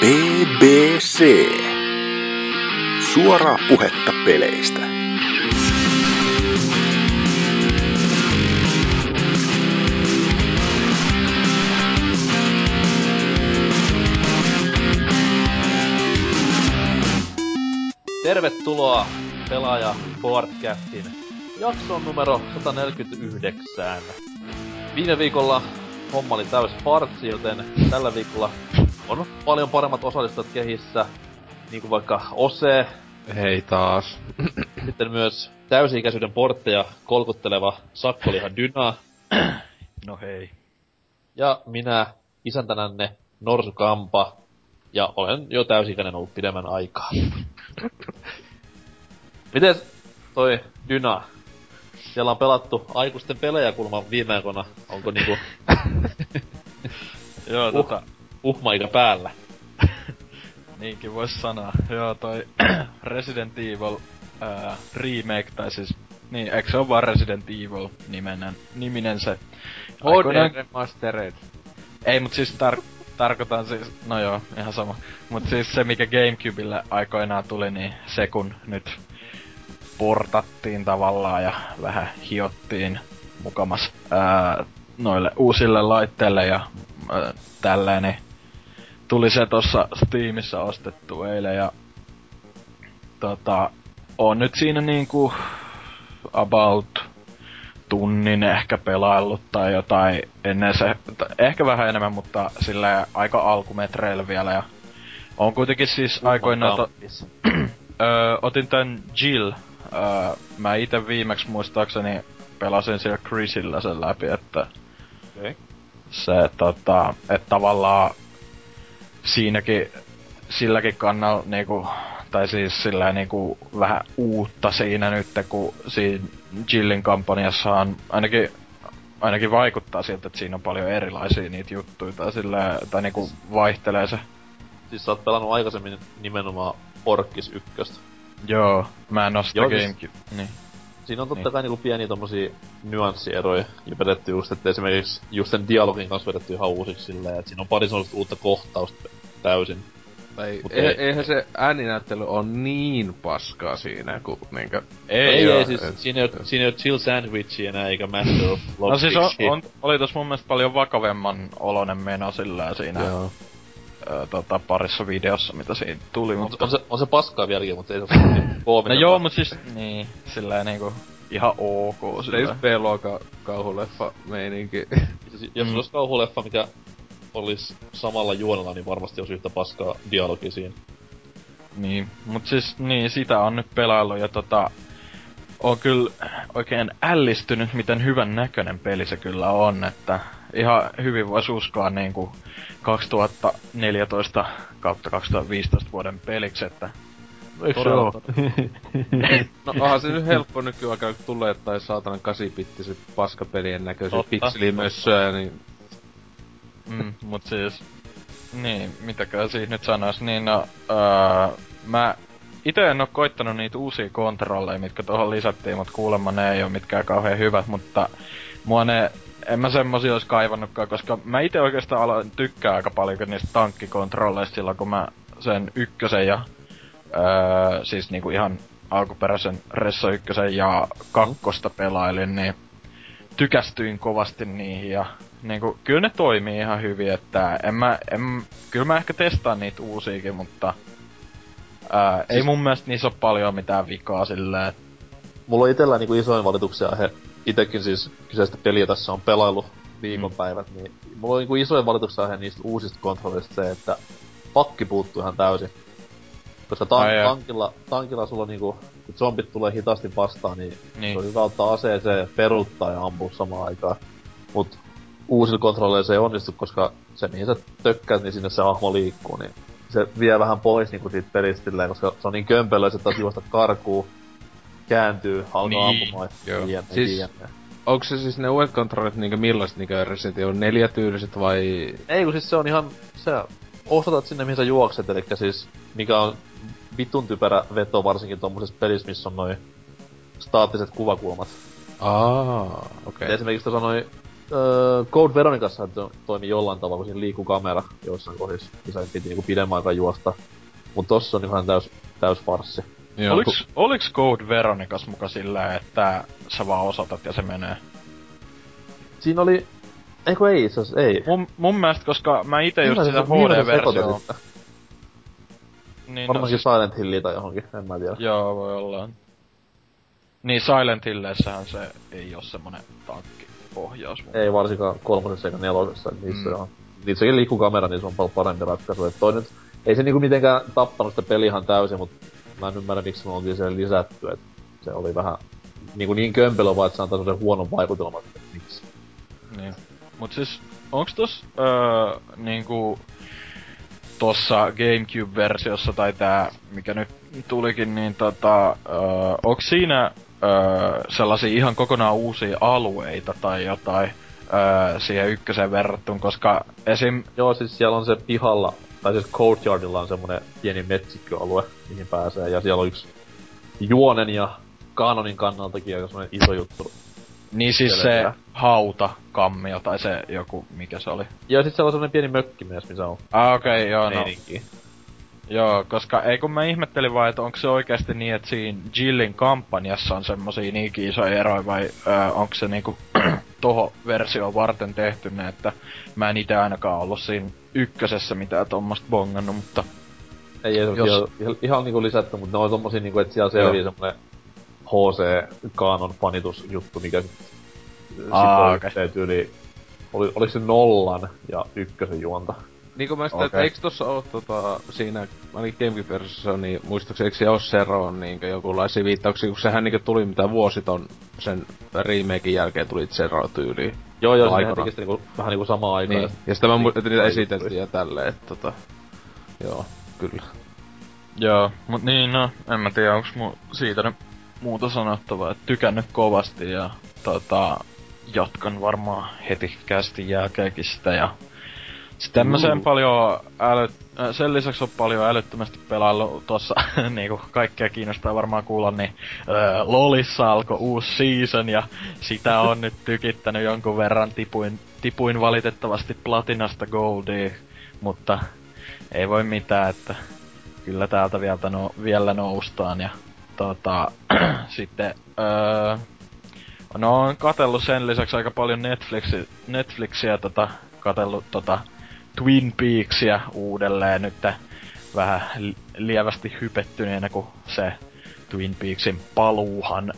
BBC. Suoraa puhetta peleistä. Tervetuloa Pelaaja Podcastin jakson numero 149. Viime viikolla homma oli täys farsi, joten tällä viikolla on paljon paremmat osallistujat kehissä, niinku vaikka Ose. Hei taas. Sitten myös täysi-ikäisyyden portteja kolkutteleva Sakkolihan Dyna. No hei. Ja minä, isäntänänne Norsu Kampa. Ja olen jo täysi-ikäinen ollut pidemmän aikaa. Mites toi Dyna? Siellä on pelattu aikuisten pelejä kulma viime aikoina. Onko niinku Joo, uhmaikä päällä? Niinkin vois sanoa. Joo, toi Resident Evil remake, tai siis niin, eikö se oo vaan Resident Evil niminen se? HD Remastered. Ei, mut siis tarkoitan siis, no joo, ihan sama. Mut siis se mikä Gamecubelle aikoinaan tuli, niin se kun nyt portattiin tavallaan ja vähän hiottiin mukamas noille uusille laitteille ja tälleen, niin tuli se tossa Steamissa ostettu eilen ja on nyt siinä niinku about tunnin ehkä pelaillut tai jotain ennen se, ehkä vähän enemmän, mutta sillä aika alkumetreillä vielä ja on kuitenkin siis aikoinaan otin tän Jill. Mä ite viimeksi muistaakseni pelasin siellä Chrisillä sen läpi, että okay. Se et tavallaan silläkin kannalla niinku, tai siis sillä niinku vähän uutta siinä nyt, kun siinä Jillin kampanjassa on ainakin vaikuttaa siltä, että siinä on paljon erilaisia niitä juttuja tai sillä, tai niinku vaihtelee se. Siis sä oot pelannut aikaisemmin nimenomaan Orkkis 1. Joo, mä en oo sitä siis, niin. Siinä on totta kai niinku pieniä tommosia nyanssieroja ja vedetty just, että esimerkiksi just sen dialogin kanssa vedetty ihan uusiksi silleen, että siinä on pari sellaista uutta kohtausta täysin. Eihän se ääninäyttely on niin paskaa siinä, kun niinkö... Ei siis siinä ei oo Chill Sandwichia enää eikä Master of Lockpick. No siis oli tossa mun mielestä paljon vakavemman oloinen meno sillä siinä. Joo. Parissa videossa, mitä siinä tuli, mutta... On se paskaa vieläkin, mutta ei se oo koominen. No joo, mut siis, niin, silleen niinku, ihan ok. Se just B-luokan kauhuleffa meininki. Jos olisi kauhuleffa, mikä olis samalla juonella, niin varmasti olisi yhtä paskaa dialogi siinä. Niin, mut siis, niin, sitä on nyt pelaillut ja on kyllä oikein ällistynyt, miten hyvän näköinen peli se kyllä on, että ihan hyvin vois uskoa niinku 2014 kautta 2015 vuoden peliksi, että... Eikö se oo? No onhan se nyt helppo nykyaikana, kun tulee jotain saatanan 8-bittiset paskapelien näköisiä pikselimössöjä, niin... mut siis... Niin, mitäkään siitä nyt sanois, niin mä ite en oo koittanut niitä uusia kontrolleja, mitkä tuohon lisättiin, mut kuulemma ne ei oo mitkään kauhean hyvät, mutta en mä semmosia ois kaivannutkaan, koska mä ite oikeastaan aloin tykkää aika paljon niistä tankkikontrolleista silloin, kun mä sen ykkösen ja siis niinku ihan alkuperäisen Resso 1 ja 2 pelailin, niin tykästyin kovasti niihin ja niinku kyllä ne toimii ihan hyvin, että kyllä mä ehkä testaan niitä uusiakin, mutta ei mun mielestä niissä oo paljon mitään vikaa silleen. Mulla on itellä niinku isoin valituksen aihe, itekin siis kyseistä peliä tässä on pelaillut viikonpäivät, niin mulla on niinku isoin valituksen aihe niistä uusista kontrolleista se, että pakki puuttuu ihan täysin. Koska tankilla sulla niinku, kun zombit tulee hitaasti vastaan, niin. Se on hyvä ottaa aseeseen ja peruuttaa ja ampua samaan aikaan. Mut uusilla kontrolleilla se ei onnistu, koska se mihin sä tökkäät, niin sinne se hahmo liikkuu, niin se vie vähän pois niinku siitä pelistä silleen, koska se on niin kömpelö, että taas juosta karkuu, kääntyy, alkaa ampumaan ja siis, onko se siis ne uudet kontrollit niinkö millaiset niinkö Resident Evil 4 tyyliset vai... Ei kun siis se on ihan, sä osoitat sinne mihin sä juokset, elikkä siis mikä on vitun typerä veto varsinkin tommosessa pelissä, missä on noin staattiset kuvakulmat. Okei. Esimerkiksi tuossa noin Code Veronicassa toimi jollain tavalla, kun siinä liikkuu kamera joissain kohdissa, missä piti niinku pidemmän aikaa juosta. Mut tossa on ihan täys farssi. Oliks Code Veronicas muka sillä, että sä vaan osoitat ja se menee? Siinä oli... ei itse asiassa, ei. Mun mielestä, koska mä ite just sitä HD-versiota... Niin, varmaankin Silent Hillia tai johonkin, en mä tiedä. Joo, voi olla. Niin Silent Hilleissähän se ei oo semmonen tankkipohjaus. Ei varsinkaan 3. eikä 4. Niissä on. Niissäkin liikkuu kamera, niin se on paljon parempi ratkaisu. Et toi nyt, ei se niinku mitenkään tappanut sitä peliä ihan täysin, mut mä en ymmärrä miksi me oltiin siellä lisätty, et se oli vähän niin kömpelö vaan, että se antaa semmosen huonon vaikutelman, että miksi. Niin. Mut siis, onks tossa niinku tossa GameCube-versiossa tai tää, mikä nyt tulikin, niin onks siinä sellaisia ihan kokonaan uusia alueita tai jotain siihen ykköseen verrattuna, koska esim... Joo, siis siellä on se pihalla, tai siis Courtyardilla on semmonen pieni metsikköalue, mihin pääsee, ja siellä on yksi juonen ja kanonin kannaltakin aika semmonen iso juttu. Niin siis se hautakammio tai se joku, mikä se oli? Ja sit siellä on semmonen pieni mökkimies, missä on okei, joo, no. Joo, koska ei kun mä ihmettelin vaan, että onko se oikeasti niin, että siinä Jillin kampanjassa on semmosia niinkin isoja eroja vai onko se niinku toho versioon varten tehty ne, että mä en ite ainakaan ollut siinä ykkösessä mitään tommoista bongannut, mutta... Ei ihan niinku lisätty, mutta ne on tommosia niinku, että siellä selvii semmonen HC-kaanon fanitusjuttu, mikä sit okay. Tyyli... Oliko se 0 ja 1 juonta? Niinku mä sitä, eiks tossa oo siinä, ainakin GameCube-versiossa, niin muistaakseni eiks se oo Seroon niinkö jokunlaisia viittauksia, kun sehän niinkö tuli mitä vuositon sen remaken jälkeen tuli Zero-tyyliin. Joo, sehän teki niinku, vähän niinku samaa aikaa. Niin, ja sitä että niitä esiteltiin ja tälleen, että joo, kyllä. Joo, mut niin no, en mä tiedä onks siitä nyt muuta sanottavaa, et tykännyt kovasti ja jatkan varmaan heti kästin jälkeenkin sitä ja sitten mä sen paljon sen lisäksi on paljon älyttömästi pelaillut tossa niinku kaikkea kiinnostaa varmaan kuulla, niin LOLissa alkoi uusi season ja sitä on nyt tykittänyt jonkun verran, tipuin valitettavasti Platinasta Goldiin, mutta ei voi mitään, että kyllä täältä vielä noustaan ja sitten no on katellut sen lisäksi aika paljon Netflixiä katellut Twin Peaksia uudelleen nyt vähän lievästi hypettyneenä, kun se Twin Peaksin paluuhan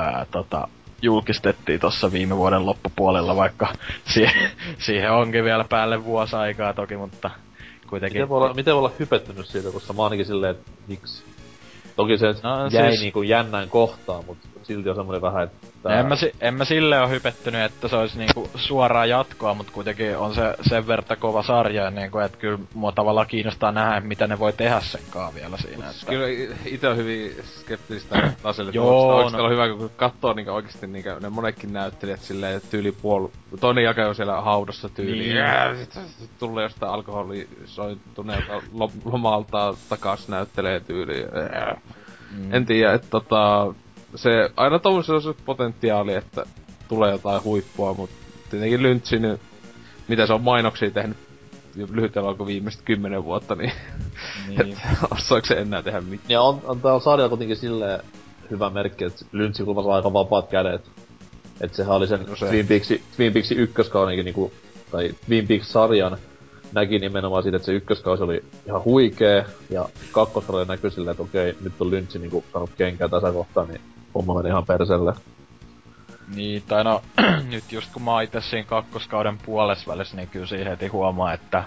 julkistettiin tossa viime vuoden loppupuolella, vaikka siihen onkin vielä päälle vuosi aikaa toki, mutta kuitenkin... Miten voi olla hypettynyt siitä, koska mä ainakin silleen, että miksi? Toki se jäi siis... niinku jännään kohtaan, mut silti on semmonen vähän, että... En mä silleen oo hypettynyt, että se olisi niinku suoraa jatkoa, mut kuitenkin on se sen verta kova sarja, niinku, että kyllä mua tavallaan kiinnostaa nähdä, mitä ne voi tehdä senkaan vielä siinä. Että... Kyllä ite on hyvin skeptistä taselle, että oikeesti on hyvä, kun kattoo niinku oikeesti niinku ne monetkin näyttelijät silleen tyyli toinen jake on siellä haudassa tyyliin. Niin. Sit tulee jostain alkoholisoituneelta lomalta takas näyttelee tyyliin. En tiedä, että se aina tommosessa on se potentiaali, että tulee jotain huippua, mut tietenkin Lynch, mitä se on mainoksia tehnyt lyhytellä alkoi viimeiset 10 vuotta, niin osaako se enää tehdä mitään? Ja on tää sarja kuitenkin silleen hyvä merkki, että Lynch kulmassa on aika vapaat kädet. Et sehän oli sen Twin Peaksin ykköskaudenkin niinku, tai Twin Peaks-sarjan näki nimenomaan siitä, että se ykköskausi oli ihan huikee, ja kakkoskaudella näkyi silleen, että okei, nyt on Lynch niinku saanut kenkää tässä kohtaa, niin homma meni ihan perselle. Niin, tai no, nyt just kun mä oon itse siinä kakkoskauden puolesvälissä, niin kyllä siihen heti huomaa, että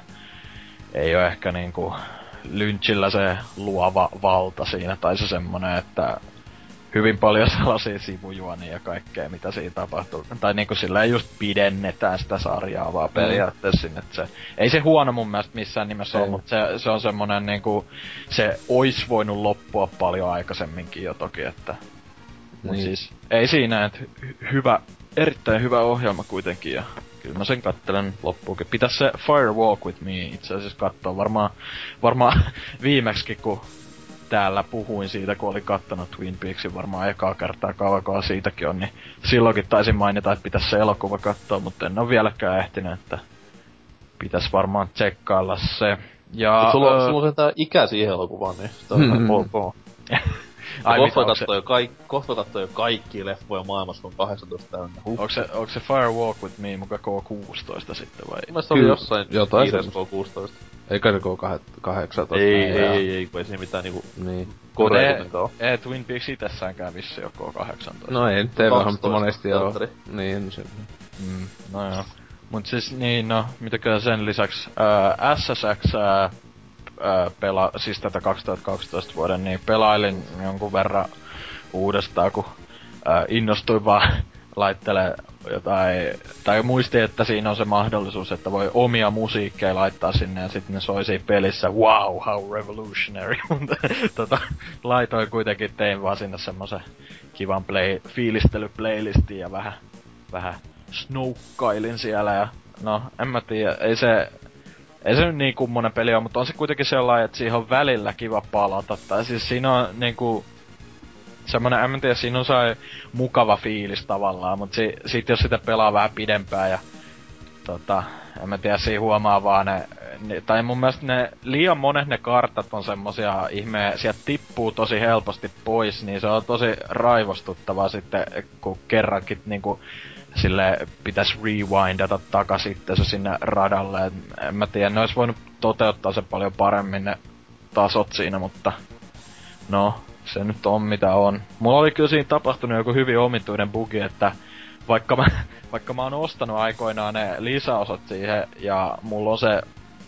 ei oo ehkä niinku Lynchillä se luova valta siinä, tai se semmonen, että hyvin paljon sellaisia sivujuonia ja kaikkea, mitä siinä tapahtuu. Tai niinku silleen just pidennetään sitä sarjaa vaan periaatteessa sinne, että ei se huono mun mielestä missään nimessä ole, mutta se on semmonen niinku, se ois voinut loppua paljon aikaisemminkin jo toki, että... Mut siis, ei siinä, että erittäin hyvä ohjelma kuitenkin, ja kyllä mä sen kattelen loppuunkin. Pitäis se Fire Walk With Me itse asiassa kattoo varmaan viimeksikin, kun täällä puhuin siitä, kun olin kattonut Twin Peaksin varmaan ekaa kertaa, kauankohan siitäkin on, niin silloinkin taisin mainita, että pitäisi se elokuva katsoa, mutta en ole vieläkään ehtinyt, että pitäis varmaan tsekkailla se. Ja sulla on sentään ikä siihen elokuvaan, niin sitä on ok. Kohta kattoo jo kaikki leffoja maailmassa, kun 18 täynnä. Onko se Fire Walk With Me muka K16 sitten vai? Mielestäni oli jossain kiireessä K16. Eikä se K18. Ei, kun ei siinä mitään niinku koreilunenkaan oo. Ei Twin Peaks itessäänkään vissi oo K18. No ei nyt TV-ohjelma, mutta monesti joo. Niin, se. No joo. Mut siis niin, no, mitäkään sen lisäks SSX siis tätä 2012 vuoden, niin pelailin jonkun verran uudestaan, kun innostuin vaan laittelee jotain, tai muistin, että siinä on se mahdollisuus, että voi omia musiikkeja laittaa sinne ja sitten ne soi siinä pelissä, wow, how revolutionary, mutta laitoin kuitenkin, tein vaan sinne semmosen kivan fiilistelyplaylistin ja vähän snoukkailin siellä ja no, en mä tiedä, ei se nyt niin kummonen peli on, mutta on se kuitenkin sellainen, että siihen on välillä kiva palata. Tai siis siinä on niinku semmonen, en mä tiedä, siinä on se mukava fiilis tavallaan, mutta sit jos sitä pelaa vähän pidempään ja en mä tiedä, siinä huomaa vaan tai mun mielestä liian monet ne kartat on semmosia sieltä tippuu tosi helposti pois, niin se on tosi raivostuttavaa sitten, kun kerrankin niinku sille pitäis rewindata takas se sinne radalle, et en mä tiedä, ne ois voinut toteuttaa se paljon paremmin ne tasot siinä, mutta no, se nyt on mitä on. Mulla oli kyllä siinä tapahtunut joku hyvin omituinen bugi, että vaikka mä oon ostanut aikoinaan ne lisäosat siihen, ja mulla on se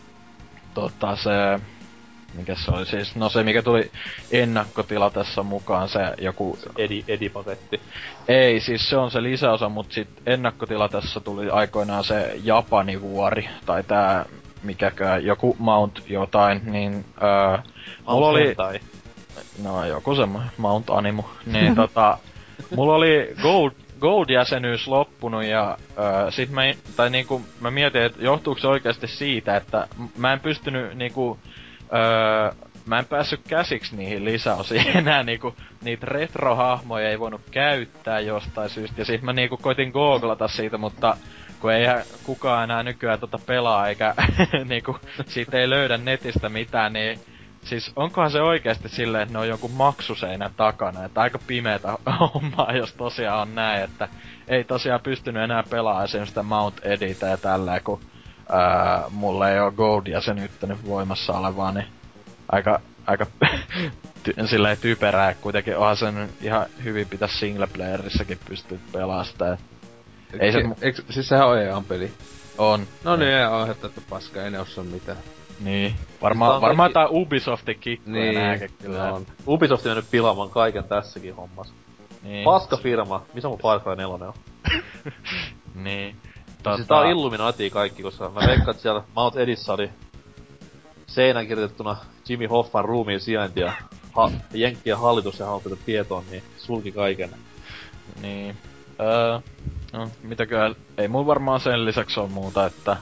mikä se oli siis, no se mikä tuli ennakkotilatessa mukaan, se joku Edi-paketti. Ei, siis se on se lisäosa, mut sit ennakkotilatessa tuli aikoinaan se Japani vuori, tai tää mikäkään, joku Mount jotain, niin mulla oli no joku semmoinen Mount Animu, niin mulla oli Gold-jäsenyys loppunut ja sit mä mietin, että johtuuko se oikeesti siitä, että mä en pystynyt niinku mä en päässyt käsiksi niihin lisäosiin enää niinku, niitä retrohahmoja ei voinut käyttää jostain syystä, ja sit mä niinku koitin googlata siitä, mutta kun ei kukaan enää nykyään pelaa, eikä niinku, siitä ei löydä netistä mitään, niin siis onkohan se oikeesti silleen, että ne on jonkun maksuseinän takana, että aika pimeetä hommaa, jos tosiaan on näin, että ei tosiaan pystynyt enää pelaamaan esimerkiksi sitä Mount Editä ja tälleen, kun mulla ei oo Gold-jäsenyyttä nyt voimassa olevaa, niin aika silleen typerää, kuitenkin onhan sen ihan hyvin pitäis singleplayerissakin pystyä pelaamaan. Siis sehän on EA-peli. On. No niin, EA että paska, ei ne osaa mitään. Niin. Varmaan tää Ubisoftin kikkoja niin, nääkin kyllä. On. Ubisoft on mennyt pilaamaan kaiken tässäkin hommassa. Niin. Paska firma, missä mun Far Cry 4 on? Niin. Siis tää on Illuminati kaikki, koska mä veikkaan, että siellä Mount Edissä oli seinään kirjoitettuna Jimmy Hoffan ruumiin sijainti ja Jenkkien hallitus ja haluttu tietoon, niin sulki kaiken. Niin. No, mitäköhän, ei mulla varmaan sen lisäksi oo muuta, että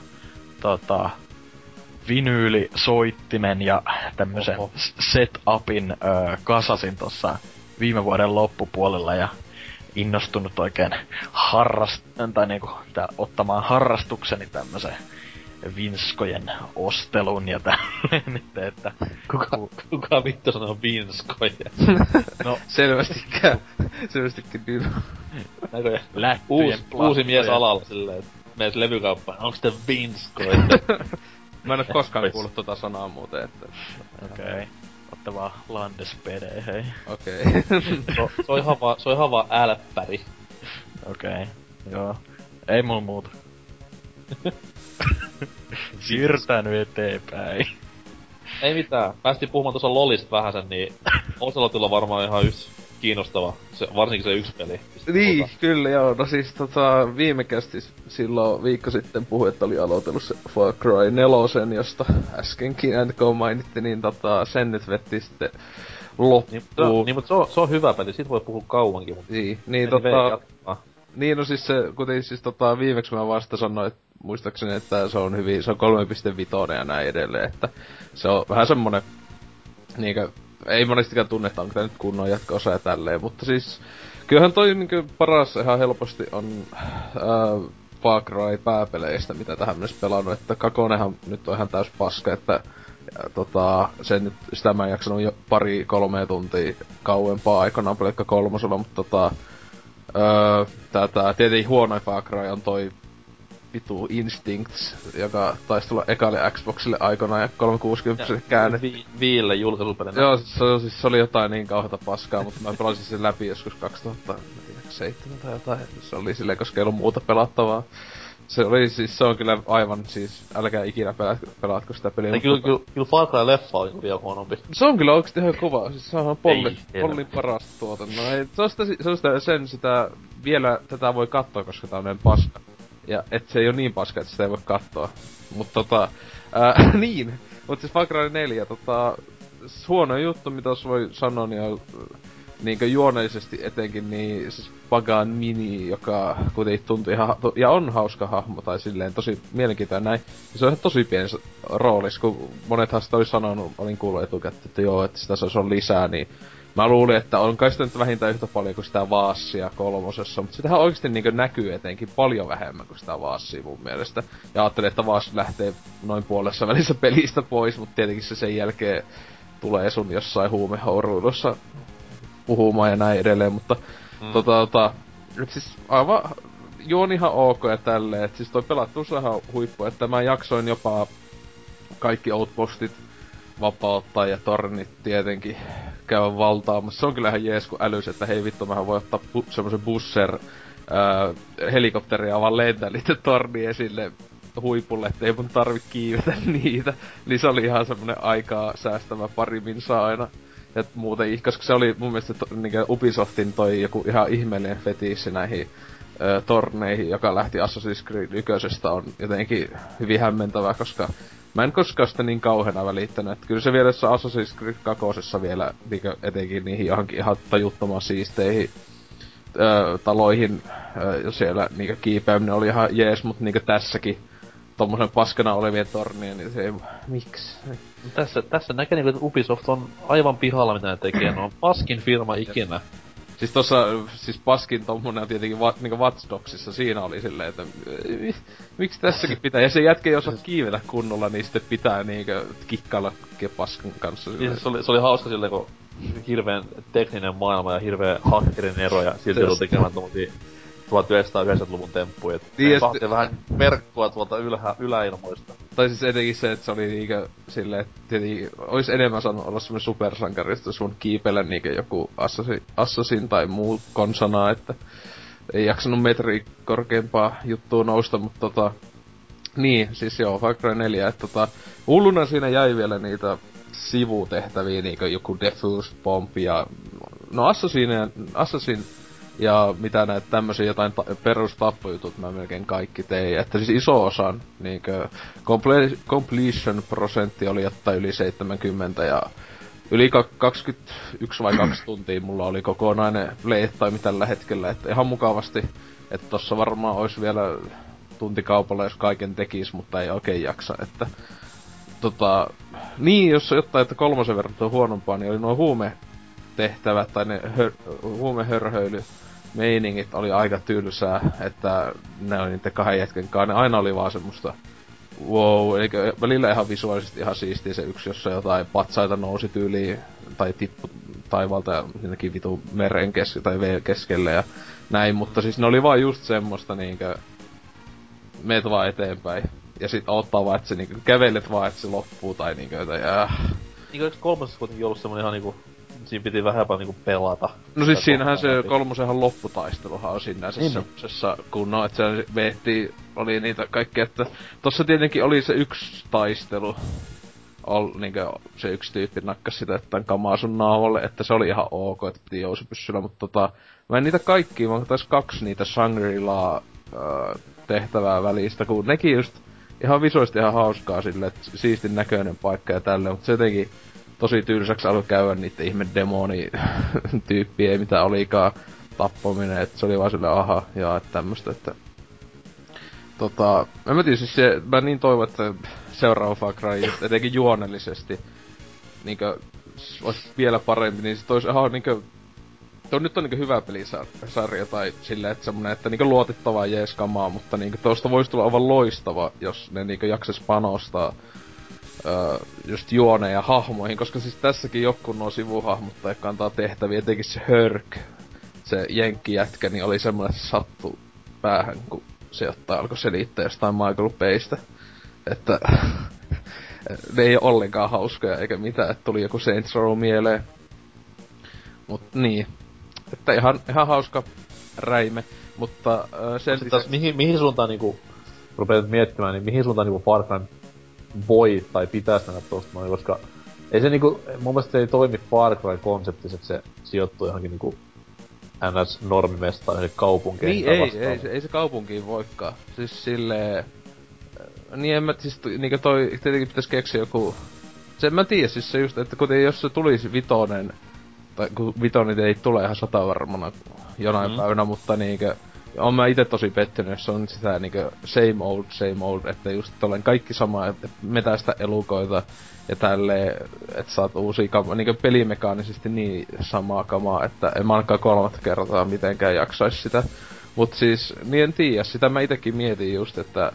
vinyylisoittimen ja tämmösen setupin kasasin tossa viime vuoden loppupuolella ja innostunut oikein ottamaan harrastukseni tämmösen vinskojen ostelun ja tälleen, että Kuka vittu sanoo vinskoja? No selvästikin Dylan. Uusi mies alalla silleen, että mees levykauppaan, onks te vinskoja? Mä en oo koskaan kuullut tota sanaa muuten, että okei. Otta vaan Landespede, hei. Okei. Se on ihan vaan älppäri. Okei, joo. Ei mulla muuta. Siirtänyt eteenpäin. Ei mitään. Päästiin puhumaan tuossa LOLista vähäsen, niin Ocelotilla on varmaan ihan yksi kiinnostava, varsinkin se yksi peli. Niin, kyllä joo. No siis viime kästi silloin viikko sitten puhui, että oli aloitellut se Far Cry 4, josta äskenkin NK mainitti, niin sen nyt vetti sitten loppuun. Niin, mutta se on hyvä peli, siitä voi puhua kauankin, mutta... Niin, no siis se, kuten siis viimeksi mä vasta sanoin, että muistaakseni, että se on 3.5 ja näin edelleen, että se on vähän semmonen niinkö ei monestikaan tunneta, onko tää nyt kunnon jatko-osa ja tälleen, mutta siis kyllähän toi niinku paras ihan helposti on Far Cry pääpeleistä, mitä tähän mennessä pelannut, että kakonenhan nyt on ihan täys paska, että se nyt, sitä mä en jaksanut jo 2-3 tuntia kauempaa aikanaan pelkkä kolmosella, mutta tietenkin huonoin Far Cry on toi vitu Instincts, joka taisi tulla ekalle Xboxille aikanaan ja 360 käännettiin. Viille julkaisupelinä. Joo, se oli jotain niin kauheata paskaa, mutta mä pelasin sen läpi joskus 2007 tai jotain. Se oli silleen, koska ei ollut muuta pelattavaa. Se on kyllä aivan siis, älkää ikinä pelaatko sitä peliä. Ei, kyllä Far Cry leffa oli vielä huonompi. Se on kyllä oikeesti ihan kova, siis se on Pollin parasta tuotantoa. Sitä tätä voi katsoa, koska tää on näin paska. Ja et se ei oo niin paska, että sitä ei voi katsoa. Mut niin. Mut siis Far Cry 4, huono juttu, mitä jos voi sanoa, niin on niinkö juoneellisesti etenkin, niin siis Pagan Mini, joka kuitenkin tuntuu ihan, ja on hauska hahmo, tai silleen tosi mielenkiintoinen näin. Se on ihan tosi pienessä roolissa, kun monethan sitä oli sanonut, olin kuullut etukäteen, että joo, että sitä se on lisää, niin mä luulin, että on kai sitä nyt vähintään yhtä paljon kuin sitä Vaassia kolmosessa, mutta sitähän oikeesti niinkö näkyy etenkin paljon vähemmän kuin sitä Vaassia mun mielestä. Ja ajattelin, että Vaas lähtee noin puolessa välissä pelistä pois, mutta tietenkin se sen jälkeen tulee sun jossain huumehouruilussa puhumaan ja näin edelleen, mutta nyt siis aivan juon ihan ok ja tälleen, että siis toi pelattuus on ihan huippu, että mä jaksoin jopa kaikki outpostit vapauttaa ja tornit tietenkin käydä valtaamassa. Se on kyllä ihan jees, kun älys, että hei vittu, mähän voi ottaa semmosen busser helikopteria vaan lentää niitä tornia esille huipulle, ettei mun tarvi kiivetä niitä. Niin se oli ihan semmonen aikaa säästävä pari minsaa aina. Ja muuten, koska se oli mun mielestä niinkö Ubisoftin toi joku ihan ihmeellinen fetissi näihin torneihin, joka lähti Assassin's Creed 1 on jotenkin hyvin hämmentävää, koska mä en koskaan sitä niin kauheena välittänyt, että kyllä se vielä Assassin's Creed 2 vielä niinkö etenkin niihin johonkin ihan tajuttoman siisteihin taloihin siellä niinkö kiipeäminen oli ihan jees, mut niinkö tässäkin tommosen paskana olevien tornien, niin se ei... Miksi? Tässä näkee niinku, että Ubisoft on aivan pihalla mitä ne tekee, ne on paskin firma ikinä. Siis tossa, paskin tommonen on tietenkin niinku Watch Dogsissa, siinä oli silleen, että miksi tässäkin pitää, ja se jätkä ei osaa kiivetä kunnolla, niin sitten pitää niinkö kikkailla paskan kanssa. Se oli hauska silleen, kun hirveen tekninen maailma ja hirveen hakkerin ero, ja silti oli tekemään tommosia 1990-luvun temppuja, et saatiin vähän verkkoa tuolta yläilmoista. Tai siis etenkin se, että se oli niinkö silleen, että tietenkin ois enemmän saanut olla semmonen supersankari, että sun kiipellä niinkö joku assassin tai muu konsana, että ei jaksanut metri korkeampaa juttua nousta, mutta niin, siis joo, Far Cry 4, että hulluna siinä jäi vielä niitä sivutehtäviä, niinkö joku Defuse Bomb ja no Assassin ja mitä näitä tämmösiä jotain perustappojutut mä melkein kaikki tein. Että siis iso osan niinkö completion prosentti oli jotain yli 70 ja yli 21 vai 2 tuntia mulla oli kokonainen playtime tällä hetkellä. Että ihan mukavasti, että tossa varmaan ois vielä tuntikaupalla jos kaiken tekis, mutta ei oikein jaksa, että niin, jos jotain, että kolmosen verran on huonompaa, niin oli nuo huumetehtävät tai ne huumehörhöily meiningit oli aika tylsää, että ne oli niitten 2 jätken kanssa, ne aina oli vaan semmoista wow, eli välillä ihan visuaalisesti ihan siistiä se yksi, jossa jotain patsaita nousi tyyliin, tai tippu taivaalta ja sinnekin vitu meren tai veen keskelle ja näin, mutta siis ne oli vaan just semmoista niinkö, meet vaan eteenpäin, ja sit odottaa vaan, että se niinkö, kävelet vaan, että se loppuu, tai niinkö jotain, Niinkö eiks kolmosessa kuitenkin ollut semmonen ihan niinku, siinä piti vähän jopa niinku pelata. No siis siinähän se kolmosenhan lopputaisteluhan on sinänsä semmosessa kunnon, että se vehti, oli niitä kaikkea, että tossa tietenkin oli se yksi taistelu, niinkö se yksi tyyppi nakkas sitä jotain kamaa sun naavalle, että se oli ihan ok, että piti jousipyssyllä, mutta mä en niitä kaikkia, mä tais 2 niitä Shangri-La tehtävää välistä, kun nekin just ihan visuisesti ihan hauskaa silleen, että siistin näköinen paikka ja tälleen, mutta se jotenkin tosi tylsäksi alkoi käydä niitten ihme demoni-tyyppiä, mitä olikaan tappaminen, että se oli vaan silleen aha, ja että tämmöstä, että en mä tiedä, siis mä niin toivon, että seuraava Far Cry, etenkin juonellisesti, niinkö ois vielä parempi, niin sit ois ihan niinkö... Tuo nyt on niinkö hyvä pelisarja tai silleen, että semmonen, että niinkö luotettavaa jees kamaa, mutta niinkö tosta vois tulla aivan loistava, jos ne niinkö jaksais panostaa just juoneen ja hahmoihin, koska siis tässäkin joku nuo sivuhahmot tai kantaa tehtäviä, etenkin se Hörk, se jenkkijätkä, niin oli semmonen, että se sattui päähän, kun se alkoi selittää jostain Michael Baystä. Että ne ei oo ollenkaan hauskoja eikä mitään, että tuli joku Saints Row mieleen. Mut niin. Että ihan hauska räime, mutta sen lisäksi... mihin suuntaan niinku, rupeat miettimään, niin mihin suuntaan niinku Far Cry voi tai pitäis mennä tosta noin, koska ei se niinku, mun mielestä se ei toimi Far Cry-konseptissa, että se sijoittuu johonkin niinku NS-normimestaan johonkin kaupunkeihin niin, tai vastaavaan. ei se kaupunkiin voikaan. Siis silleen... Niin en mä, siis niinkö toi, tietenkin pitäis keksiä joku... Se mä tiedä, siis se just, että kuten jos se tulisi vitonen, tai kun vitonen ei tule ihan satavarmana jonain päivänä, mutta niinkö... Oon mä ite tosi pettynyt, jos on sitä niinkö same old, että just olen kaikki sama, että metästä elukoita ja tälleen, että saat uusia niinkö pelimekaanisesti niin samaa kamaa, että en mä ainakaan 3 kertaa mitenkään jaksais sitä. Mut siis, niin en tiedä, sitä mä itekin mietin just, että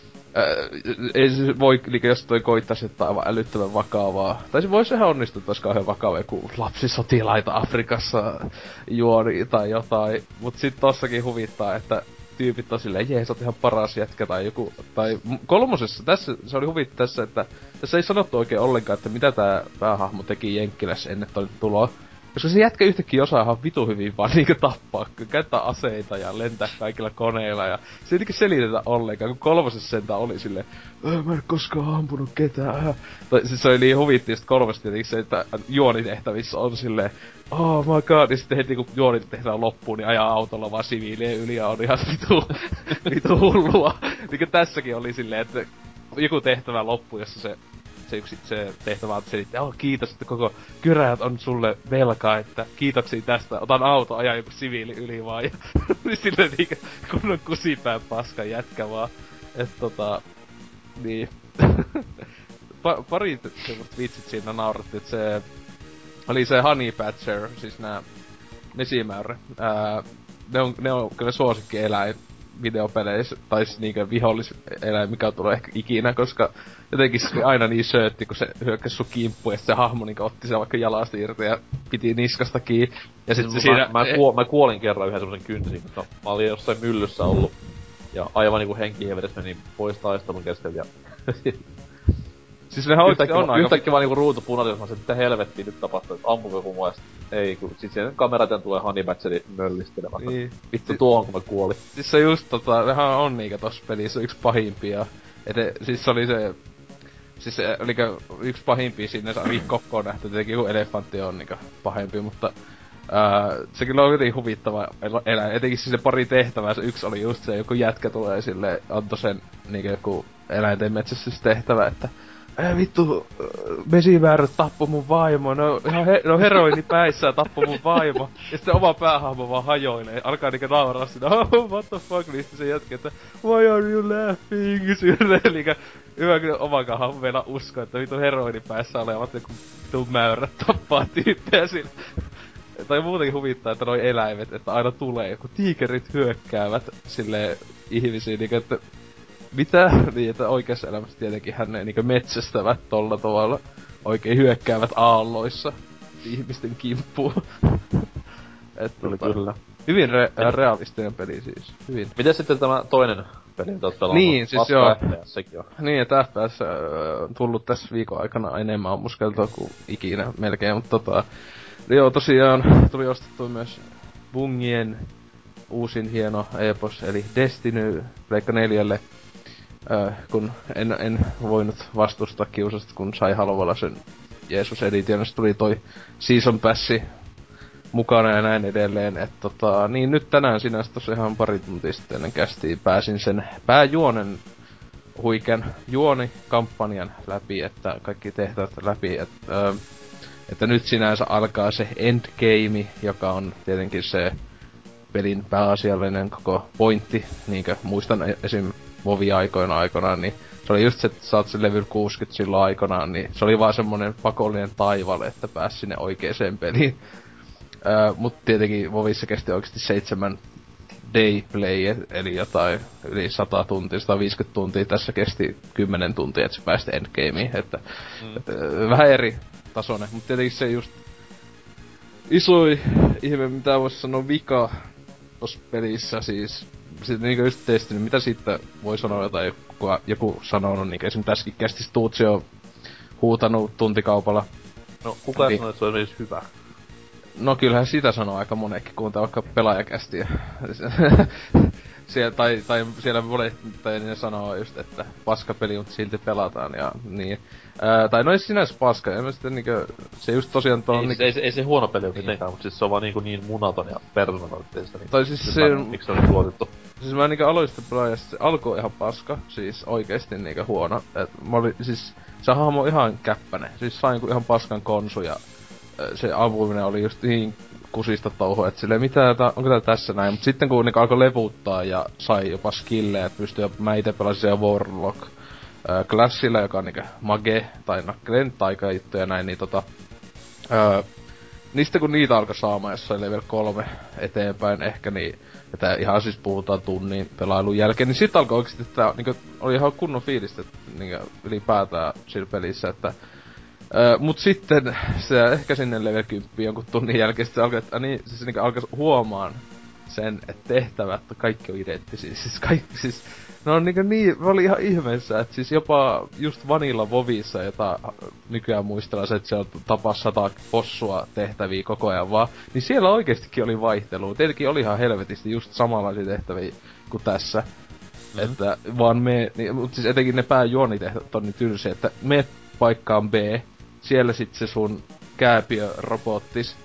ei se voi, niinku jos toi koittaisi, että aivan älyttömän vakavaa. Tai se vois ihan onnistua, että ois kauhean vakava joku lapsisotilaita Afrikassa juoni tai jotain. Mut sit tossakin huvittaa, että tyypit on silleen, jee, sä oot ihan paras jätkä tai joku. Tai kolmosessa, tässä, se oli huvittaa tässä, että tässä ei sanottu oikein ollenkaan, että mitä tää päähahmo teki Jenkkilässä ennen toi tuloa. Koska se jätkä yhtäkkiä osaa ihan vitu hyvin vaan niinkö tappaa, käyttää aseita ja lentää kaikilla koneilla ja se ei niinkö selitetä ollenkaan, kun kolmosessa sentään oli silleen, mä en koskaan ampunut ketään. Tai siis se oli niin huvitti just kolmosessa tietenkin se, että juonitehtävissä on silleen, oh my god, ja sitten heti kun juonitehtävä loppuu, niin ajaa autolla vaan siviilien yli ja on ihan vitu hullua. Niinkö tässäkin oli silleen, että joku tehtävä loppuu, jossa se tehtävä selittää, kiitos, että koko kyrät on sulle velkaa, että kiitoksia tästä, otan auto, ajaa joku siviili yli vaan, ja silleen niinkö kunnon kusipään paskan jätkä vaan, et niin. Pari semmoista vitsit siinä nauratti, että se oli se Honey Badger, siis nää mesimäyrä, ne on kyllä suosikkieläin videopeleissä, tai siis niinkö viholliseläin, mikä tulee ehkä ikinä, koska jotenkin se oli aina niin söötti, kun se hyökkäsi sun kimppuun, ja se hahmo niinkö otti sen vaikka jalasta irti ja piti niskasta kiinni. Ja sit se siinä... Mä kuolin kerran yhden semmosen kynsin, koska mä olin jossain myllyssä ollut, ja aivan niinku henkihevedes meni pois taistelun keskeltä, ja... Siis nehän oikeesti on aika... Yhtäkkiä vaan niinku ruutu punainen, mä sanoin, että mitä helvettiä nyt tapahtuu, että ampuko kun mua ei, kun sit sen kamerat tulee Honey Badgerin möllistelemään. Niin. Vittu tuohon, kun mä kuolin. Siis se just nehän on niinkö tossa pelissä yksi pahimpia. Siis se oli se... Siis se oliko yksi pahimpia siinä, se oli kokkoon nähty, tietenkin joku elefantti on niinkö pahempi, mutta... se kyllä on jotenkin huvittava eläin, etenkin siis se pari tehtävää, se yksi oli just se, joku jätkä tulee silleen, antoi sen niinkö joku eläinten metsästystehtävä, että vittu, mesiväärät tappoi mun vaimo, ne on heroini päissään tappoi mun vaimo. Ja sitten oma päähahmo vaan hajoilee, alkaa niinkö nauraa siinä, oh what the fuck, niin sitten se jätkä, että why are you laughing, silleen niinkö, hyvä kyllä omakaan hahmo meillä uskoa, että vittu heroini päissä olevat joku vittu mäyrät tappaa tyyppejä sillä. Tai muutenkin huvittaa, että noi eläimet, että aina tulee, kun tiikerit hyökkäävät silleen ihmisiin, niinkö, että mitä? Niin, että oikeassa elämässä tietenkin hän ne niinkö metsästävät tolla tavalla. Oikein hyökkäävät aalloissa ihmisten kimppuun. Kyllä. Hyvin realistinen peli siis. Hyvin. Miten sitten tämä toinen peli, mitä oot pelannut? Niin, siis joo. FPS sekin on. Niin, että FPS tullut tässä viikon aikana enemmän ammuskeltua kuin ikinä melkein, mutta joo, tosiaan tuli ostettua myös Bungien uusin hieno epos, eli Destiny Pleikka 4:lle. Kun en voinut vastustaa kiusasta, kun sai halvalla sen Jeesus Edition, tuli toi Season Passi mukana ja näin edelleen. Et niin nyt tänään sinänsä tossa ihan pari tuntia sitten ennen kästiin pääsin sen pääjuonen huikean juonikampanjan läpi, että kaikki tehtävät läpi, että nyt sinänsä alkaa se endgame, joka on tietenkin se pelin pääasiallinen koko pointti, niinkö muistan esim. Vovi-aikoina aikanaan, niin se oli just se, että sä oot se level 60 silloin aikanaan, niin se oli vaan semmonen pakollinen taival, että pääsi sinne oikeeseen peliin. Mut tietenkin Vovissa kesti oikeesti 7 dayplay, eli jotain yli 100 tuntia, 150 tuntia, tässä kesti 10 tuntia, että sä pääsit endgameen, että vähän eri tasoinen, mut tietenkin se just isoi ihme, mitä vois sanoa vika tossa pelissä, siis sit niinku just Destiny, mitä siitä voi sanoa jotain, joku sanonut, niinku esim. Tässäkin kästis Tuutsio huutanut tuntikaupalla. No, kuka sanoo, että se on edes hyvä? No kyllähän sitä sanoo aika monekin, kuuntaa vaikka pelaajakästiä. Tai siellä monet ne sanoo just, että paskapeli, mutta silti pelataan ja niin. Tai no ei sinänsä paska, en mä sitten niinkö, se just tosiaan ei se huono peli ole mitenkään, mutta siis se on vaan niin monoton ja persoonallisesti niin. Tai siis se miksi se on suosittu. Siis mä niinkö aloin sitä pelaa, se alkoi ihan paska, siis oikeesti niinkö huono. Mä olin, siis se hahmo on ihan käppäne, siis sain ihan paskan konsu ja se ampuminen oli just niin kusista touhua, että silleen onko tää tässä näin, mut sitten kun niinku alkoi levuttaa ja sai jopa skillejä, että pystyi mä ite pelasin siellä Warlock Classilla, joka on niinku mage tai nakkelen taikajuttuja ja näin, niin niistä kun niitä alkoi saamaan jossain level 3 eteenpäin ehkä, niin että ihan siis puhutaan tunnin pelailun jälkeen, niin sit alkoi oikeesti, että niinku oli ihan kunnon fiilistä niinku ylipäätään sillä pelissä, että mut sitten se ehkä sinne level 10 jonkun tunnin jälkeen se alkoi, että siis niinku alkoi huomaan sen, että tehtävät kaikki on identtisiä. Siis kaikki siis, ne on niin, mä olin ihan ihmeessä, että siis jopa just Vanilla Vovissa, jota nykyään muistellaan se, että se on tapaa 100 possua tehtäviä koko ajan vaan, niin siellä oikeestikin oli vaihtelua. Tietenkin oli ihan helvetisti just samanlaisia tehtäviä kuin tässä. Että vaan mut siis etenkin ne pääjuonitehtävät on niin tylsiä, että me paikkaan B, siellä sit se sun kääpiörobottis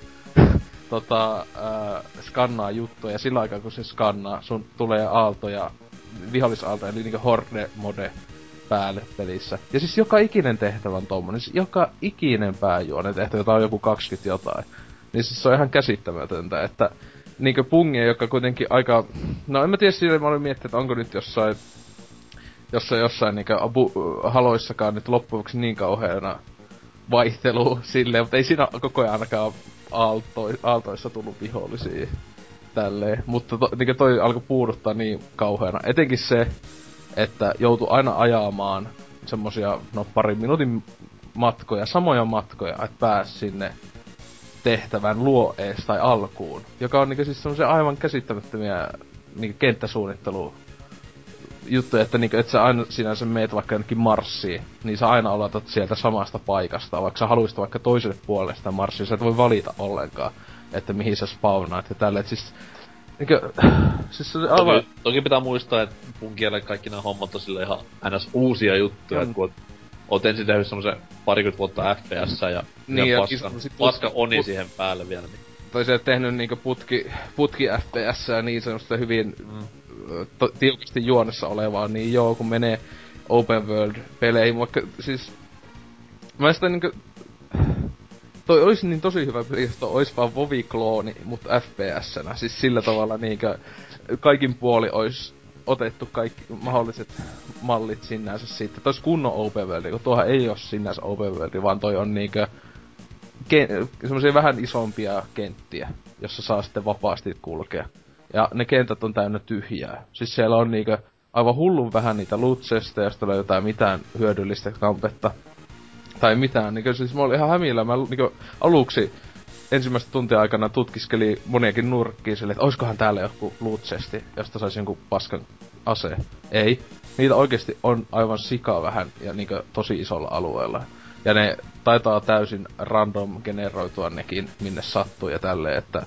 skannaa juttuja, ja sillä aikaa kun se skannaa, sun tulee aaltoja, vihollisaaltoja, eli niinku horde-mode päälle pelissä. Ja siis joka ikinen tehtävä on tommonen, siis joka ikinen pääjuonen tehtävä, jota on joku 20 jotain. Niin siis se on ihan käsittämätöntä, että niinkö pungia, joka kuitenkin aika... No en mä tiedä, siinä mä olin miettinyt, että onko nyt jossain niinkö haloissakaan nyt loppuksi niin kauheena vaihtelua silleen, mutta ei siinä koko ajan ainakaan aaltoissa tullut vihollisia tälleen. Mutta niinkö toi alkoi puuduttaa niin kauheena. Etenkin se, että joutui aina ajamaan semmosia, parin minuutin matkoja, samoja matkoja, että pääsi sinne tehtävän luo ees tai alkuun. Joka on niinkö siis semmosia aivan käsittämättömiä niinkö kenttäsuunnittelu juttuja, että niinkö et sä aina sinänsä meet vaikka jonnekin marssiin, niin sä aina aloitat sieltä samasta paikasta, vaikka sä haluisit vaikka toiselle puolelle sitä marssia, sä et voi valita ollenkaan, että mihin sä spawnaat ja tälleen, siis niinkö, siis se aivan... Toki pitää muistaa, että punkielle kaikki nää hommat on silleen ihan ns. Uusia juttuja, että kun oot ensin tehnyt semmosen parikymmentä vuotta FPS ja niin, paska oni siihen päälle vielä, niin... Tai se tehnyt niinkö putki FPS ja niin semmoista hyvin tiukasti juonessa olevaa, niin joo, kun menee open world peleihin, vaikka siis... Mä sitä niinkö... Toi ois niin tosi hyvä peli, jos toi ois vaan Vovi-klooni, mut FPS-nä. Siis sillä tavalla niinkö kaikin puoli ois otettu kaikki mahdolliset mallit sinänsä siitä. Tois kunnon open world, kun tuohan ei oo sinänsä open world, vaan toi on niinkö... semmosia vähän isompia kenttiä, jossa saa sitten vapaasti kulkea. Ja ne kentät on täynnä tyhjää. Siis siellä on niinkö aivan hullun vähän niitä lutsesta, jos tulee jotain mitään hyödyllistä kampetta. Tai mitään, niinkö siis mä olin ihan hämillä. Mä niinkö aluksi ensimmäistä tuntia aikana tutkiskelin moniakin nurkkiin silleen, että oiskohan täällä joku lutsesti, josta saisi jonkun paskan aseen. Ei. Niitä oikeesti on aivan sika vähän ja niinkö tosi isolla alueella. Ja ne taitaa täysin random generoitua nekin, minne sattuu ja tälleen, että...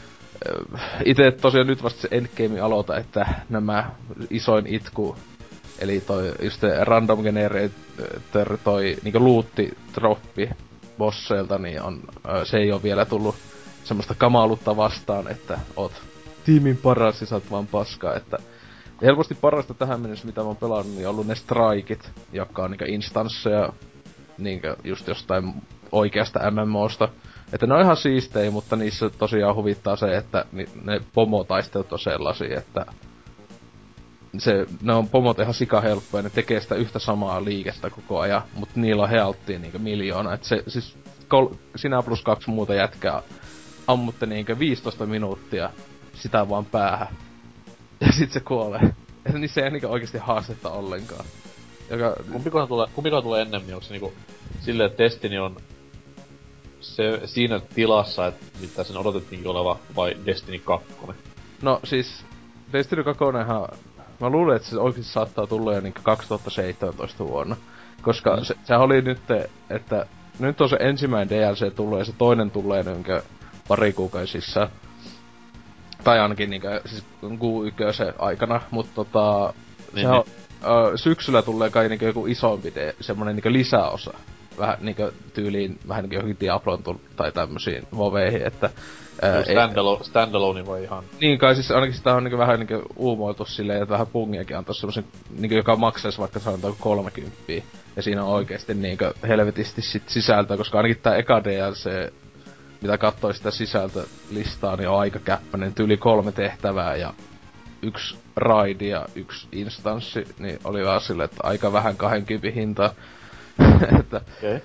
Ite tosiaan nyt vasta se endgame aloita, että nämä isoin itku, eli toi just random generator, toi niinku lootti droppi bosseilta, niin se ei oo vielä tullut semmoista kamalutta vastaan, että oot tiimin paras ja sä oot vaan paskaa, että... Helposti parasta tähän mennessä, mitä mä oon pelannut, niin on ollut ne strikeit, jotka on niinku instansseja, niinkö just jostain oikeasta MMOsta. Että ne on ihan siistejä, mutta niissä tosiaan huvittaa se, että ne pomotaistelut on sellaisia, että... ne on pomot ihan sikahelppoja, ne tekee sitä yhtä samaa liikettä koko ajan, mutta niillä on healttia niinku 1,000,000. Et se siis sinä plus 2 muuta jätkää ammutte niinku 15 minuuttia sitä vaan päähän. Ja sit se kuolee. Ja niin se ei niinku oikeesti haastetta ollenkaan. Kumpikohan tulee ennemmin, onko se niinku silleen, että Destiny on se siinä tilassa, että mitä sen odotettiinkin oleva, vai Destiny 2? No siis, Destiny 2:nhan, mä luulen, että se oikeesti saattaa tulla jo niinku 2017 vuonna. Koska sehän oli nyt, että nyt on se ensimmäinen DLC tullut ja se toinen tulee niinku pari kuukausissa. Tai ainakin niinku siis Q1 aikana, mutta Niin, sehän syksyllä tulee kai niinku joku isompi semmonen niinku lisäosa. Vähän niinku tyyliin, vähän niinku johonkin Diabloon tai tämmösiin voveihin, että standalone voi ihan... Niin kai siis ainakin sitä on niinku vähän niinku uumoiltu silleen, että vähän pungiakin antais semmosen, niinku joka maksais vaikka sanotaan 30. Ja siinä on oikeesti niinku helvetisti sit sisältöä, koska ainakin tää eka DLC, mitä kattoi sitä sisältölistaa, niin on aika käppänen. Tyyli 3 tehtävää ja 1 raidi ja 1 instanssi, niin oli vaan silleen, että aika vähän 20 hintaa. Että,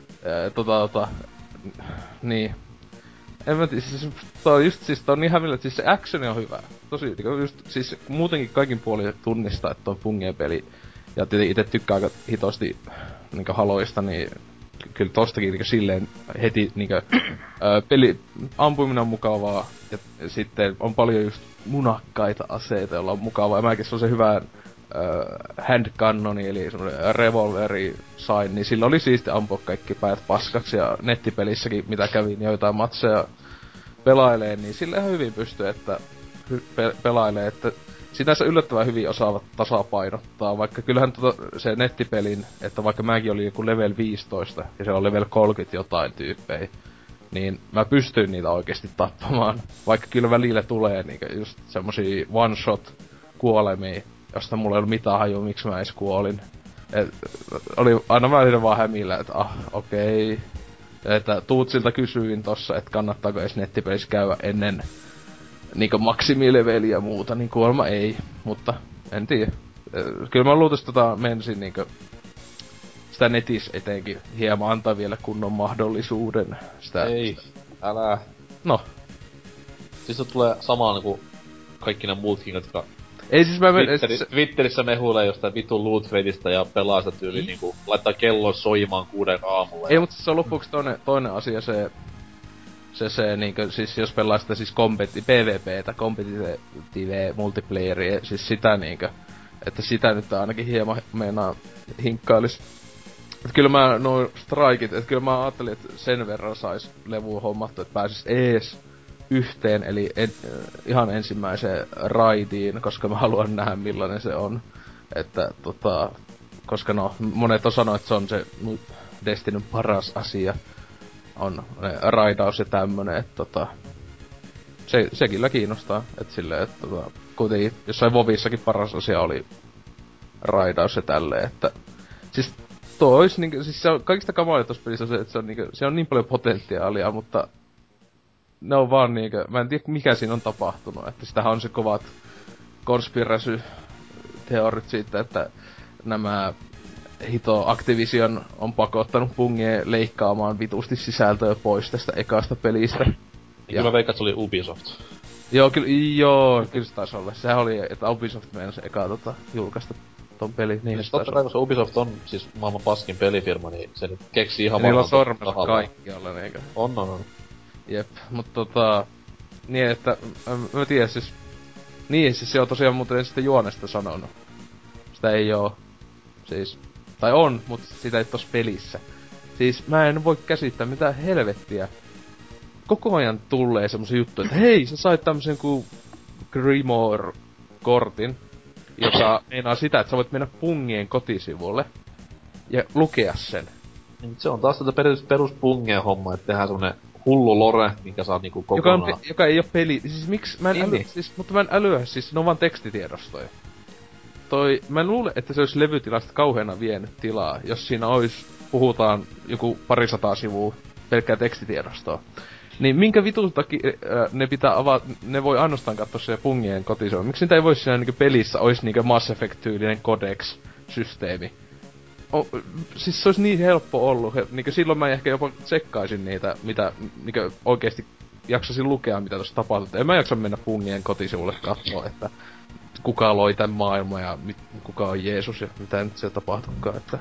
niin. En mä tiedä, siis tää on just siis, tää on niin hämillä, että siis se actioni on hyvä. Tosi niinku just, siis muutenkin kaikin puolin tunnistaa, että on pungien peli. Ja tietenkin ite tykkää aika hitosti niinku Haloista, niin kyllä tostakin niinku silleen heti niinku peli ampuminen on mukavaa. Ja sitten on paljon just munakkaita aseita, joilla on mukavaa. Ja mäkin se on se hyvä hand cannoni, eli semmonen revolveri sain, niin sillä oli siisti ampua kaikki päät paskaksi. Ja nettipelissäkin, mitä kävin joitain matseja pelailee, niin sillä ihan hyvin pystyy, että pelailee, että sinänsä yllättävän hyvin osaavat tasapainottaa, vaikka kyllähän se nettipelin, että vaikka mäkin olin joku level 15 ja se on level 30 jotain tyyppejä, niin mä pystyin niitä oikeesti tappamaan. Vaikka kyllä välillä tulee niinku just semmosia one shot kuolemia, josta mulla ei ollut mitään hajua, miksi mä edes kuolin. Oli aina välillä vaan hämillä, että okei. Että Tuutsilta kysyin tossa, että kannattaako edes nettipelissä käydä ennen niinku maksimileveliä ja muuta, niin kuolema ei, mutta en tiedä. Kyllä mä luultavasti mensin niinku sitä netissä etenkin hieman antaa vielä kunnon mahdollisuuden. Ei, älä. No. Siis se tulee samaan niinku kaikki ne muutkin, jotka ei siis mä Twitterissä mehuilee jostain vitun loot crateista ja pelaa sitä tyyliin niinku laittaa kellon soimaan 6 aamulla. Ei, mutta se on lopuksi toinen asia se niinku, siis jos pelaa sitä siis PvPtä, competitive multiplayeria, siis sitä niinkö, että sitä nyt ainakin hieman meinaa hinkkailis. Et kyllä mä nuo strikit, et kyllä mä ajattelin, että sen verran sais levua hommattu, että pääsis ees yhteen, eli ihan ensimmäiseen raidiin, koska mä haluan nähdä millainen se on. Että koska no, monet on sanonut, että se on se Destinyn paras asia. On raidaus ja tämmönen, että se kyllä kiinnostaa, että silleen, että kuitenkin jossain Vovissakin paras asia oli raidaus ja tälleen, että siis tuo ois niinku, siis se on kaikista kamalia tossa pelissä on se, että se on niin paljon potentiaalia, mutta ne on vaan niinku, mä en tiedä mikä siinä on tapahtunut, että sitähän on se kovat konspirasy-teorit siitä, että nämä hito Activision on pakottanut pungea leikkaamaan vitusti sisältöä pois tästä ekasta pelistä. Ja mä veikkaan, että se oli Ubisoft. Joo, kyllä se taisi olla. Sehän oli, että Ubisoft meinasi eka julkaista ton pelin. Niin siis totta kai, koska Ubisoft on siis maailman paskin pelifirma, niin se nyt keksii ihan niillä on sormella kaikkialla, eikö? On. Jep, mut niin että, mä tiedän siis... Niin, siis se on tosiaan muuten sitten juonesta sanonut. Sitä ei oo, siis... Tai on, mut sitä ei tossa pelissä. Siis mä en voi käsittää mitä helvettiä. Koko ajan tulee semmosia juttuja, että hei, sä sait tämmösen kuin Grimoire-kortin, joka meinaa sitä, että sä voit mennä pungien kotisivulle ja lukea sen. Se on taas tätä perus pungien homma, että tehdään semmonen hullu lore, minkä saa niinku kokonaan... Joka ei oo peli... Siis miksi... Mä en mutta mä en älyä, siis ne on vaan tekstitiedostoja. Mä en luule, että se olisi levytilasta kauheena vienyt tilaa, jos siinä puhutaan joku 200 sivua pelkkää tekstitiedostoa. Niin minkä vitun takia ne pitää ne voi ainoastaan katsoa siellä pungien kotisoilla. Miksi niitä ei vois siellä niinku pelissä ois niinku Mass Effect-tyylinen Codex-systeemi? Siis se olisi niin helppo ollut. Niinku silloin mä ehkä jopa tsekkaisin niitä, mitä niinku oikeesti jaksasin lukea, mitä tossa tapahtuu. En mä jaksa mennä pungien kotisivulle kattoo, että kuka loi tän maailman ja kuka on Jeesus ja mitä nyt siellä tapahtuukaan, että...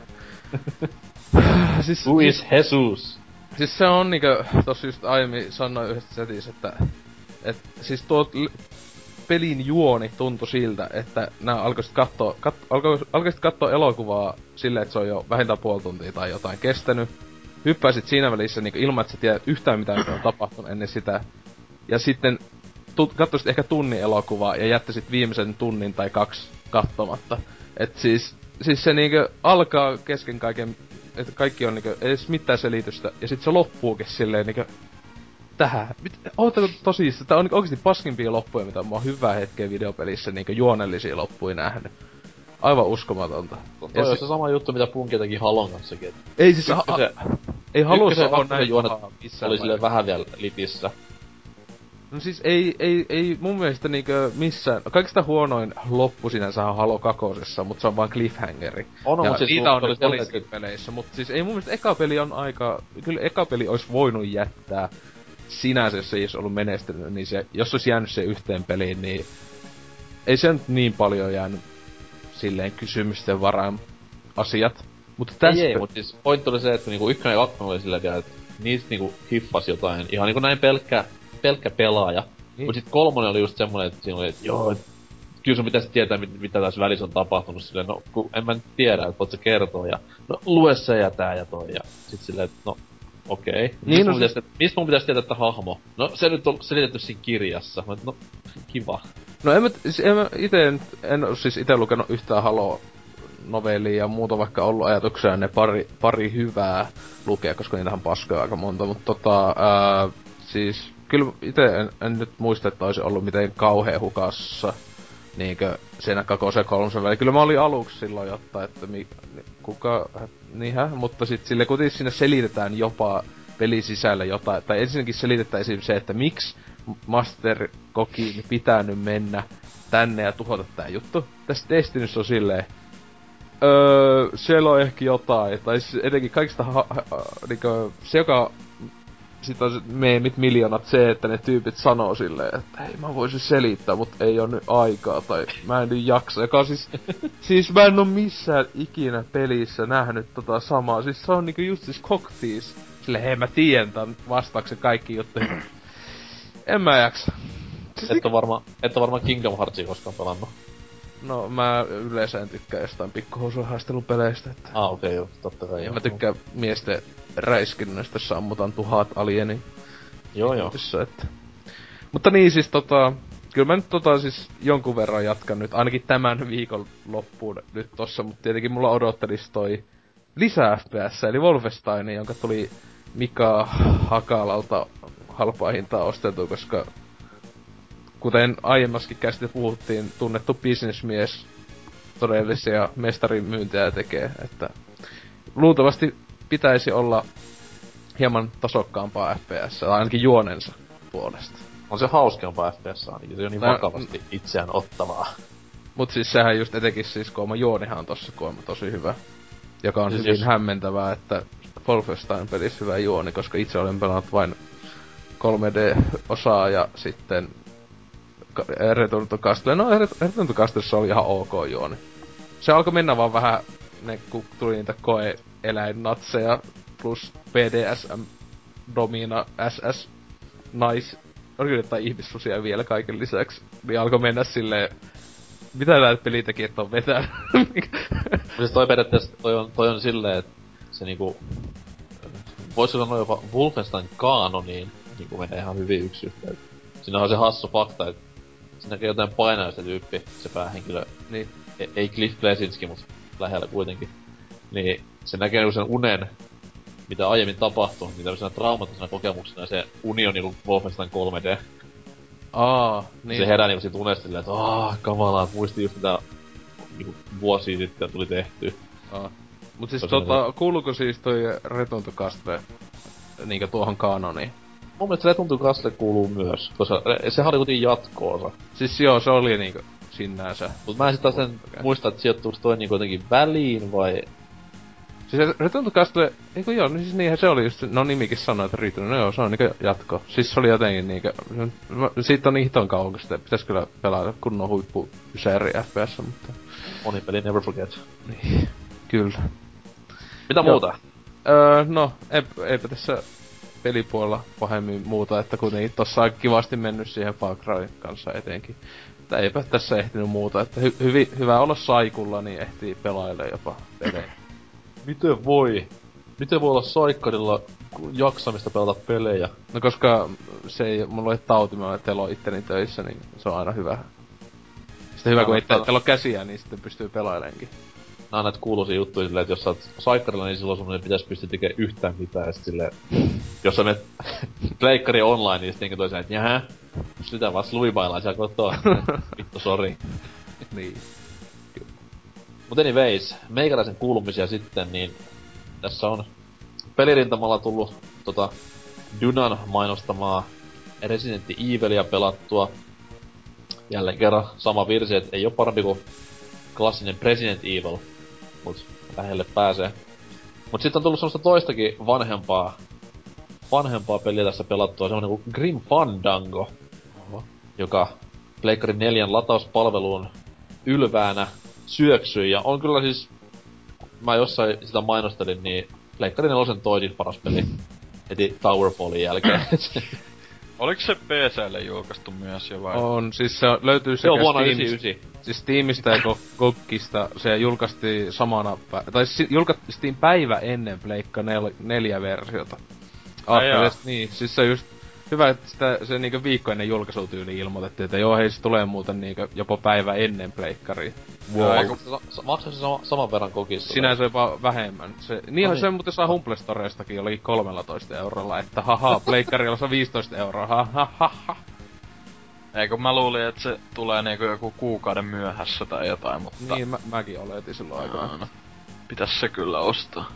Who is Jesus? Siis se on niinkö, tossa just aiemmin sanoin yhdessä chatissä, että siis tuo pelin juoni tuntui siltä, että nää alkoisit kattoo elokuvaa silleen, että se on jo vähintään puoli tuntia tai jotain kestänyt. Hyppäisit siinä välissä niinku ilman, että sä tiedät yhtään mitä on tapahtunut ennen sitä. Ja sitten katsoisit ehkä tunnin elokuvaa ja jättäisit viimeisen tunnin tai 2 katsomatta. Et siis se niinkö alkaa kesken kaiken, että kaikki on niinkö edes mitään selitystä ja sit se loppuukin silleen niinkö tähän. Ootteko tosissaan? Tää on niinku oikeesti paskimpia loppuja, mitä mä oon hyvää hetkeä videopelissä niinkö juonellisia loppuja nähnyt. Aivan uskomatonta. Toi on se sama juttu, mitä Punki teki Halon kanssakin. Ei siis ei Halossa on näin juonet missään oli silleen vähän vielä litissä. No siis ei mun mielestä niinkö missään... Kaikista huonoin loppu sinänsä on Halo 2:ssa, mut se on vaan cliffhangeri. On, ja mut siis niitä on oli nyt monissakin peleissä, mut siis ei mun mielestä eka peli on aika... Kyllä eka peli ois voinut jättää sinänsä, jos se ei ois ollut menestynyt, niin se... Jos ois jäänyt se yhteen peliin, niin... Ei se nyt niin paljon jäänyt silleen kysymysten varaan asiat. Mutta tässä... Ei, mut siis pointti oli se, että niinku 1 ja 2 oli silleen vielä, että niistä niinku hiffas jotain. Ihan niinku näin pelkkä pelaaja. Niin. Mut sit 3 oli just semmonen, että siinä oli, että joo, et kyllä sun pitäisi tietää, mitä tässä välissä on tapahtunut. Silleen, no kun en mä nyt tiedä, että voit sä kertoa. Ja no lue se ja tää ja toi. Ja sit silleen, että no okei. Niin, Mistä mun pitäisi tietää, että hahmo? No se nyt on selitetty siinä kirjassa. Mä, no kiva. No en mä en oo siis ite lukenut yhtään Halo novellia ja muuta, vaikka ollut ajatuksia ne pari hyvää lukea, koska niitähän paskaa aika monta, mutta siis kyllä ite en nyt muista, että olisi ollut miten kauhea hukassa niinkö siinä 2 ja 3 välillä. Kyllä mä olin aluksi silloin jotta, että mutta sit sille kuitenkin siinä selitetään jopa pelin sisällä jotain, tai ensinnäkin selitetään esim. Se, että miksi Master Kokiin pitää nyt mennä tänne ja tuhota tää juttu. Tässä Destinyssä on silleen, siellä on ehkä jotain, tai siis etenkin kaikista niinkö, se joka sit on meemit miljoonat se, että ne tyypit sanoo silleen, että hei mä voisin selittää, mut ei oo nyt aikaa, tai mä en nyt jaksa, joka on siis mä en oo missään ikinä pelissä nähnyt tota samaa, siis se on niinku just siis Cocktease, silleen hei mä tiedän tän vastauksen kaikki juttuihin. En mä jaksa. Siis Et oo varmaan Kingdom Heartsia koskaan pelannut. No mä yleensä en tykkää jostain pikkuhousuhaistelupeleistä, että... Okei, joo, totta kai joo. Mä tykkään miesten räiskinnöistä, jossa ammutaan 1000 alieni. Joo. Että... Mutta niin siis kyllä mä nyt siis jonkun verran jatkan nyt, ainakin tämän viikon loppuun nyt tossa, mutta tietenkin mulla odottelis toi lisää FPS, eli Wolfenstein, jonka tuli Mika Hakalalta halpaa hintaa osteltu, koska kuten aiemmaskin käsite puhuttiin, tunnettu bisnesmies todellisia mestarimyyntejä tekee, että luultavasti pitäisi olla hieman tasokkaampaa FPS, tai ainakin juonensa puolesta. On se hauskempaa FPS ainakin, se on niin vakavasti itseään ottavaa. Mut siis sehän just etenkin siis kuoma juonihan on tossa kuoma tosi hyvä. Joka on siis hyvin hämmentävää, että Wolfenstein pelissä hyvä juoni, koska itse olen pelannut vain 3D-osaa ja sitten Return to Castle. No Return to Castlessa oli ihan ok juoni. Se alkoi mennä vaan vähän, kun tuli niitä koe-eläinnatseja plus BDSM, Domina, SS, Nice, oli jotain ihmissusia vielä kaiken lisäksi. Niin alkoi mennä silleen, mitä näitä pelitekijät on vetänyt? Siis toi periaatteessa, toi on silleen, että se niinku... Voisiko sanoa jopa Wolfenstein kanoniin niinku menee ihan hyvin yksi yhteen. Siinä on se hassu fakta, että siinä näkee jotain painaa se tyyppi, se päähenkilö. Niin. Ei Cliff Blesinski, mut lähellä kuitenkin. Niin se näkee niinku sen unen, mitä aiemmin tapahtui, niin tämmöisenä traumatisena kokemuksena, ja se uni on niinku Wolfenstein 3D. Niin. Se herää niinku siitä unesta silleen, että kamalaa, muisti just mitä niinku vuosia sitten tuli tehtyä. Mut siis kuuluuko siis toi Return to Castle niinkö tuohon kanoniin? Mun mielestä Return to Castle kuuluu myös, koska sehän oli kuitenkin jatko-osa. Siis joo, se oli niinku sinänsä. Mut mä en sit taas en muista, että sijoittuuko toi niinku jotenkin väliin vai... Siis Return to Castle, eiku joo, no siis niinhän se oli just, no nimikin sanoi, että Return, no joo, se on niinku jatko. Siis se oli jotenkin niinku, siitä on niin hiton kauan, kun pitäis kyllä pelata kunnon huippu ysäri FPS, mutta... Monipeli never forget. Niin, kyllä. Mitä muuta? No, eipä tässä pelipuolella pahemmin muuta, että kuitenkin tossa on kivasti mennyt siihen Far Cryn kanssa etenkin. Että eipä tässä ehtinyt muuta, että hyvä olla saikulla, niin ehtii pelailee jopa pelejä. Miten voi olla saikkarilla jaksamista pelata pelejä? No koska se ei, mulla ole tauti, mä telo itteni töissä, niin se on aina hyvä. Sitten hyvä, kun ei telo käsiä, niin sitten pystyy pelailenkin. Nää on näitä kuuluisia juttuja silleen, että jos sä oot saikkarilla, niin silloin sun ei pitäis pystyä tekemään yhtään mitään, ja sit silleen... jos sä menet pleikkari online, niin sitten toiseen, että jähä, sitä vaan sluibaillaan siellä kotoa. Vittu, sori. Niin. Mut anyways, meikäläisen kuulumisia sitten, niin... Tässä on pelirintamalla tullut Dunan mainostamaa Resident Evilia pelattua. Jälleen kerran sama virsi, että ei oo parempi kuin klassinen Resident Evil, mut lähelle pääsee. Mut sitten on tullut semmoista toistakin vanhempaa peliä tässä pelattua, semmonen kuin Grim Fandango, joka Pleikkarin 4 latauspalveluun ylväänä syöksyi, ja on kyllä siis, mä jossain sitä mainostelin, niin Pleikkarin 4 toisin paras peli heti Towerfallin jälkeen. Oliko se PC:lle julkaistu myös jo vai? On, siis se löytyy se on vuonna 99. Siis Steamista ja GOGista se julkaistiin samana julkaistiin päivä ennen Pleikka 4 versiota. Niin, siis se on just hyvä, että se niinku viikko ennen julkaisutyyliin ilmoitettiin, että joo hei se tulee muuten niinku jopa päivä ennen Pleikkaria. Wow. Maksoi se saman verran GOGissa? Sinänsä jopa vähemmän. Niinhän se muuten saa Humble Storestakin jollakin 13 €, että haha, Pleikkarilla se on 15 €, ha. Eikö mä luulin, että se tulee niinku joku kuukauden myöhässä tai jotain, mutta... Niin, mäkin oletin silloin aikaan. No. Pitäis se kyllä ostaa.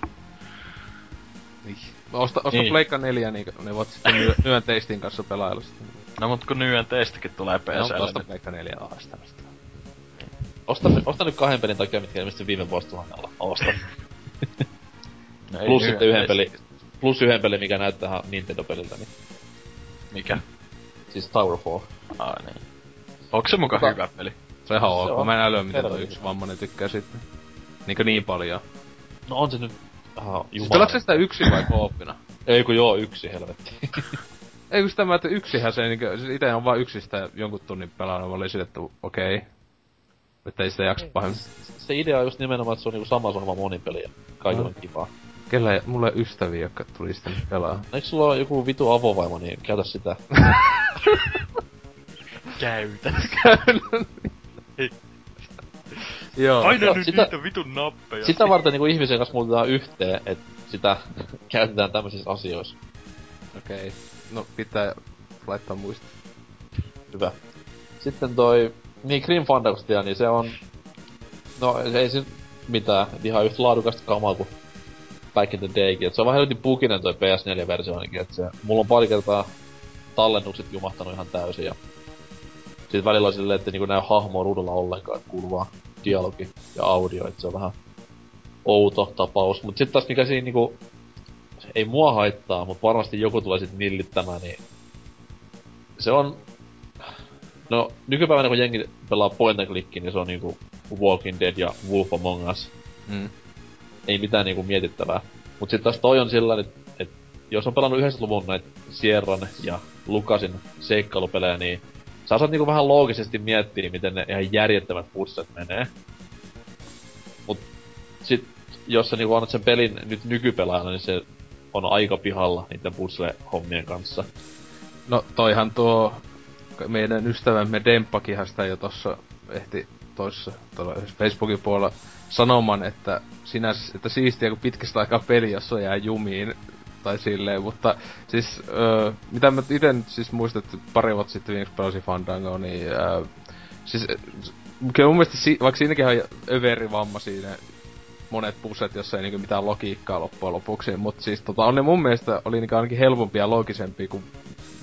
Niin. Osta niin. Pleikka 4, niin ne voit sitten Nyönteistin kanssa pelailla sitä. No mut kun Nyönteistäkin tulee PC:lle. No, osta Pleikka 4 aastamasta. Osta nyt 2 pelin takia, mitkä ilmeisesti viime vuosituhannella. Osta. No plus sitten yhden peli, mikä näyttää Nintendo-peliltä, niin... Mikä? Siis Towerfall. Niin. Onks se muka hyvä peli? Se on ihan ok. Mä en älyä, miten toi yksi vammainen tykkää sitten. Niinkö niin paljon? No on se nyt... Siis pelaatko sä sitä yksin vai kooppina? Ei kun joo, yksi helvetti. Ei kun sitä mä, että yksihän se niinkö... Siis ite on vaan yksistä jonkun tunnin pelannut, mä olin sille, että okei. Että ei sitä jaksa pahemmin. Se idea on just nimenomaan, että se on niinku sama sohva monipeli ja kaikilla on kivaa. Kellä mulla on ystäviä, jotka tuli sitten pelaa. Eikö sulla ole joku vitu avovaimo, niin käytä sitä. Käytä. Joo. Paina nyt niitä vitun nappeja. Sitä varten niinku ihmisen kanssa muutetaan yhteen, että sitä käytetään tämmöisissä asioissa. Okei. No pitää laittaa muista. Hyvä. Sitten niin Grim Fandangosta, niin se on... No ei se mitään, ihan yhtä laadukasta kamaa kuin back in the daykin. Et se on vähän helvetin buginen toi PS4-versio ainakin, et se... Mulla on pari kertaa tallennukset jumahtanut ihan täysin ja... Sit välillä on silleen, että niinku näy hahmoa ruudulla ollenkaan, et kuuluu vaan dialogi ja audio, et se on vähän outo tapaus. Mut sit taas mikä siinä niinku... Ei mua haittaa, mut varmasti joku tulee sit nillittämään, niin... Se on... No, nykypäivänä kun jengi pelaa point and clickin, niin se on niinku Walking Dead ja Wolf Among Us. Ei mitään niinku mietittävää. Mut sit taas toi on sillain, et jos on pelannut 90-luvun näitä Sierran ja Lucasin seikkailupelejä, niin sä osaat niinku vähän loogisesti miettiä, miten ne ihan järjettömät pusset menee. Mut sit, jos sä niinku annat sen pelin nyt nykypelaajana, niin se on aika pihalla niiden puzzle-hommien kanssa. No toihan tuo meidän ystävämme Demppakihan sitä jo tossa ehti toissa Facebookin puolella sanomaan, että sinänsä, että siistiä kun pitkästä aikaa peli, jos on jää jumiin tai silleen, mutta siis mitä mä ite nyt siis muistan, että pari vuotta sitten viimeksi pelasin Fandango, niin siis kyllä mun mielestä vaikka siinäkin on överivamma siinä monet pusset, jossa ei niinku mitään logiikkaa loppujen lopuksi, mutta siis on ne mun mielestä oli niinku ainakin helpompia ja loogisempia kuin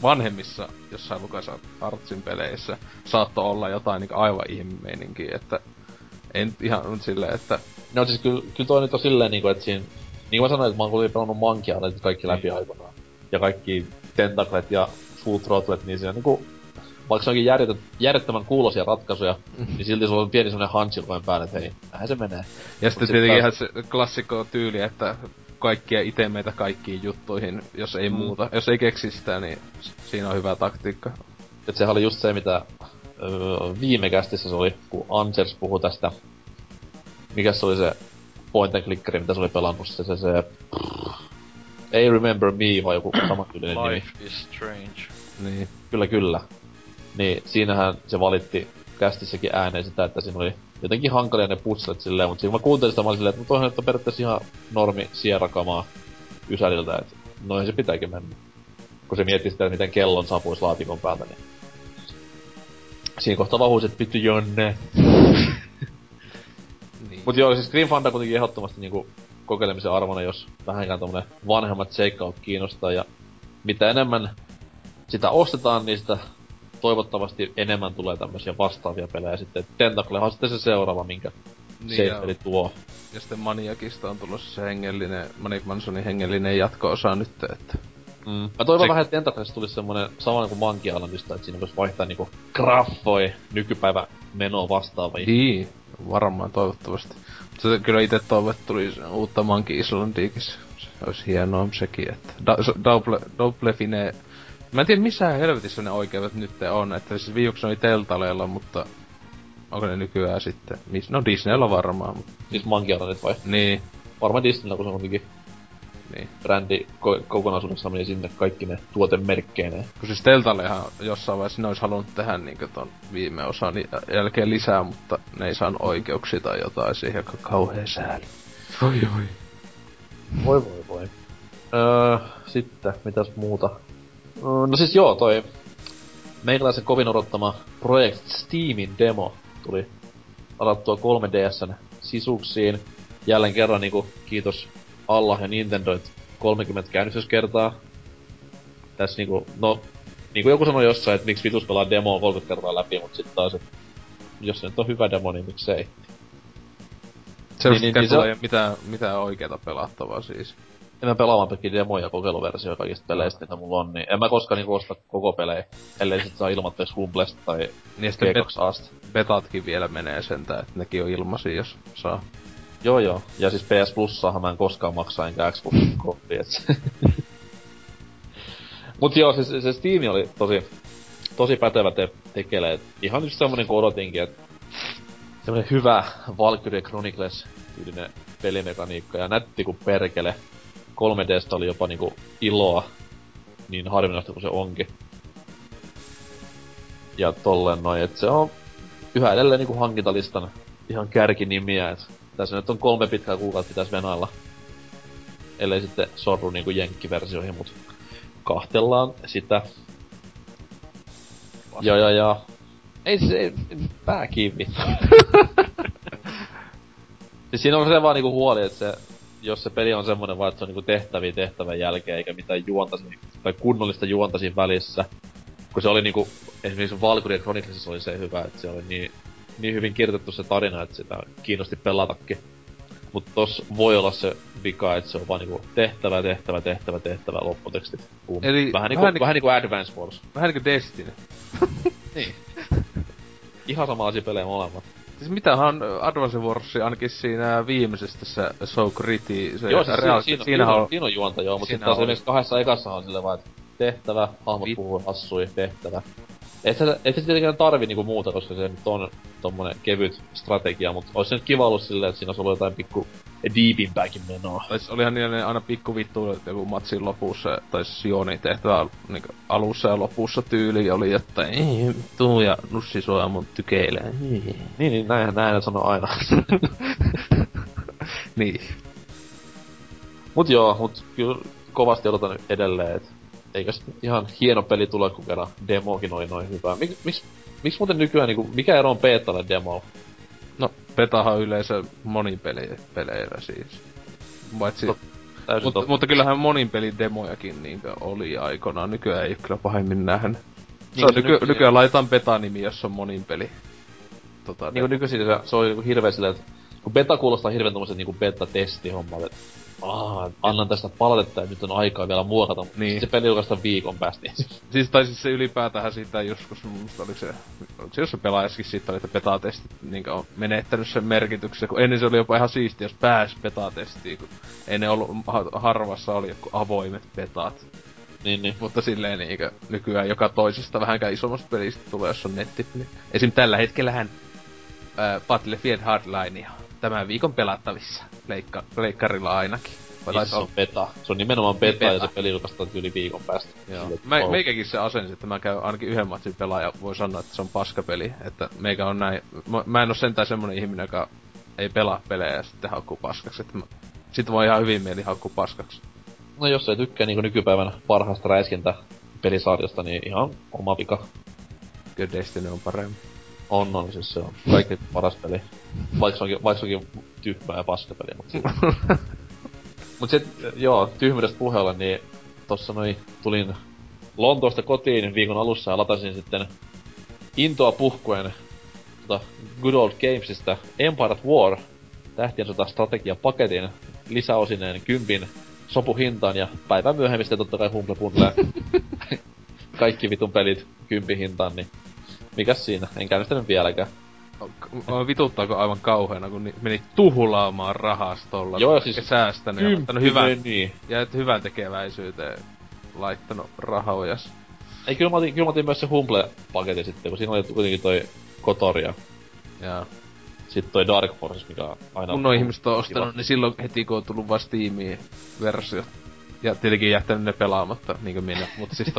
vanhemmissa jossain LucasArtsin peleissä saattoi olla jotain niinku aivan ihmemeininkiä, että en ihan silleen, että... No siis kyllä toi nyt on silleen niinku, että siinä... Niin kuin mä sanoin, että mä oon pelannut Monkey Islandit kaikki läpi aikoinaan. Ja kaikki Tentaclet ja Full Throttlet, niin siinä niinku... Vaikka se onkin järjettömän kuulosia ratkaisuja, niin silti sulla on pieni semmonen hansilkojen päälle, että hei, näinhän se menee. Ja sitten tietenkin ihan se klassikko tyyli, että kaikkia itemeitä kaikkiin juttuihin, jos ei muuta. Jos ei keksi sitä, niin siinä on hyvä taktiikka. Et sehän oli just se, mitä viime kästissä se oli, kun Ansers puhui tästä... Mikäs se oli se point and clickeri, mitä se oli pelannut, se Ei Remember Me, vai joku samantyylinen nimi. Life is Strange. Niin. Kyllä. Niin siinähän se valitti kästissäkin ääneen sitä, että siinä oli jotenkin hankalia ne puzzlet silleen, mut siinä kun mä kuuntelin sitä, mä olin silleen, että toihan nyt on periaatteessa ihan normi Sierra-kamaa Ysäriltä, et noin se pitääkin mennä. Kun se miettii sitä, miten kellon sapuis laatikon päältä, niin... Siinä kohtaa vaan huusi, et vittu Jonne. Niin. Mut joo, siis Grim Fandango kuitenkin ehdottomasti niinku kokeilemisen arvona, jos vähänkään tommonen vanhemmat seikkailut kiinnostaa, ja mitä enemmän sitä ostetaan, niin sitä toivottavasti enemmän tulee tämmösiä vastaavia pelejä sitten. Tentaclehan on sitten se seuraava, minkä Seiffeli tuo. Ja sitten Maniacista on tulossa se hengellinen, Maniac Mansionin hengellinen jatko-osa nyt, että... Mä toivon vähän, että Tentaclesta tulisi semmonen sama kuin Monkey Islandista, että siinä voisi vaihtaa niinku graffoi nykypäivä menoa vastaavia. Niin, varmaan toivottavasti. Mutta kyllä ite toivon, että tulisi uutta Monkey Islandiakin. Se olisi hienoa sekin, että... Double Fine... Mä en tiedä missä helvetissä ne oikeudet nyt on, että siis viiuksi oli Teltaleella, mutta... Onko ne nykyään sitten? No Disneyllä varmaan, mutta... Siis Monkey Islandit vai? Niin. Varmaan Disneyllä, kun se on kuitenkin... Niin. Brändi kokonaisuudessaan meni sinne kaikki ne tuotemerkkeineen. Kun siis Teltallehan jossain vaiheessa ne ois halunnut tehdä niinkö ton viime osan jälkeen lisää, mutta ne ei saanut oikeuksia tai jotain siihen, joka kauhea sääli. Voi. Sitten, mitäs muuta? No siis joo, toi... Meikäläisen kovin odottama Project Steamin demo tuli alattua 3DSn sisuksiin. Jälleen kerran niinku kiitos Allah ja Nintendo, et 30 käynnistyskertaa. Tässä niinku, no, niinku joku sanoi jossain, että miksi vitus pelaa demoa 30 kertaa läpi, mut sit taas, et jos se nyt on hyvä demo, niin miksei. Se ei ole mitään oikeeta pelattavaa siis. En mä pelaa vaan pelkkiä demoja ja kokeiluversioita kaikista peleistä, mitä mulla on, niin en mä koskaan niinku osta koko pelejä, ellei sit saa ilmatteeksi Humblesta tai niin G2Asta. Betatkin vielä menee sentään, että nekin on ilmaisia, jos saa. Joo. Ja siis PS Plussaahan mä en koskaan maksaa enkä Xbox-koppi, et Mut joo, siis se Steam oli tosi pätevä tekelee. Ihan just semmonen kuin odotinkin, että semmonen hyvä Valkyrie Chronicles-tyylinen pelimekaniikka ja nätti kuin perkele. 3D:stä oli jopa niinku iloa, niin harvinaista kuin se onkin. Ja tolleen noin, et se on yhä edelleen niinku hankintalistan ihan kärkinimiä, et tässä nyt on 3 pitkää kuukautta pitäis venailla. Ellei sitten sorru niinku jenkkiversioihin, mut kahtellaan sitä. Ja. Ei se, pää kiinni. Siis siinä on se vaan niinku huoli, että se, jos se peli on semmonen vaan, että se on niinku tehtävän jälkeen, eikä mitään juonta tai kunnollista juonta siinä välissä. Kun se oli niinku, esimerkiksi Valkyrie Chroniclesissa oli se hyvä, että se oli niin hyvin kirjoitettu se tarina, että sitä kiinnosti pelatakin. Mut tossa voi olla se vika, että se on vaan niinku tehtävä lopputekstit. Eli vähän niinku Advance Wars. Vähän niinku Destiny. Niin. Ihan samanlaisia pelejä molemmat. Siis mitähän Advance Wars ainakin siinä viimeisessä se So Gritty, se joo, siis siinä on juonta joo, mut sit taas esimerkiksi kahdessa ekassahan on silleen vaan, että tehtävä, hahmot puhuu hassui, tehtävä. Et se tietenkään tarvi niinku muuta, koska se nyt on tommonen kevyt strategia, mut ois se nyt kiva ollut silleen, että siinä ois ollut jotain pikku deepimpääkin menoa. Tai olihan niillä aina pikku vittu, että joku matsin lopussa, tai siis Joonin tehtävä niinku alussa ja lopussa tyyli oli jotain, ei tuu ja nussi sua mun tykeilee. Niin, näinhän ne sano aina. Niin. Mut kyllä kovasti odotan edelleen, et eikös ihan hieno peli tule, kun kerran demokin oli noin hyvä. Miksi muuten nykyään niinku, mikä ero on betalle demo? No, betahan yleensä monipeleillä siis. Paitsi Täysin totta. Mutta kyllähän monin pelin demojakin niinkö oli aikoinaan. Nykyään ei kyllä pahemmin nähnyt. Niin, Nykyään laitetaan beta-nimi, jos on monin peli. Niinku nykyisin se on niinku hirveen silleen, että kun beta kuulostaa hirveen tommosen niinku beta-testi-hommalle, että annan tästä palautetta ja nyt on aikaa vielä muokata, niin. Se peli julkaistaan viikon päästä. Siis se ylipäätähän siitä joskus, musta oliko se jos se pelaajaskin siitä oli, että beta-testit niinkö on menettänyt sen merkityksen, kun ennen se oli jopa ihan siistiä, jos pääs beta-testiin, kun ei ne ollut, harvassa oli joku avoimet betaat. Niin. Mutta silleen niinkö nykyään joka toisesta vähänkään isommasta pelistä tulee, jos on nettipeli. Esim. Tällä hetkellähän Battlefield Hardlinea tämän viikon pelattavissa. Pleikkarilla ainakin. Se on beta. Se on nimenomaan beta ja se peli julkaistaan yli viikon päästä. Joo. Meikäkin se asensi, että mä käyn ainakin yhden matsin pelaa ja voi sanoa, että se on paskapeli. Että meikä on näin. Mä en oo sentään semmonen ihminen, joka ei pelaa pelejä ja sitten haukkuu paskaksi. Sitten voi ihan hyvin mieli haukkuu paskaksi. No jos ei tykkää niinku nykypäivänä parhaasta räiskintäpelisarjasta, niin ihan oma vika. Kyllä Destiny on parempi. On, siis se on kaikki paras peli. Vaikka onkin tyhmää ja paskapeli, mut sit, joo, tyhmyydestä puheella, niin tossa tulin Lontoosta kotiin viikon alussa ja latasin sitten intoa puhkuen Good Old Gamesista Empire at War Tähtien sota strategiapaketin lisäosineen 10 sopuhintaan ja päivän myöhemmin sitten totta kai Humble Bundle kaikki vitun pelit 10 hintaan, niin mikäs siinä, en käynnistänyt vieläkään. Vituttaako aivan kauheena, kun meni tuhlaamaan rahastolla. Joo, siis säästänyt ja laittanut ja et hyvän tekeväisyyteen laittanut rahojas. Ei, kyllä mä otin myös se Humble-paketti sitten, kun siinä oli kuitenkin toi Kotor ja sit toi Dark Forces, mikä on aina... Mun on ihmiset on ostanut, niin silloin heti kun on tullut vaan Steamiin versio. Ja tietenkin jättänyt ne pelaamatta, niinkö minä, mutta siis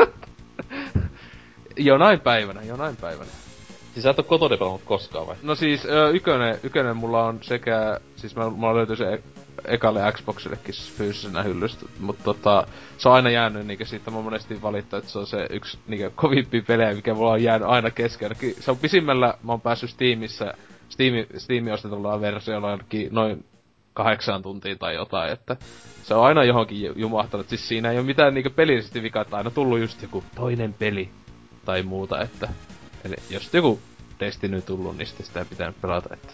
jonain päivänä. Siis sä et oo Kotoria pelannut koskaan vai? No siis ykönen mulla on sekä... Siis mulla löytyy se ekalle Xboxillekin fyysisenä hyllystä, mutta se on aina jäänyt niinkö siitä, mä monesti valittaa, että se on se yksi niinkö kovimpia pelejä, mikä mulla on jäänyt aina kesken. Se on pisimmällä, mä oon päässyt Steamin ostetulla versiolla noin 8 tuntia tai jotain, että se on aina johonkin jumahtanut. Siis siinä ei oo mitään niinkö pelillisesti vikaa, että aina tullut just joku toinen peli tai muuta, että... Eli jos joku Destiny tullut, niin sitten sitä pitää pelata, että...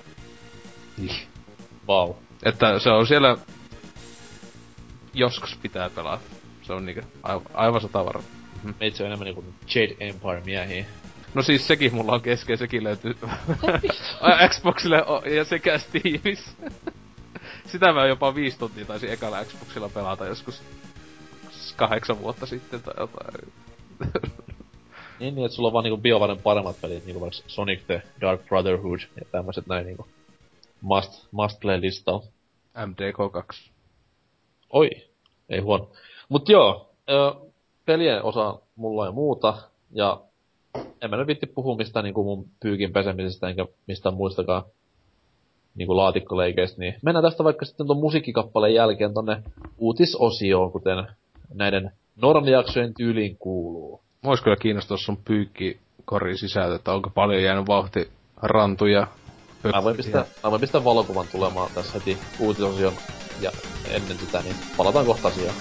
Vau. Wow. Että se on siellä... Joskus pitää pelata. Se on niinkö aivan satavarma. Meitsi on enemmän niinku Jade Empire-miehiä. No siis sekin mulla on kesken, sekin löytyy Xboxille ja sekä Steamissa. Sitä mä jopa 5 tuntia taisin ekalla Xboxilla pelata joskus 8 vuotta sitten tai jotain. Niin, että sulla on vaan niinku BioWaren paremmat pelit, niinku vaikka Sonic the Dark Brotherhood ja tämmöset näin niinku must play listalla. MDK2. Oi, ei huono. Mut joo, pelien osa mulla ja muuta, ja en mä nyt viitti puhua mistään niinku mun pyykin pesemisestä enkä mistään muistakaan niinku laatikkoleikeistä, niin mennään tästä vaikka sitten ton musiikkikappaleen jälkeen tonne uutisosioon, kuten näiden normijaksojen tyyliin kuuluu. Mä ois kyllä kiinnostaa sun pyykkikorin sisältö, että onko paljon jäänyt vauhtirantuja. Mä voin pistää valokuvan tulemaan tässä heti uutisosion ja ennen sitä, niin palataan kohta asiaan.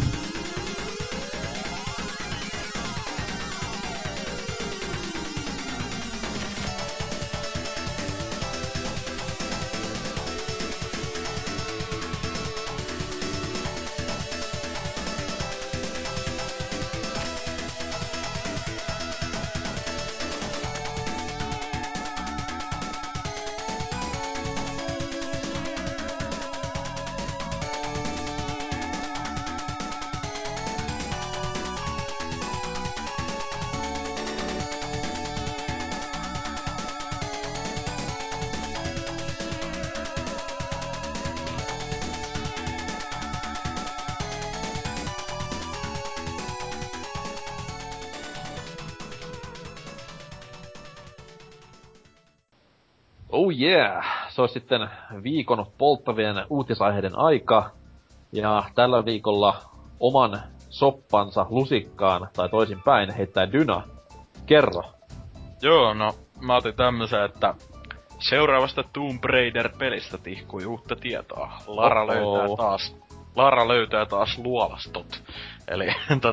Oh yeah! Se on sitten viikon polttavien uutisaiheiden aika. Ja tällä viikolla oman soppansa lusikkaan, tai toisinpäin, heittää Dyna. Kerro. Joo, no mä otin tämmösen, että seuraavasta Tomb Raider-pelistä tihkui uutta tietoa. Lara löytää taas Lara löytää taas luolastot. Eli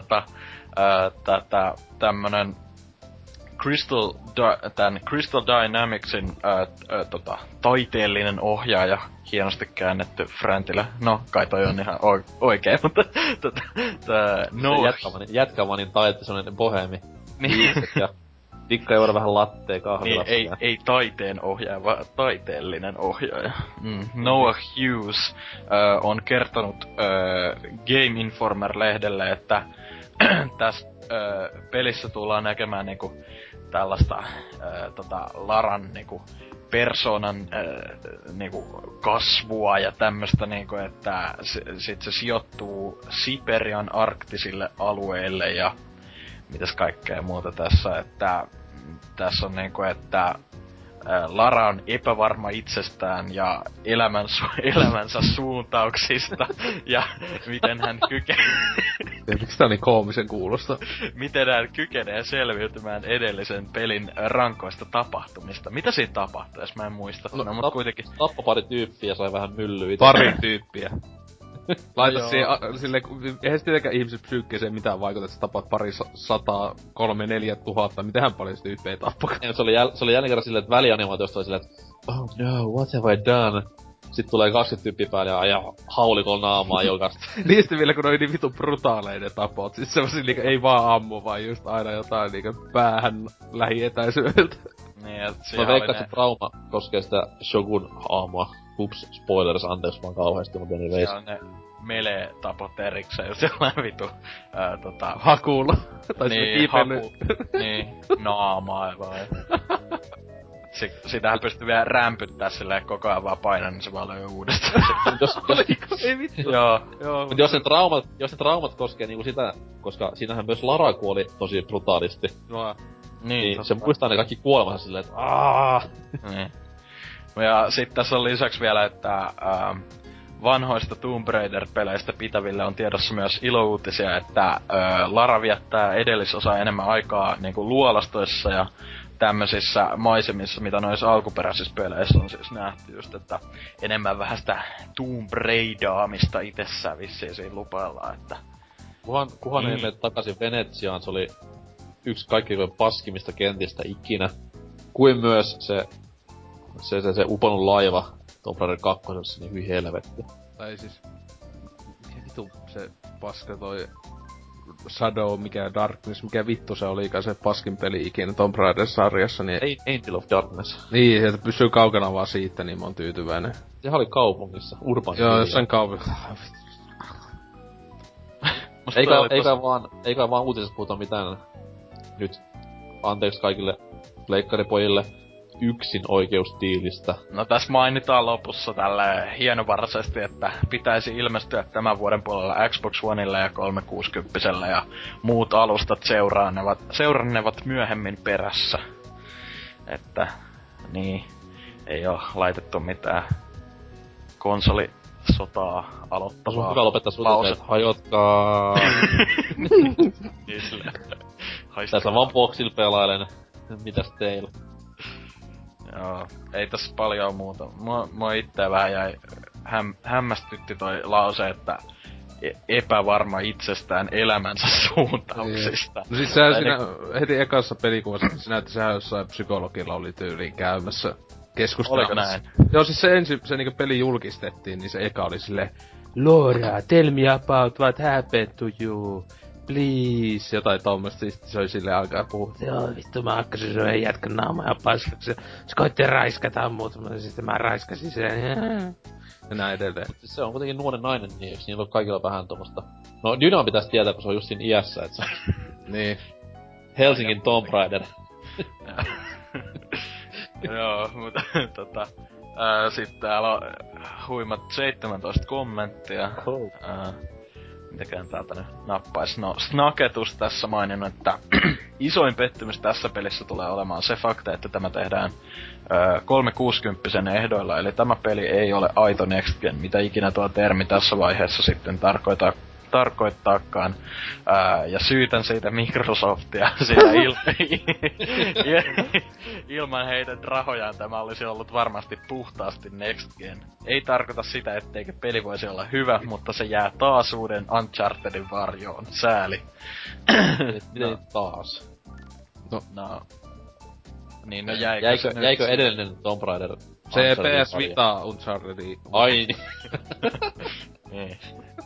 tämmönen Crystal Dynamicsin taiteellinen ohjaaja, hienosti käännetty Fräntilä. No, kai toi on ihan oikein, mutta Jätkämanin taite, semmonen bohemi. Niin. Ja dikkaa juoda vähän lattea kahvilassa. Niin, ei taiteen ohjaaja, vaan taiteellinen ohjaaja. Noah Hughes on kertonut Game Informer-lehdelle, että tässä pelissä tullaan näkemään niinku tällaista Laran niinku persoonan niinku kasvua ja tämmöstä niinku, että sit se sijoittuu Siperian arktisille alueille ja mitäs kaikkea muuta tässä, että tässä on niinku, että Lara on epävarma itsestään ja elämänsä suuntauksista ja miten hän miksi tää niin koomisen kuulosta? miten hän kykenee selviytymään edellisen pelin rankoista tapahtumista. Mitä siinä tapahtui, jos mä en muista? No, mutta kuitenkin... Tappo pari tyyppiä, sai vähän myllyä. Pari tyyppiä. Laita silleen, eihän tietenkään ihmisen psyykkeeseen mitään vaikuta, että sä tapaat pari 100, 3, 4 tuhatta, mitähän paljon se tyyppejä tappaa. Se oli jälleen kerran silleen, että välianimaatiosta oli silleen, että oh no, what have I done? Sitten tulee 20 tyyppiä päälle ja ajaa haulikon naamaa jokasta. Niistä vielä kun oli niin vitun brutaaleinen tapot. Siis semmosia niinku ei vaan ammu, vaan just aina jotain niinku päähän lähietäisyydeltä. Niin, et mä veikkaan, että trauma koskee sitä Shogun-haamua. Ups, spoilers, anteeksi vaan kauheesti, mutta niin veis. Se on ne melee-tapot erikseen, jos jollain vitu hakuulla. Tai niin, niin, naamaa vai. Sitähän pystyy vielä rämpyttää silleen koko ajan vaan painan, niin se vaan löy uudestaan. Ei vittu. Joo. Mut jos ne traumat koskee niinku sitä, koska siinähän myös Lara kuoli tosi brutaalisti. No. Niin se muistaa ne kaikki kuolemansa silleen, että aah. Niin. Ja sit tässä on lisäksi vielä, että vanhoista Tomb Raider-peleistä pitäville on tiedossa myös ilouutisia, että Lara viettää edellisosa enemmän aikaa niinku luolastoissa ja tämmösissä maisemissa, mitä noissa alkuperäisissä peleissä on siis nähty just, että enemmän vähän sitä Tomb Raidaamista itsessään vissiin siinä lupaillaan, että... Kuhan ei mene takaisin Venetsiaan, se oli yksi kaikkein paskimista kentistä ikinä. Kuin myös se uponut laiva Tomb Raider 2, niin hyi helvetti. Tai siis... Mikä vitu se paska toi... Shadow, mikä Darkness, mikä vittu se olikaan se paskin peli ikinä Tomb Raider-sarjassa, niin... Angel of Darkness. Niin, että pysyy kaukana vaan siitä, niin mä oon tyytyväinen. Sehän oli kaupungissa, urbaanissa. Joo, jossain kaupungissa. Eikä vaan uutisessa puhuta mitään nyt anteeksi kaikille pleikkaripojille yksin oikeustiilistä. No tässä mainitaan lopussa tällä hienovaraisesti, että pitäisi ilmestyä tämän vuoden puolella Xbox Oneille ja 360 ja muut alustat seurannevat myöhemmin perässä. Että niin, ei oo laitettu mitään konsolisotaa aloittavaa. On hyvä lopettaa suunnilleen, että hajotkaa. Niin silleen. Tässä vaan boxilla pelailen. Mitäs teillä? Joo, ei tässä paljon muuta. Mua itseä vähän jäi hämmästytti toi lause, että epävarma itsestään elämänsä suuntauksista. No siis sehän siinä heti ekassa pelikuvassa sinä, että sehän jossain psykologilla oli tyyliin käymässä keskustelemassa. Oliko näin? Joo, siis se niinku peli julkistettiin, niin se eka oli silleen Laura, tell me about what happened to you. Please, jotain tommoista, siis se oli silleen alkaa puhua, joo vittu mä hakkasin sun jätkän naamaa ja paskaksi, se koitti raiskata muuta, mutta sitten mä raiskasin sen, ja näin edelleen. Se on kuitenkin nuoren nainen, niin eikö niillä ole kaikilla vähän tommoista... No Dynamo pitäis tietää, kun se on just siinä iässä, et se on... Niin. Helsingin Tomb Raider. Joo, mutta sit täällä on huimat 17 kommenttia. Mitäkään täältä nyt nappais. No, Snaketus tässä maininnut, että isoin pettymys tässä pelissä tulee olemaan se fakta, että tämä tehdään 360 ehdoilla, eli tämä peli ei ole aito next gen, mitä ikinä tuo termi tässä vaiheessa sitten tarkoittaakaan. Ja syytän siitä Microsoftia, sillä ilman heidän rahojaan tämä olisi ollut varmasti puhtaasti Next Gen. Ei tarkoita sitä, etteikö peli voisi olla hyvä, mutta se jää taas uuden Unchartedin varjoon. Sääli. Miten taas? No. Niin, no jäikö edellinen Tomb Raider? Se PS Vita Uncharted. Ai niin.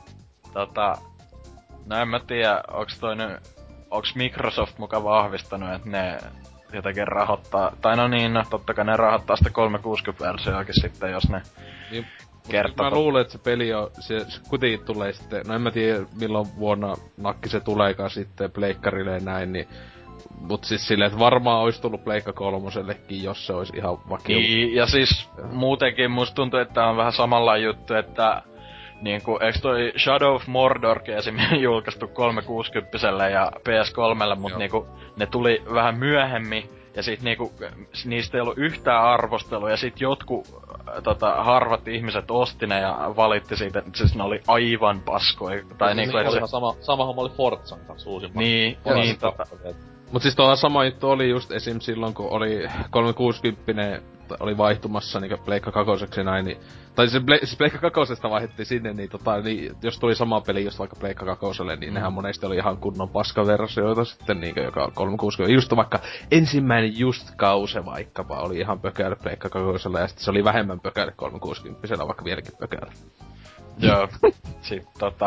No en mä tiedä, onks Microsoft muka vahvistanut, että ne jotenkin rahoittaa, tai no niin, no tottakai ne rahoittaa sitä 360-versioakin sitten, jos ne niin, kertoo. Mä luulen, että se peli se kuitenkin tulee sitten, no en mä tiedä milloin vuonna nakki se tuleekaan sitten pleikkarille näin, niin mut siis silleen, että varmaan ois tullut Pleikka 3:llekin, jos se ois ihan vakio. Niin, ja siis muutenkin musta tuntuu, että on vähän samalla juttu, että niinku, eiks toi Shadow of Mordorkin esimerkiksi julkaistu 360 ja PS3, mut niinku, ne tuli vähän myöhemmin, ja sit niinku, niistä ei ollut yhtään arvostelua, ja sit jotkut harvat ihmiset osti ne ja valitti siitä, että siis ne oli aivan paskoja. Tai niinku, oli ihan sama homma oli Forzan kanssa uusimman. Niin, Mut siis tuolla sama juttu oli just esim. Silloin, kun oli 360 oli vaihtumassa niinku Pleikka 2:ksi näin, niin tai siis Pleikka 2:sta vaihdettiin sinne, niin niin jos tuli sama peli just vaikka Pleikka 2:lle, niin nehän monesti oli ihan kunnon paskaversioita sitten niinku, joka on 360. Just vaikka ensimmäinen Just Cause vaikkapa oli ihan pökäily Pleikka 2:lla, ja sitten se oli vähemmän pökäily 360, vaikka vieläkin pökäily. Joo. Sit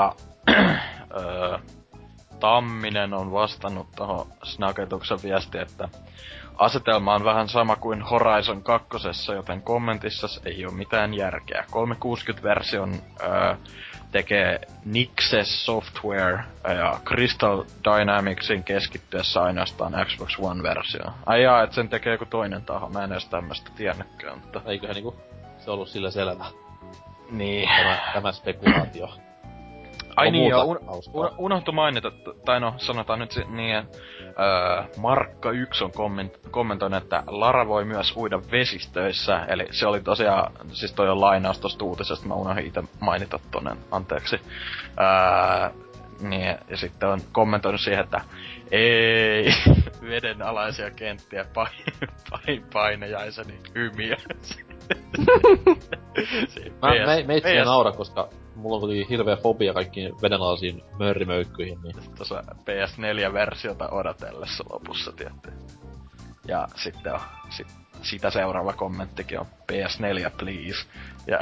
Tamminen on vastannut tohon Snaketuksen viestiin, että asetelma on vähän sama kuin Horizon 2, joten kommentissa ei oo mitään järkeä. 360-version tekee Nixes Software ja Crystal Dynamicsin keskittyessä ainoastaan Xbox One-versioon. Ai jaa, et sen tekee joku toinen taho, mä en edes tämmöstä tiennytkään, mutta... Eiköhän niinku se ollut sillä selvä. Niin. Tämä spekulaatio. Ai niin, ja unohtu mainita, tai no sanotaan nyt niin, Markka 1 on kommentoinut, että Lara voi myös uida vesistöissä, eli se oli tosiaan, siis toi on lainaus tosta uutisesta, mä unohdin ite mainita tonne, anteeksi. Niin, ja sitten on kommentoinut siihen, että ei, vedenalaisia kenttiä painajaiseni hymiä. Meitä ei naura, koska mulla on kuitenkin hirveä fobia kaikkiin vedenalaisiin mörrimöykkyihin, niin... Tuossa PS4-versiota odotellessa lopussa, tietty. Ja sitten on... Sitä seuraava kommenttikin on PS4, please. Ja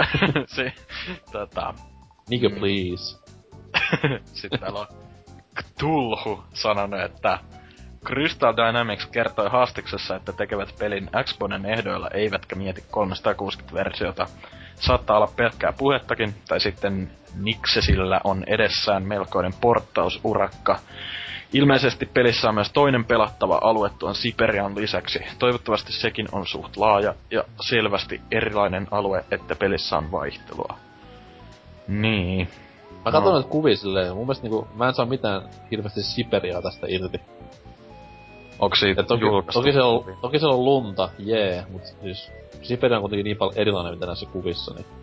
Nigga, please. Sitten täällä on Tulhu sanonut, että Crystal Dynamics kertoi haastiksessa, että tekevät pelin Xboxen ehdoilla eivätkä mieti 360-versiota. Saattaa olla pelkkää puhettakin, tai sitten Nixesillä on edessään melkoinen porttausurakka. Ilmeisesti pelissä on myös toinen pelattava alue tuon Siperian lisäksi. Toivottavasti sekin on suht laaja ja selvästi erilainen alue, että pelissä on vaihtelua. Niin. Mä katson näitä kuvia silleen, mun mielestä niinku, mä en saa mitään hirveästi Siperiaa tästä irti. Onks siitä toki se on lunta, mut siis Siberia on kuitenkin niin paljon erilainen mitä näissä kuvissa, niin...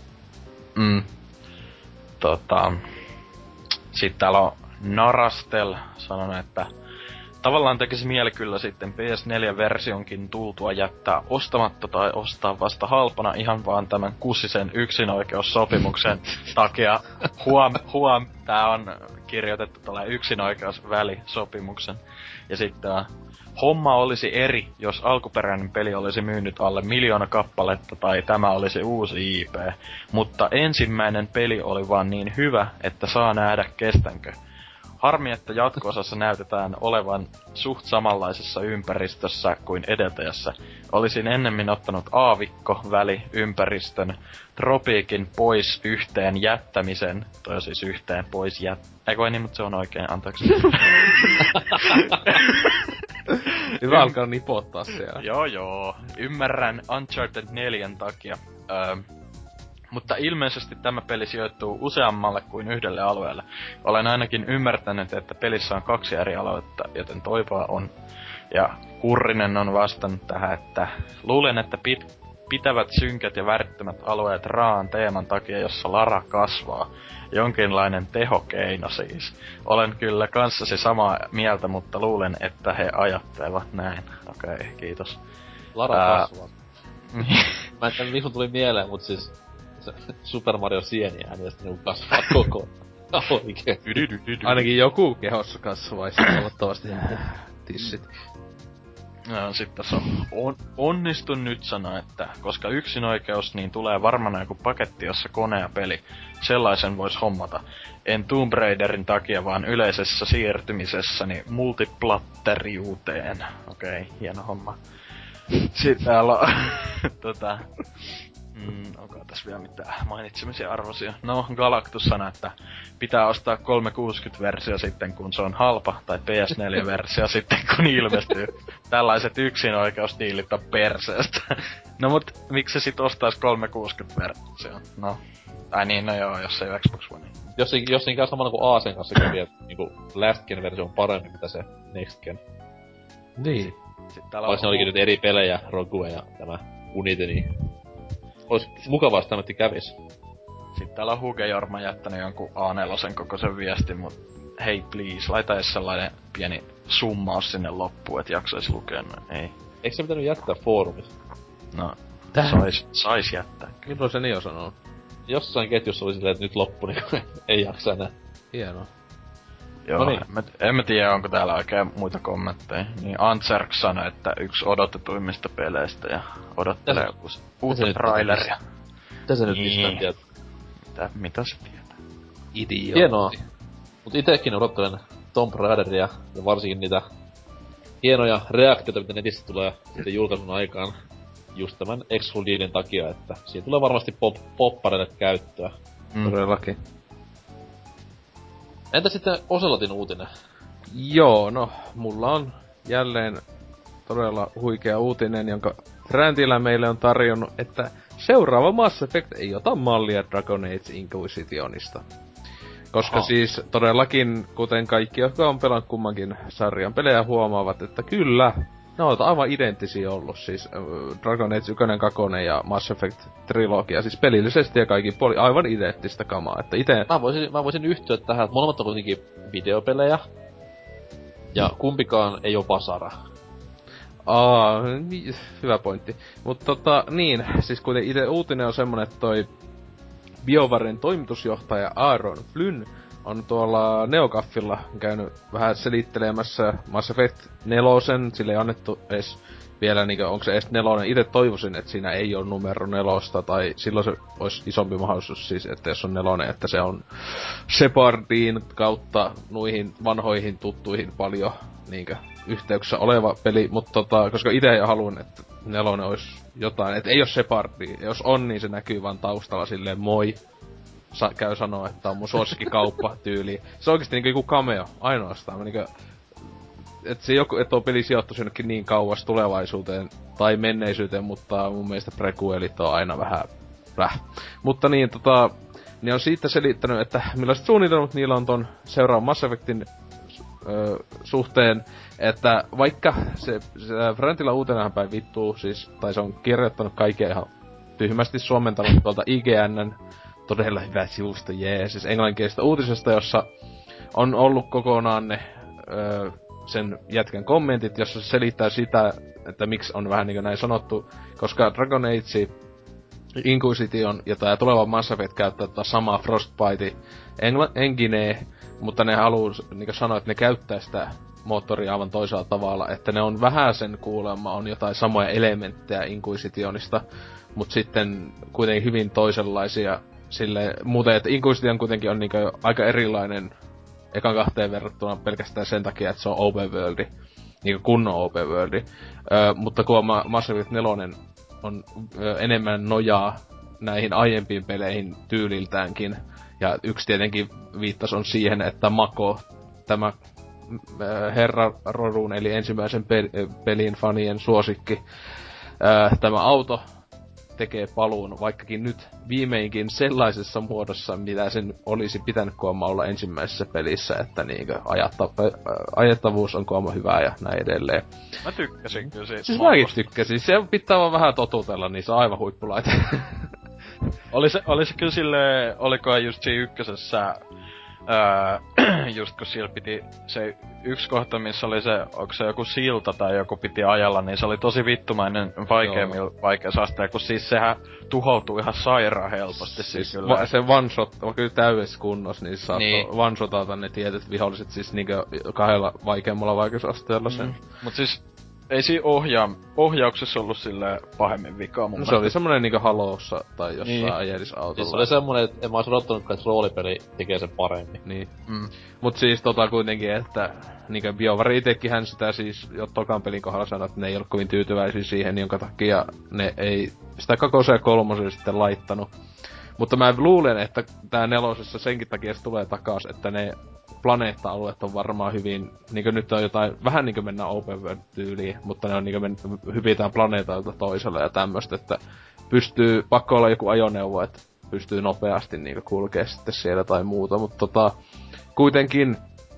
Sitten täällä on Narastel sanonut, että tavallaan tekisi mieli kyllä sitten PS4-versionkin tultua jättää ostamatta tai ostaa vasta halpana ihan vaan tämän kussisen yksinoikeussopimuksen takia. Huom, tää on kirjoitettu tällainen yksinoikeusvälisopimuksen. Ja sitten homma olisi eri, jos alkuperäinen peli olisi myynyt alle 1 miljoona kappaletta tai tämä olisi uusi IP. Mutta ensimmäinen peli oli vaan niin hyvä, että saa nähdä kestänkö. Harmi, että jatko-osassa näytetään olevan suht samanlaisessa ympäristössä kuin edeltäjässä. Olisin ennemmin ottanut aavikko-väli-ympäristön tropiikin pois yhteen jättämisen. Toi on siis yhteen pois Eikö niin, mutta se on oikein, anteeksi. Hyvä alkaa nipottaa siellä. Joo. Ymmärrän Uncharted 4 takia. Mutta ilmeisesti tämä peli sijoittuu useammalle kuin yhdelle alueelle. Olen ainakin ymmärtänyt, että pelissä on 2 eri aluetta, joten toivoa on. Ja Kurrinen on vastannut tähän, että luulen, että pitävät synkät ja värittömät alueet raan teeman takia, jossa Lara kasvaa. Jonkinlainen tehokeino siis. Olen kyllä kanssasi samaa mieltä, mutta luulen, että he ajattelevat näin. Okei, kiitos. Lara kasvaa. Mä en tiedä, miksi tuli mieleen, mut siis se Super Mario sieniään ja sitten kasvaa koko. Oikein. Ainakin joku kehossa kasvaisi toivottavasti tissit. No, sit tässä onnistun nyt sanoa, että koska yksinoikeus, niin tulee varmana joku paketti, jossa kone ja peli. Sellaisen vois hommata. En Tomb Raiderin takia, vaan yleisessä siirtymisessäni multiplatteriuteen. Okei, hieno homma. Sitten täällä on onko tässä vielä mitään mainitsemisen arvoisia? No, Galactus sanoi, että pitää ostaa 360-versio sitten, kun se on halpa, tai PS4-versio sitten, kun ilmestyy. Tällaiset yksinoikeusdiilit on perseestä. No mut, miksi se sit ostais 360-versio? No, tai niin, no joo, jos ei ole Xbox One. Jos siinä käy samalla kuin Aasen kanssa kävi, että niinku Last Gen-versio on parempi mitä se Next Gen. Niin. Vaikka ne olikin nyt eri pelejä, Rogue ja tämä Unity, niin ois mukavaa, jos tämmötti kävis. Sitten täällä on Huge Jorma jättänyt jonkun A4 kokoisen viestin, mut hei please, laita edes sellainen pieni summaus sinne loppuun, et jaksais lukea noin. Ei. Eikö se pitänyt jättää foorumit? No, sais jättää. Milloin se niin on sanonut? Jossain ketjussa oli silleen, että nyt loppu, niin ei jaksa enää. Hienoa. Joo, no niin. En mä tiedä, onko täällä oikein muita kommentteja. Niin Antserk sanoi, että yksi odotetuimmista peleistä ja odottelee joku uutta traileria. Mitä se nyt mistään tietää? Mitä se tietää? Idiootti. Hienoa. Mut itekin odottelen Tomb Raideria ja varsinkin niitä hienoja reaktioita, mitä netistä tulee sitten julkaisun aikaan. Just tämän Exful-diilin takia, että siinä tulee varmasti poppareille käyttöä. Todellakin. Entä sitten Ocelotin uutinen? Joo, no, mulla on jälleen todella huikea uutinen, jonka Räntilä meille on tarjonnut, että seuraava Mass Effect ei ota mallia Dragon Age Inquisitionista. Koska siis todellakin, kuten kaikki, jotka on pelannut kummankin sarjan pelejä, huomaavat, että kyllä, ne on aivan identtisiä ollut, siis Dragon Age 1, 2 ja Mass Effect trilogia, siis pelillisesti ja kaikki puoli aivan identtistä kamaa, että ite... Mä voisin yhtyä tähän, että molemmat on kuitenkin videopelejä, ja kumpikaan ei oo vasara. Hyvä pointti. Mut niin, siis kuten ite uutinen on semmonen, että toi BioWaren toimitusjohtaja Aaron Flynn on tuolla Neogaffilla käynyt vähän selittelemässä Mass Effect 4, sille ei annettu edes vielä niinkö, onko se edes 4, ite toivoisin, että siinä ei oo numero 4, tai silloin se olisi isompi mahdollisuus siis, että jos on 4, että se on Shepardin kautta nuihin vanhoihin tuttuihin paljon niinkö yhteyksissä oleva peli, mutta koska ite haluan, että 4 olisi jotain, että ei oo Shepardia, jos on, niin se näkyy vaan taustalla silleen moi. Käy sanoa, että on mun suosikkikauppa tyyli. Se on oikeesti niinku joku cameo, ainoastaan. Niinku, et se joku, et on peli sijoittuisi jonnekin niin kauas tulevaisuuteen tai menneisyyteen, mutta mun mielestä prequelit on aina vähän Mutta niin, ne on siitä selittänyt, että millaiset suunnitelmat niillä on ton seuraavan Mass Effectin suhteen, että vaikka se Frantilla uutenahan päin vittuu, siis, tai se on kirjoittanut kaiken ihan tyhmästi suomentanut tuolta IGN:n todella hyvä sivusto, siis englanninkielisestä uutisesta, jossa on ollut kokonaan ne sen jätkän kommentit, jossa se selittää sitä, että miksi on vähän niinkö näin sanottu, koska Dragon Age, Inquisition ja tää tuleva Mass Effect käyttää samaa Frostbite enginee, mutta ne haluu niinkö sanoa, että ne käyttää sitä moottoria aivan toisella tavalla, että ne on vähäsen kuulemma, on jotain samoja elementtejä Inquisitionista, mut sitten kuitenkin hyvin toisenlaisia sille muuten, että Inquisition kuitenkin on niinkö aika erilainen ekan 2 verrattuna pelkästään sen takia, että se on open worldi, niinkö kunnon open worldi. Mutta kun Mass Effect 4 on enemmän nojaa näihin aiempiin peleihin tyyliltäänkin, ja yksi tietenkin viittas on siihen, että Mako, tämä herra Rodun, eli ensimmäisen pelin fanien suosikki, tämä auto, tekee paluun, vaikkakin nyt viimeinkin sellaisessa muodossa, mitä sen olisi pitänyt kooma olla ensimmäisessä pelissä, että niinkö ajettavuus on kooma hyvää ja näin edelleen. Mä tykkäsin kyllä siitä. Siis mäkin tykkäsin, se pitää vaan vähän totutella, niin se on aivan huippulaite. Oli se kyllä silleen, olikohan just siinä ykkösessä, just kun siellä piti se yksi kohta, missä oli se, onko se joku silta tai joku piti ajalla, niin se oli tosi vittumainen vaikeassa asteella, kun siis sehän tuhoutuu ihan sairaan helposti. Siis kyllä. Se one shot on kyllä täydessä kunnossa, niin saattoi one shotata ne tietyt viholliset siis niinkö kahdella vaikeammalla vaikeusasteella sen. Mut siis ei siinä ohjauksessa ollut silleen pahemmin vikaa mun se oli semmonen niinkö Halossa tai jossain ajelisautolla. Siis se oli semmonen, että en mä ois odottanutkaan, että roolipeli tekee sen paremmin. Niin. Mut siis kuitenkin, että niinkö BioWare itekinhän sitä siis jo tokan pelin kohdalla sanoi, että ne ei ollut kovin tyytyväisiä siihen, jonka takia ne ei sitä kakosen ja kolmosen sitten laittanut. Mutta mä luulen, että tää nelosessa senkin takia se tulee takas, että ne planeetta-alueet on varmaan hyvin, niinkö nyt on jotain, vähän niinkö mennään open world-tyyliin, mutta ne on niinkö hypitään planeetalta toiselle ja tämmöstä, että pakko olla joku ajoneuvo, että pystyy nopeasti niinkö kulkee sitten siellä tai muuta, mutta kuitenkin,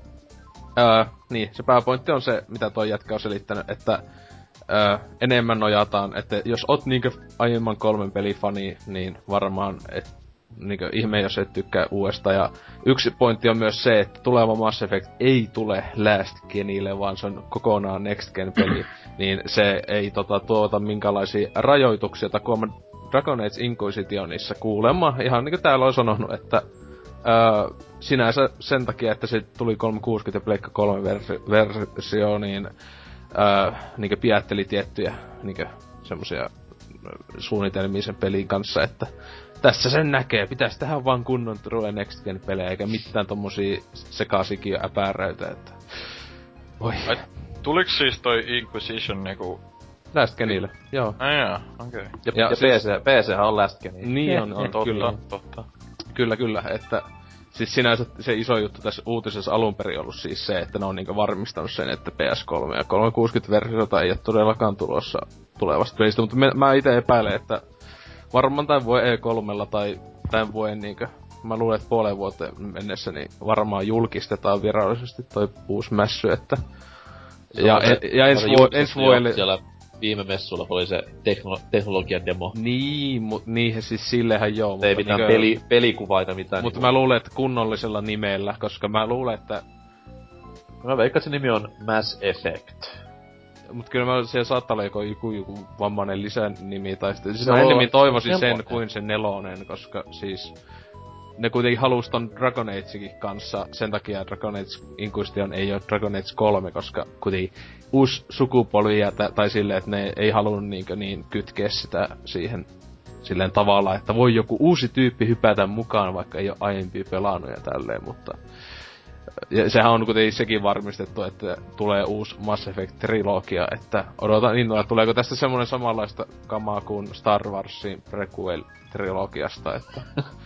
niin, se pääpointti on se, mitä toi jätkä on selittänyt, että enemmän nojataan, että jos oot niinkö aiemman 3 pelifani, niin varmaan, niinkö ihme, jos et tykkää uudesta. Ja yksi pointti on myös se, että tuleva Mass Effect ei tule last genille, vaan se on kokonaan next gen peli. Niin se ei tuota minkälaisia rajoituksia, takuama Dragon Age Inquisitionissa kuulemma, ihan niinku täällä on sanonut, että sinänsä sen takia, että se tuli 360 ja Pleikka 3 versio, niin niinkö pidätteli tiettyjä niinkö semmosia suunnitelmia sen pelin kanssa, että tässä sen näkee, pitäis tehdä vaan kunnon True Next Gen pelejä, eikä mitään tommosia sekasikia äpäröitä, että voi. Tuliks siis toi Inquisition niinku Last Genille, joo. Jaa, okei. Ja PChän on Last Genille. Niin on totta. Kyllä, että siis sinänsä se iso juttu tässä uutisessa alunperin ollut siis se, että ne on niinku varmistanut sen, että PS3 ja 360-versiota ei oo todellakaan tulossa tulevasta pelistä, mutta mä ite epäilen, että varmaan tämän vuoden E3 tai tämän vuoden niinkö, mä luulen, että puoleen vuoteen mennessä niin varmaan julkistetaan virallisesti toi uusi mässy, että ja ensi vuodelle siellä viime messuilla oli se teknologian demo. Niin, niihin siis sillehän joo. Ei mitään pelikuvaita mitään. Mutta mä luulen, että kunnollisella nimellä, koska mä luulen, että mä veikkaan, että se nimi on Mass Effect. Mut kyllä siellä saattaa olla joku vammainen lisänimi tai sitten siis ennemmin toivoisin sen kuin se 4, koska siis ne kuitenkin halus ton Dragon Agekin kanssa, sen takia Dragon Age Inquisition ei oo Dragon Age 3, koska kuitenkin uusi sukupolvi tai silleen, että ne ei halunnut niin kytkeä sitä siihen silleen tavalla, että voi joku uusi tyyppi hypätä mukaan, vaikka ei oo aiempia pelannut ja tälleen, mutta ja sehän on kuitenkin sekin varmistettu, että tulee uusi Mass Effect-trilogia, että odotan innolla, tuleeko tästä semmonen samanlaista kamaa kuin Star Warsin prequel-trilogiasta, että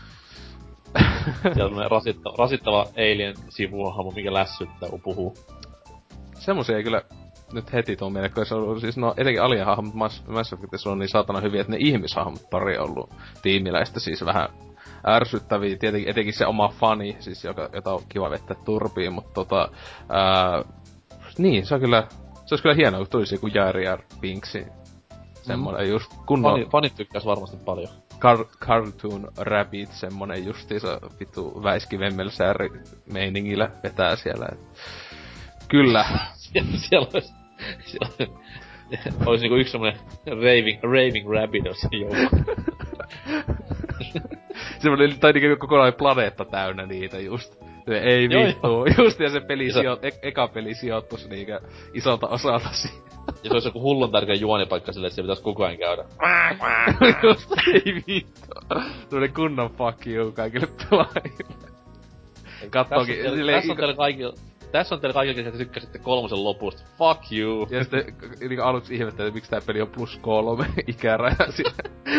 siellä on rasittava Alien-sivuhahmo, mikä lässyttää, kun puhuu. Semmosia ei kyllä nyt heti tuu mieleen, kun se on siis etenkin Alien-hahmot Mass Effectissa on niin saatana hyviä, että ne ihmishahmot pari on ollut tiimiläistä siis vähän ärsyttäviä, tietenkin etenkin se oma fani, siis jota on kiva vettä turpiin, mutta niin, se olisi kyllä hienoa, kun tulisi joku Jar Binksi. Semmonen just kunnon Fanit tykkäis varmasti paljon. Cartoon Rabbit, semmonen justiinsa vittu väiskivemmelsääri meiningillä vetää siellä. Kyllä. siellä olisi niinku yksi semmonen raving rabbit on siinä joukko. Semmonen, tai niinku kokonaan planeetta täynnä niitä just. Ei vittu. Just ja se peli eka peli sijoittus niinkö isolta osalta siihen. Ja se olisi joku hullun tärkeä juonipaikka silleen, että siellä pitäis koko ajan käydä. Just, ei vittu. Semmonen kunnon fuck you kaikille pelaajille. Kattookin. Tässä on teille kaikille, että tykkäsitte 3 lopusta. Fuck you. Ja sitten niinku aluksi ihmettelin, että miksi tää peli on +3 ikäraja siinä.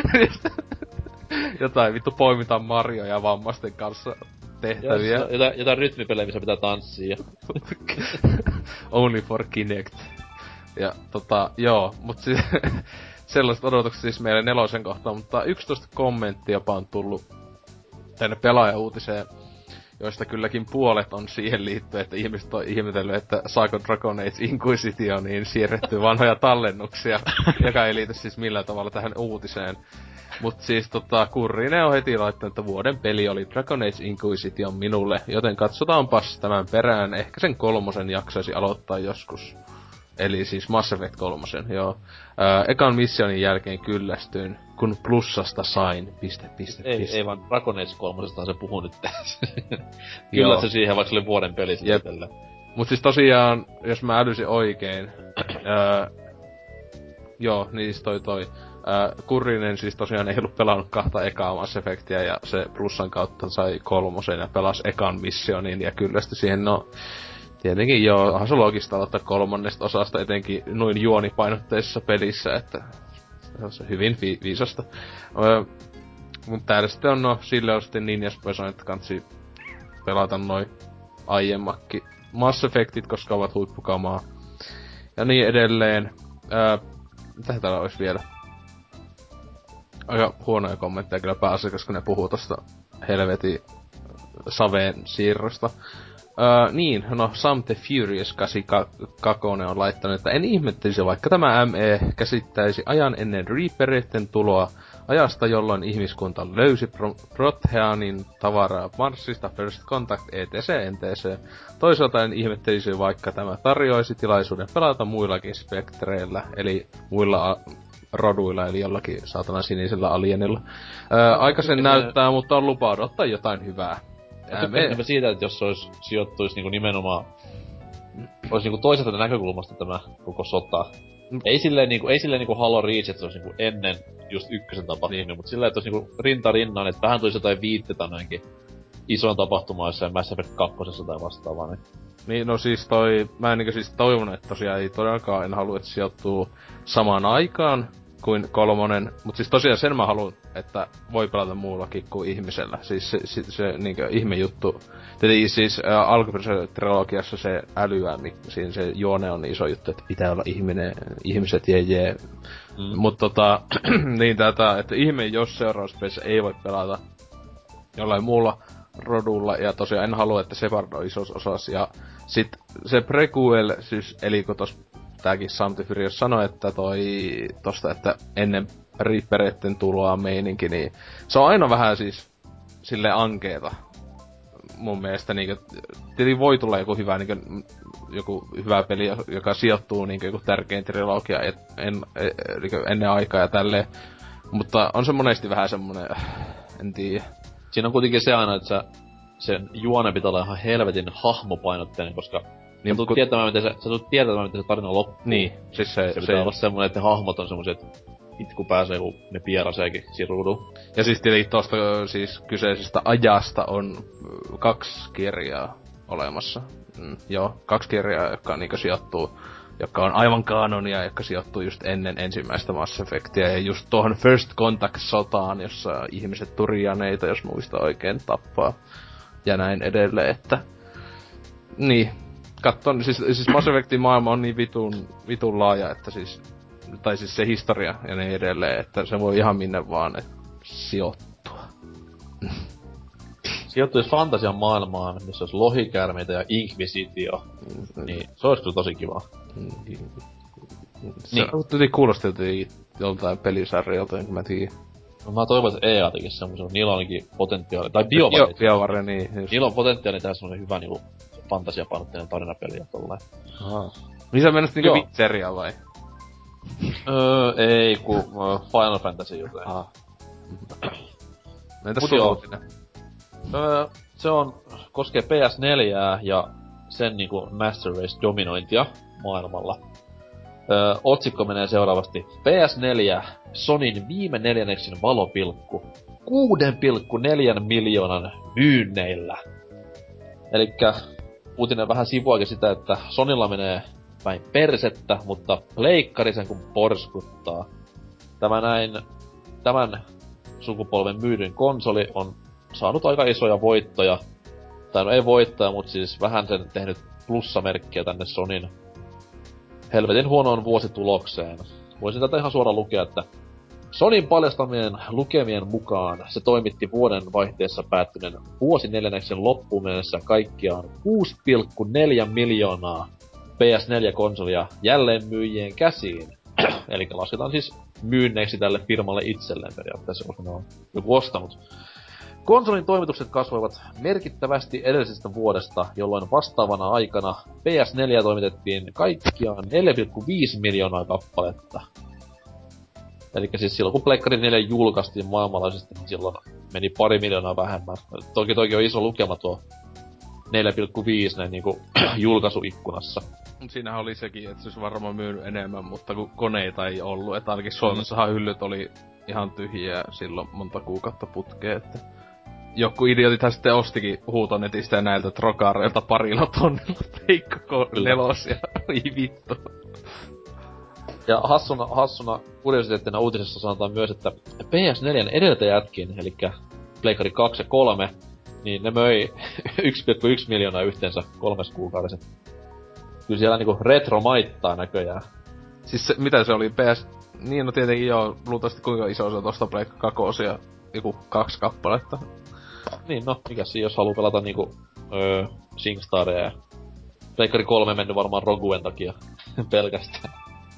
Jotain vittu poimitaan Mario ja vammaisten kanssa tehtäviä. Jotain rytmipelejä, missä pitää tanssia. Only for Kinect. Ja joo, mut siis sellaiset odotukset siis meille nelosen kohtaan, mutta 11 kommenttia on tullut tänne pelaajauutiseen, joista kylläkin puolet on siihen liittyen, että ihmiset on ihmetellyt, että saako Dragon Age Inquisitioniin siirretty vanhoja tallennuksia, joka ei liity siis millään tavalla tähän uutiseen. Mut siis Kurrinen on heti laittanut, että vuoden peli oli Dragon Age Inquisition minulle, joten katsotaanpas tämän perään. Ehkä sen 3 jaksaisi aloittaa joskus. Eli siis Mass Effect 3, joo. Ekan missionin jälkeen kyllästyin, kun plussasta sain, Ei vaan Dragon Age 3 se puhuu nyt Kyllä se siihen, vaikka se oli vuoden peli sitten. Mut siis tosiaan, jos mä älysin oikein, joo, niin siis Kurrinen siis tosiaan ei ollut pelannut 2 ekaa Mass Effectia ja se plussan kautta sai 3 ja pelasi ekan missionin ja kyllästyi siihen, no tietenkin joo, onhan se loogista aloittaa 3. osasta etenkin noin juonipainotteisessa pelissä, että se on hyvin viisasta. Mut täällä sitten on, no sille on sitten niin edespäin, että kansi pelata noin aiemmakki Mass Effectit, koska ovat huippukamaa. Ja niin edelleen. Mitä täällä olisi vielä? Aika huonoja kommentteja kyllä päässä, koska ne puhuu tosta helvetin saveen siirrosta. Niin, no Sam the Furious 82 on laittanut, että en ihmettelisi, vaikka tämä ME käsittäisi ajan ennen Reaperitten tuloa, ajasta jolloin ihmiskunta löysi Protheanin tavaraa Marsista, First Contact, etc. NTC. Toisaalta en ihmettelisi, vaikka tämä tarjoaisi tilaisuuden pelata muillakin spektreillä, eli muilla roduilla, eli jollakin saatana sinisellä alienilla. Aika sen näyttää, mutta on lupa odottaa jotain hyvää. Tykkäänkö siitä, että jos se sijoittuisi niinku nimenomaan olisi niinku toiselta näkökulmasta tämä koko sota. Ei silleen niinku Halo Reach, että se olisi niinku ennen just ykkösen tapahtumia, niin. Mutta silleen, että olisi niinku rinta rinnan, että vähän tulisi jotain viittetä noinkin isoon tapahtumaan jossain Mass Effect 2 tai vastaavaa. Niin, no siis mä en niinku siis toivon, että tosiaan ei todellakaan, en halua, että sijoittuu samaan aikaan kuin 3, mut siis tosiaan sen mä haluan, että voi pelata muullakin kuin ihmisellä. Siis se niinkö ihme juttu. Tietenkin siis alkuperäisessä trilogiassa se älyä, siinä se juone on niin iso juttu, että pitää olla ihmiset jee. Mut niin että ihme jos seuraavassa pelissä ei voi pelata jollain muulla rodulla, ja tosiaan en halua, että Shepard on isos osas, ja sit se prequel, siis eli kun tääkin Sam the Furious sanoi, että tosta, että ennen Reapereitten tuloa meininki, niin se on aina vähän siis silleen ankeeta mun mielestä niinkö, tietenkin voi tulla joku hyvä joku hyvä peli, joka sijoittuu niinkö joku tärkein trilogia ennen aikaa ja tälleen, mutta on se monesti vähän semmonen, en tiedä. Siinä on kuitenkin se aina, että sen juone pitää olla ihan helvetin hahmopainotteinen, koska niin, sä tulet tietämään, miten se tarina loppuu. Niin, siis se pitää olla semmonen, että ne hahmot on semmoset, että itku pääsee, kun ne pieraseekin siinä ruuduun. Ja siis tietenkin tosta siis kyseisestä ajasta on 2 kirjaa olemassa. Joo, 2 kirjaa, jotka niinku sijoittuu, jotka on aivan kanonia, jotka sijoittuu just ennen ensimmäistä Mass Effectia. Ja just tuohon First Contact-sotaan, jossa ihmiset turjaneita, jos muista oikein, tappaa. Ja näin edelleen, että niin. Katson, siis Mass Effectin maailma on niin vitun laaja, että siis se historia ja niin edelleen, että se voi ihan minne vaan sijoittua. Sijoittuisi fantasian maailmaan, missä olisi lohikäärmeitä ja Inquisitio, niin se olisi kyllä tosi kiva. Se kuulosti joltain pelisarjalta, enkä mä tiedä. No mä toivon, että EA tekis semmosen, niillä on ainakin potentiaali, tai BioWare, niin. Just. Niillä on potentiaali tehdä semmonen hyvä niinku fantasiapainotteinen tarinapeli ja tolleen. Niin sä mennäsit niinku Witcheria vai? Ei Final Fantasy jotain. Entäs sun uutinen? Se koskee PS4 ja sen niinku Master Race dominointia maailmalla. Otsikko menee seuraavasti. PS4, Sonyn viime neljänneksen valopilkku. 6,4 miljoonan myynneillä. Elikkä uutinen vähän sivuakin sitä, että Sonylla menee päin persettä, mutta pleikkari sen kun porskuttaa. Tämän sukupolven myydyn konsoli on saanut aika isoja voittoja. Tai no ei voittoja, mutta siis vähän sen tehnyt plussamerkkiä tänne Sonyn helvetin huonoon vuositulokseen. voisin tätä ihan suoraan lukea, että Sonyn paljastamien lukemien mukaan se toimitti vuoden vaihteessa päättyneen vuosineljänneksen loppuun mennessä kaikkiaan 6,4 miljoonaa PS4-konsolia jälleenmyyjien käsiin. Eli lasketaan siis myynneiksi tälle firmalle itselleen periaatteessa, koska ne on joku ostanut. Konsolin toimitukset kasvoivat merkittävästi edellisestä vuodesta, jolloin vastaavana aikana PS4 toimitettiin kaikkiaan 4,5 miljoonaa kappaletta. Elikkä siis silloin kun Pleikkari 4 julkaistiin maailmanlaajuisesti, niin silloin meni 2 miljoonaa vähemmän. Toki on iso lukema tuo 4,5 näin niinku julkaisuikkunassa. Siinähän oli sekin, että se olisi varmaan myynyt enemmän, mutta kun koneita ei ollut, että ainakin Suomessahan hyllyt oli ihan tyhjiä silloin monta kuukautta putkeen, että joku idiotithan sitten ostikin huutonetistä ja näiltä trokareilta parilla tonnilla Pleikka nelosia. Oi vittu. Ja hassuna kuriositeettina uutisessa sanotaan myös, että PS4 edeltäjätkin, eli Pleikkari 2 ja 3, niin ne möi 1,1 miljoonaa yhteensä 3 kuukaudessa. Kyllä siellä niinku retro maittaa näköjään. Siis se, mitä se oli? Niin no tietenkin joo, luultavasti kuinka iso se tosta Pleikka 2 ja joku 2 kappaletta. Niin no, mikäs siinä jos haluu pelata niinku SingStaria ja Pleikkari 3 mennyt varmaan Roguen takia pelkästään.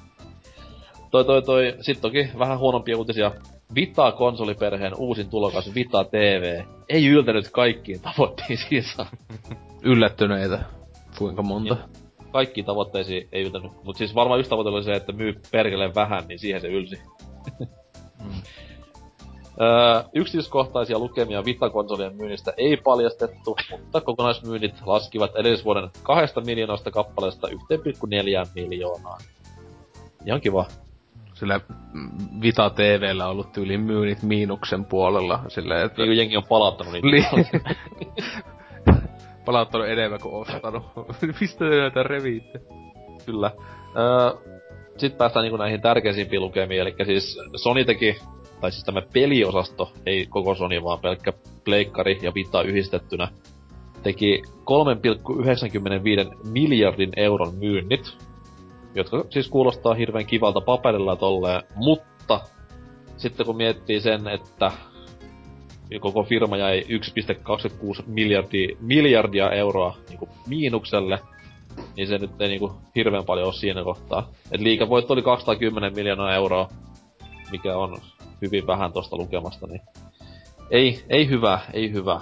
Sit toki vähän huonompia uutisia. Vita-konsoliperheen uusin tulokas Vita TV ei yltänyt kaikkiin tavoitteisiinsa. Yllättyneitä. Kuinka monta? Ja kaikkiin tavoitteisiin ei yltänyt. Mut siis varmaan yksi tavoite oli se, että myy perkeleen vähän, niin siihen se ylsi. Yksityiskohtaisia lukemia Vita-konsolien myynnistä ei paljastettu, mutta kokonaismyynnit laskivat edellisvuoden 2 miljoonasta kappaleesta 1,4 miljoonaa. Ihan kiva. Sillä Vita TV:llä on ollut tyyliin myynnit miinuksen puolella. Silleen, että niin jengi on palauttanut niitä. Palauttanut enemmän kuin ostanut. Mistä näitä reviitte? Kyllä. Sitten päästään niinku näihin tärkeisimpiin lukemiin, eli siis Sony teki, tai siis tämä peliosasto, ei koko Sony, vaan pelkkä Pleikkari ja Vita yhdistettynä, teki 3,95 miljardin euron myynnit, jotka siis kuulostaa hirveän kivalta paperilla tolleen, mutta sitten kun miettii sen, että koko firma jäi 1,26 miljardia euroa niinku miinukselle, niin se nyt ei niinku hirveän paljon oo siinä kohtaa. Et liikavoitto oli 210 miljoonaa euroa, mikä on hyvin vähän tosta lukemasta, niin ei hyvä.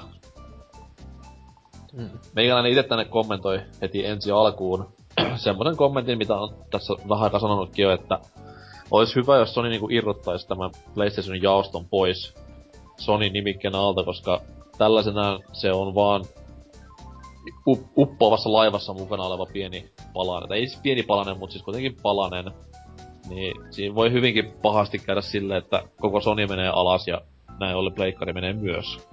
Meikäläinen ite tänne kommentoi heti ensi alkuun semmonen kommentin, mitä on tässä vähän aikaa sanonutkin jo, että ois hyvä, jos Sony niinku irrottaisi tämän PlayStationin jaoston pois Sony-nimikkeen alta, koska tällaisenään se on vaan uppoavassa laivassa mukana oleva pieni palanen. Tai ei siis pieni palanen, mutta siis kuitenkin palanen. Niin siinä voi hyvinkin pahasti käydä silleen, että koko Sony menee alas ja näin ollen Pleikkari menee myös.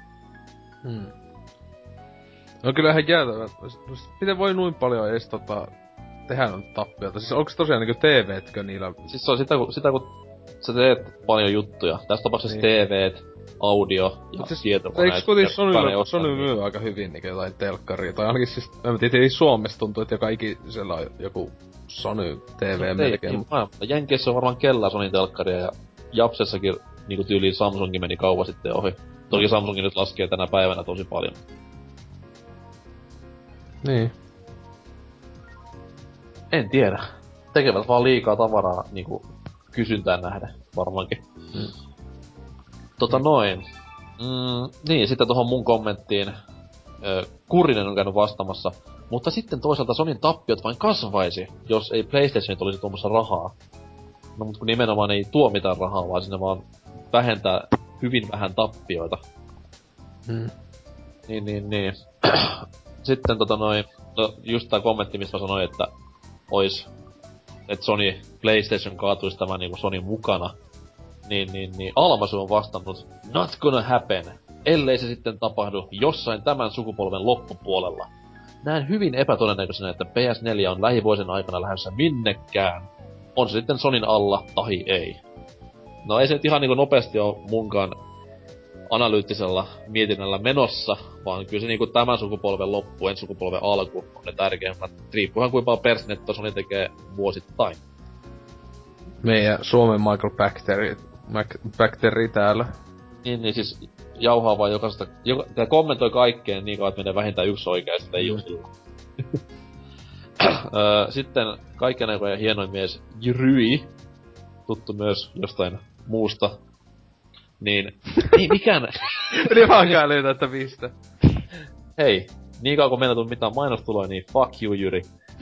No kyllähän jäätävät. Miten voi noin paljon edes tehdä noita tappiota? Siis onks tosiaan niinku TV:tkö niillä? Siis se on sitä kun sä teet paljon juttuja. Tässä tapauksessa niin. TV:t, audio ja siis tietokoneet. Eiks kuitenkin Sony myy aika hyvin niinku jotain telkkaria? Tai ainakin siis, mä tiedän, Suomessa tuntuu, että joka ikisellä on joku Sony TV melkein. Jenkeissä on varmaan kellään Sonyn telkkaria ja Japsessakin niinku tyyliin Samsungi meni kauan sitten ohi. Toki Samsungi nyt laskee tänä päivänä tosi paljon. Niin. En tiedä. Tekevät vaan liikaa tavaraa niinku kysyntään nähden varmaankin. Niin, sitten tohon mun kommenttiin Kurinen on käynyt vastaamassa. Mutta sitten toisaalta Sonyn tappiot vain kasvaisi, jos ei PlayStationit olisi tuomassa rahaa. No mut kun nimenomaan ei tuo mitään rahaa, vaan sinne vaan vähentää hyvin vähän tappioita. Niin. Sitten no just tää kommentti, missä mä sanoin, että Sony PlayStation kaatuisi tämän niinku Sonyn mukana. Niin Almasu on vastannut, not gonna happen, ellei se sitten tapahdu jossain tämän sukupolven loppupuolella. Näen hyvin epätodennäköisenä, että PS4 on lähivuosien aikana lähdössä minnekään. On se sitten Sonyn alla, tahi ei. No ei se nyt ihan niinku nopeasti oo munkaan analyyttisella mietinnällä menossa, vaan kyllä se niinku tämän sukupolven loppu, ensi sukupolven alku on ne tärkeimmät. Riippuuhan kuinka paljon persnetto Sony tekee vuosittain. Meidän Suomen Michael Bactery täällä. Niin siis jauhaa vaan jokaisesta, tää kommentoi kaikkeen niin kauan, että menee vähintään yksi oikein, sitten ei oo silloin. Sitten kaikkien aikojen hienoin mies Jryi, tuttu myös jostain muusta. Niin, ei mikään... Eli vaankaan löytää, että mistä. Hei, niin kauan kun meillä tuli mitään mainostuloja, niin fuck you, Jyri.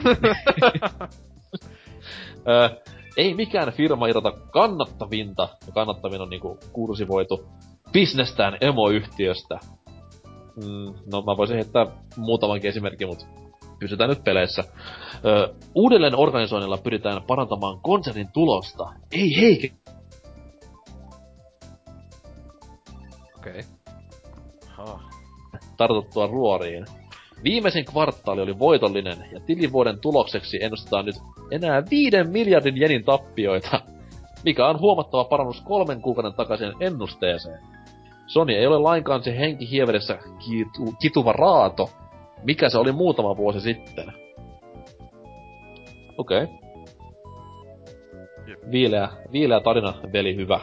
Ei mikään firma irrota kannattavinta, ja kannattavin on niinku kursivoitu, bisnestään emoyhtiöstä. No mä voisin heittää muutamankin esimerkki, mut pysytään nyt peleissä. Uudelleen organisoinnilla pyritään parantamaan konsernin tulosta. Ei heike... Okei. Tartuttua ruoriin. Viimeisin kvartaali oli voitollinen, ja tilivuoden tulokseksi ennustetaan nyt enää 5 miljardin jenin tappioita, mikä on huomattava parannus 3 kuukauden takaisin ennusteeseen. Sony ei ole lainkaan se henki hievedessä kituva raato, mikä se oli muutama vuosi sitten. Okei. Viileä tarina, veli hyvä.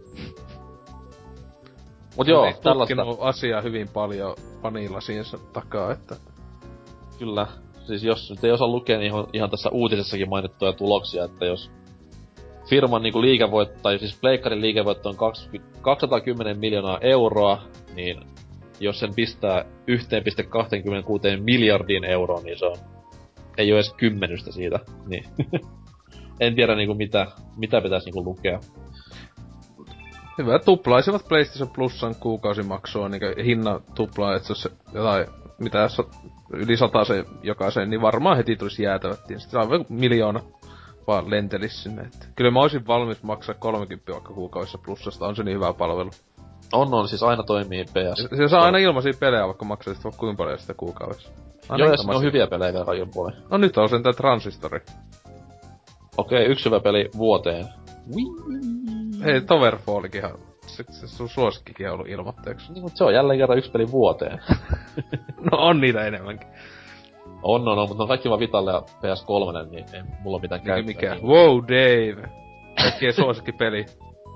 Mut joo, tällaista... asiaa hyvin paljon vanillasiinsa takaa, että... Kyllä. Siis jos nyt ei osaa lukea, niin ihan tässä uutisessakin mainittuja tuloksia, että jos firman niinku liikevoitto, tai siis Pleikkarin liikevoitto on 210 miljoonaa euroa, niin jos sen pistää 1,26 miljardiin euroon, niin se on... Ei oo edes kymmenystä siitä, niin... En tiedä niinku mitä pitäis niinku lukea. Hyvä, tuplaisivat PlayStation Plusan kuukausimaksua, niinku hinnan tuplaa, et se olisi jotain, mitä yli 100 jokaiseen, niin varmaan heti tulisi jäätävättiin. Sitten saa 1 miljoona vaan lentelis sinne, että... Kyllä mä oisin valmis maksaa 30 vaikka kuukaudessa Plusasta, on se niin hyvä palvelu. On, siis aina toimii PS. Se saa aina ilmaisia pelejä, vaikka maksaisit vaikka kuinka paljon sitä kuukaudessa. Joo, ja on hyviä pelejä vielä kaiken puolin. No nyt on sen tää Transistori. Okei, yksi hyvä peli vuoteen. Hei, Towerfallikin se sun suosikkikin on ollut ilmoitteeksi. Niin, mut se on jälleen kerran yksi peli vuoteen. No on niitä enemmänkin. On, mutta ne on kaikki vaan Vitalle ja PS3, niin ei mulla mitään käyttää. Mikä? Wow, Dave! Kaikkien suosikkipeli.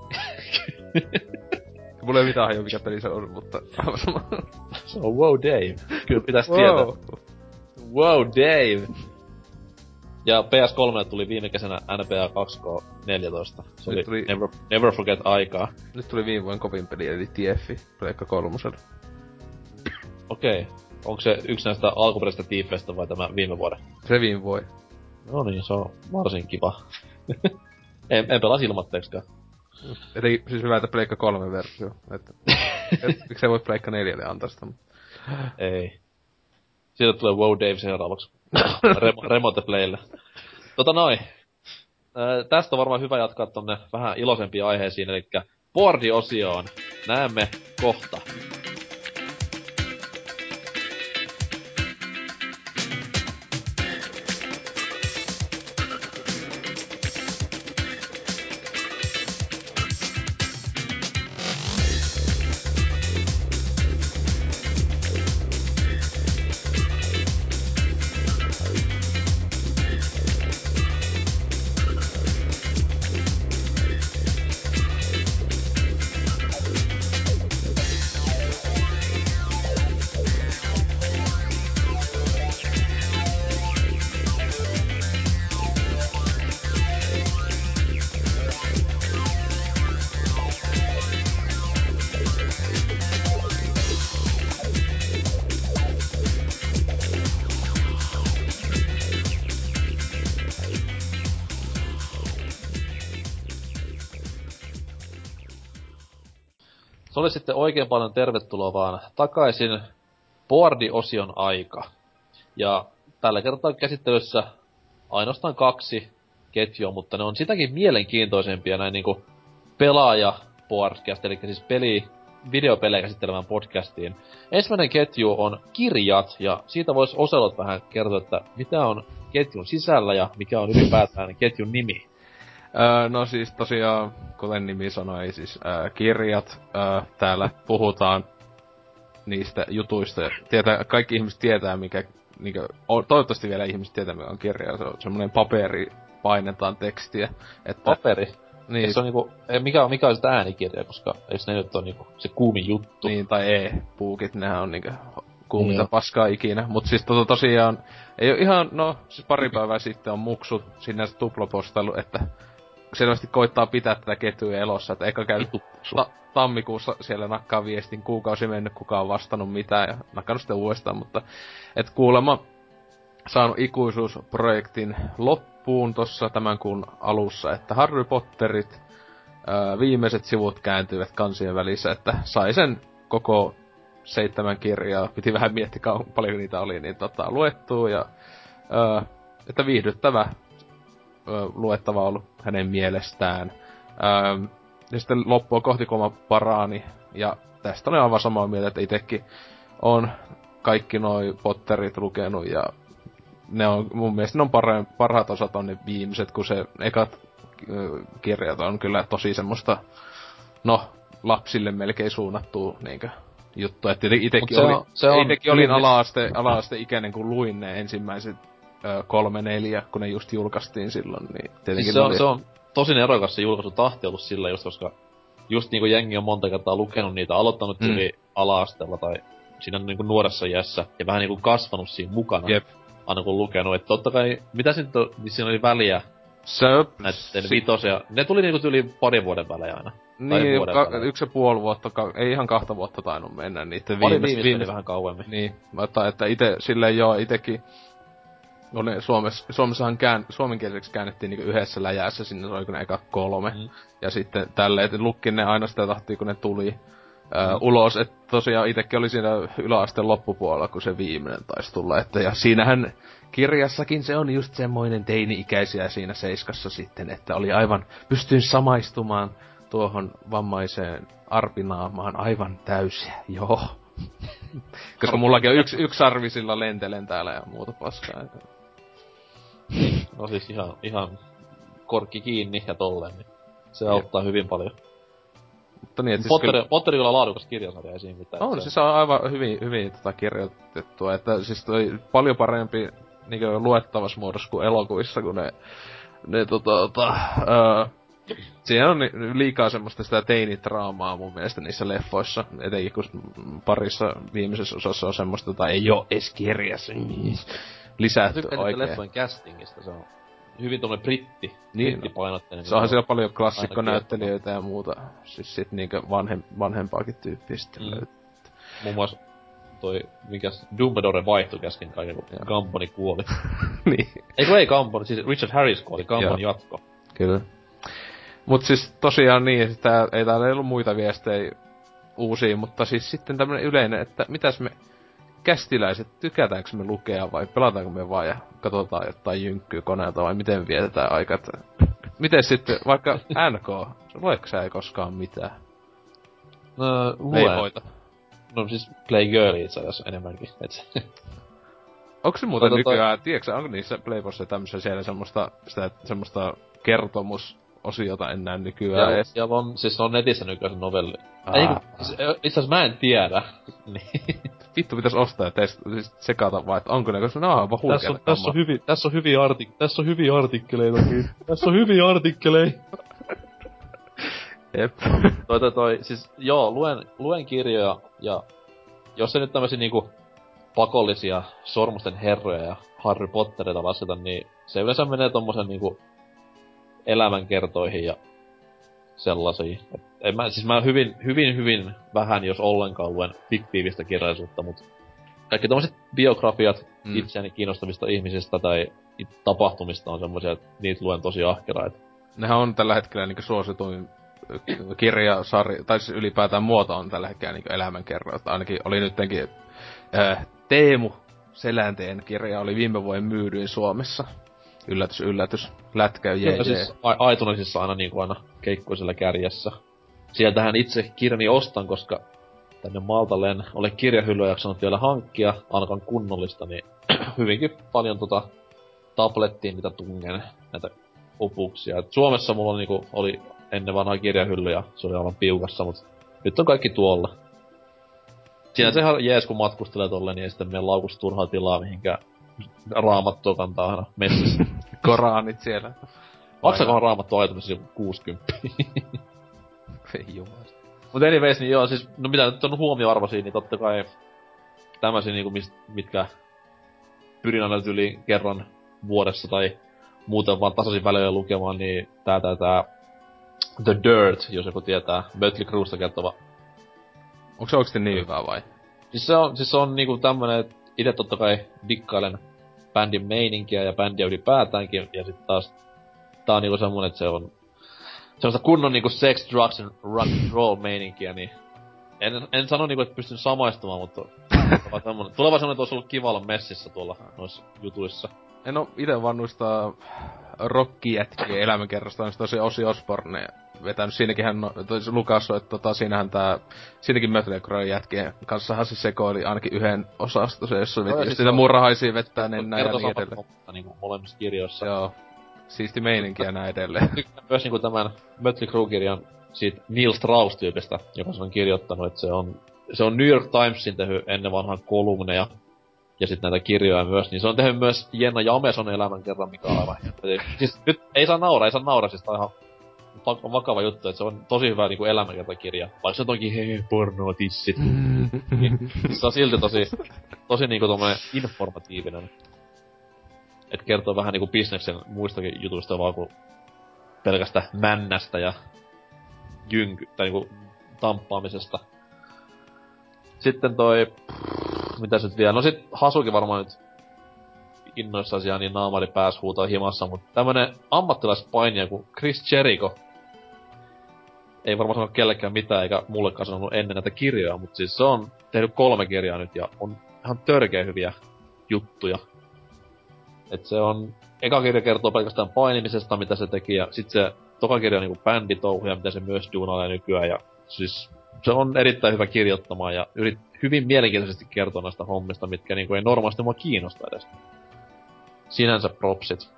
Mulla ei mitään hajua mikä peli se on, mutta... Se on Wow Dave. Kyllä pitäis tietää. Wow Dave! Ja PS3 tuli viime kesänä NBA 2K14. Se oli Never Forget aikaa. Nyt tuli viime vuoden kovin peli, eli TF, Pleikka 3. Okei. Onko se yksi näistä alkuperäisistä tiifeistä vai tämä viime vuoden? Se viime vuoden. No niin, se on varsin kiva. en pelasi ilmatteeksikaan. Eli siis hyvä, että Pleikka 3 versio. Miksei voi Pleikka 4 antaa sitä? Ei. Siitä tulee Wow Dave seuraavaksi. Remote Playlle. Tästä on varmaan hyvä jatkaa tonne vähän iloisempiin aiheisiin, elikkä boardi-osioon. Näemme kohta. Se oli sitten oikein paljon tervetuloa vaan takaisin boardi-osion aika. Ja tällä kertaa käsittelyssä ainoastaan 2 ketjua, mutta ne on sitäkin mielenkiintoisempia näin niinku pelaaja-podcast, eli siis videopelejä käsittelevään podcastiin. Ensimmäinen ketju on kirjat, ja siitä vois Oselot vähän kertoa, että mitä on ketjun sisällä ja mikä on ylipäätään ketjun nimi. No siis tosiaan, kuten nimi sanoi, siis kirjat, täällä puhutaan niistä jutuista. Kaikki ihmiset tietää, toivottavasti vielä ihmiset tietää, mikä on kirja. Se on semmonen painetaan tekstiä. Että, Paperi. niin. Se on niinku, mikä on sitä äänikirja, koska eiks ne nyt on niinku se kuumin juttu. Niin, tai e-bookit, nehän on niinku kuuminta paskaa ikinä. Mut siis tosiaan, ei oo ihan, no siis pari päivää sitten on Muksu sinänsä tuplapostailu, että selvästi koittaa pitää tätä ketjua elossa, että eikä käy tammikuussa siellä nakkaa viestin, kuukausi mennyt, kukaan on vastannut mitään ja nakannut sitten uudestaan, mutta et kuulemma saanut ikuisuusprojektin loppuun tossa tämän kuun alussa, että Harry Potterit viimeiset sivut kääntyivät kansien välissä, että sai sen koko 7 kirjaa, piti vähän miettiä paljon niitä oli, niin luettua ja että viihdyttävä luettava ollut hänen mielestään. Ja sitten loppua kohti koma paraani, ja tästä olen aivan samaa mieltä, että itekin on kaikki noi Potterit lukenut, ja ne on, mun mielestä ne on parhaat osat on ne viimeiset, kun se ekat kirjat on kyllä tosi semmoista, no, lapsille melkein suunnattua niinkö juttu, että itekin olin ala-aste-ikäinen, kun luin ne ensimmäiset 3-4, kun ne just julkaistiin silloin, niin tietenkin se on tosi erokas se julkaisutahti ollut sillä just, koska just niinku jengi on monta kertaa lukenut niitä, aloittanut yli ala-asteella tai siinä niinku nuoressa iässä ja vähän niinku kasvanut siinä mukana. Jep. Aina kun lukenut, että totta kai, mitä siinä oli väliä näitten vitosia, ne tuli niinku yli parin vuoden välein aina. Niin, 1,5 vuotta, ei ihan 2 vuotta tainnut mennä niitten viimeistä vähän kauemmin. Niin, mutta että silleen itekin no ne Suomessahan suomenkieliseksi käännettiin niinku yhdessä läjässä, sinne oli ne eka 3. Ja sitten tälleen, lukkin ne aina sitä tahtia, kun ne tuli ulos. Että tosiaan itekin oli siinä yläasteen loppupuolella, kun se viimeinen taisi tulla. Että, ja siinähän kirjassakin se on just semmoinen teini-ikäisiä siinä 7 sitten, että oli aivan, pystyin samaistumaan tuohon vammaiseen arpinaamaan aivan täysiä, joo. Koska mullakin on yksi arvi sillä lentelen täällä ja muuta paskaa. No siis ihan korkki kiinni ja tolleen, niin se auttaa hyvin paljon. Mutta niin, Potteri kyllä laadukas kirjasarja, ei siinä mitään. On, siis se on aivan hyvin kirjoitettua, että siis toi paljon parempi niinkö luettavassa muodossa kuin elokuvissa, kun ne siinä on liikaa semmoista sitä teinitraamaa mun mielestä niissä leffoissa, etenkin kun parissa viimeisessä osassa on semmoista, jota ei oo edes kirjassa lisätty oikein. Leffojen castingista, se on hyvin tommonen brittipainotteinen. Se onhan siellä paljon klassikkonäyttelijöitä ja muuta, siis sit niinkö vanhempaakin tyyppiä sitten muun muassa toi, mikäs Dumbledore vaihtui käsken kaiken, kun Gamboni kuoli. Niin. Ei Gamboni, siis Richard Harris kuoli, Gambon jatko. Kyllä. Mut siis tosiaan niin, ei täällä ollut muita viestejä uusia, mutta siis sitten tämmönen yleinen, että mitäs me kästiläiset, tykätäänkö me lukea vai pelataanko me vaan ja katsotaan jotain jynkkyä koneelta vai miten vietetään aikaa. Miten sitten vaikka NK, luetko sä ei koskaan mitään? Luen. No siis Playgirl itse asiassa enemmänkin. Onko se muuten nykyään, tiedätkö onko niissä Playboyssa tämmössä siellä semmoista kertomusosiota enää nykyään edes? Ja on, siis on netissä nykyään se novelli. Itse asiassa mä en tiedä. Vittu pitäis ostaa ja siis sekata vaan, että onko ne, koska ne on aivan huikeeta Tässä on hyviä artikkeleita. Tässä on hyviä artikkeleita. Jep. Siis joo, luen kirjoja ja jos se nyt tämmösiä niinku pakollisia Sormusten herroja ja Harry Potterita lasketa, niin se yleensä menee tommosen niinku elämänkertoihin ja sellaisiin. Mä hyvin vähän, jos ollenkaan luen fiktiivistä kirjallisuutta, mut kaikki tommoset biografiat itseäni kiinnostavista ihmisistä tai tapahtumista on semmosia, että niitä luen tosi ahkeraan. Nehän on tällä hetkellä niinku suosituin kirjasarja, tai siis ylipäätään muoto on tällä hetkellä niinku elämänkerroja. Ainakin oli nyttenkin Teemu Selänteen kirja oli viime vuoden myydyin Suomessa. Yllätys. Lätkä jee. Siis iTunesissa aina niinku aina keikkuisella kärjessä. Sieltähän itse kirjani ostan, koska tänne Maltalleen olen kirjahyllyä jaksanut vielä hankkia, ainakaan kunnollista, niin hyvinkin paljon tablettiin mitä tungen näitä opuksia. Et Suomessa mulla niinku oli ennen vanhaa kirjahylly ja se oli aivan piukassa, mut nyt on kaikki tuolla. Siinä se ihan jees, kun matkustelee tolleen, niin ei sitten mene laukusta turhaa tilaa mihinkään raamattua kantaa aina messissä. Koraanit siellä. Maksakohan Raamattu ajatumassa joku 60? Ei jumala. Mut anyways, niin joo, siis, no mitä nyt on huomioarvoisia, niin totta kai tämmösiä niinku mitkä pyrin aina yli kerran vuodessa tai muuten vaan tasaisin välein lukemaan, niin tää The Dirt, jos joku tietää, Mötley Cruesta kertova. Onko se oikeesti niin hyvä vai? Siis se on niinku tämmönen, että ite totta kai dikkailen bändin meininkiä ja bändiä ylipäätäänkin, ja sit taas tää on niinku semmonen, että se on semmoista kunnon niinku sex, drugs and rock and roll meininkiä, niin en sano niinku, että pystyn samaistumaan, mutta tulee vaan semmonen, että ois ollut kiva olla messissä tuolla noissa jutuissa. En oo ite vaan noista rockijätkien elämänkerrasta, on tosi Ozzy Osbourne vetänyt. Siinäkin hän on Lukas, että siinähän siinäkin Mötley Crüe jätkien kanssa se sekoili ainakin yhden osasta, jossa veti just niitä murhaisia vettää nennää ja niin edelleen. Niinku molemmissa kirjoissa. Joo. Siisti meininki ja näin edelleen. Tykkään myös niinku tämän Mötley Crüe-kirjan siitä Neil Strauss-tyypistä, joka sen on kirjoittanut, että se on New York Timesin tehnyt ennen vanhaan kolumneja ja sit näitä kirjoja myös, niin se on tehnyt myös Jenna Jameson elämänkerran, mikä on aivan siis nyt ei saa nauraa, siis tää on ihan vakava juttu, että se on tosi hyvä niinku elämänkertakirja. Vaikka se onkin pornoa tissit. Niin se on silti tosi niinku tommonen informatiivinen. Et kertoo vähän niinku bisneksen muistakin jutuista vaan kuin pelkästä männästä ja tai niinku tamppaamisesta. Sitten mitäs nyt vielä? No sit Hasuki varmaan nyt innoissaan siellä niin naamari pääs huutaa himassa, mutta tämmönen ammattilaispainija kuin Chris Jericho ei varmaan sano kellekään mitään, eikä mullekaan sanonut ennen näitä kirjoja, mutta siis se on tehnyt 3 kirjaa nyt ja on ihan törkeä hyviä juttuja. Et se on, eka kirja kertoo pelkästään painimisesta, mitä se teki, ja sit se toka kirja on niinku bänditouhuja, mitä se myös duunailee nykyään, ja siis se on erittäin hyvä kirjoittamaan ja hyvin mielenkiintoisesti kertoo näistä hommista, mitkä niinku ei normaalisti mua kiinnosta edes. Sinänsä propsit.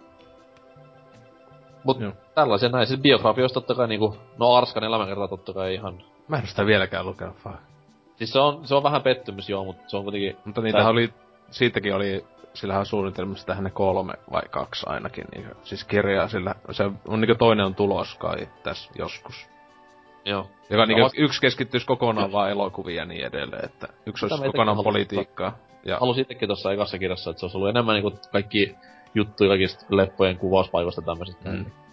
Mut tällaisia näin, siis biografioista totta kai niinku, no Arskan elämänkerta totta kai ihan... Mä en oo sitä vieläkään lukenut, Siis se on vähän pettymys joo, mut se on kuitenkin... Mutta niitähän siitäkin oli, sillähän suunnitelmassa tähän ne 3 vai 2 ainakin, niin siis kirjaa sillä, se on niinku toinen on tulos kai tässä joskus. Joo. Joka niinku yksi keskittyis kokonaan vaan elokuviin ja niin edelleen, että yksi olisi kokonaan politiikkaa. Ja... Halusin itsekin tossa ekassa kirjassa, että se olisi ollut enemmän niinku kaikki juttuja kaikista leppojen kuvauspaikoista tämmöisistä.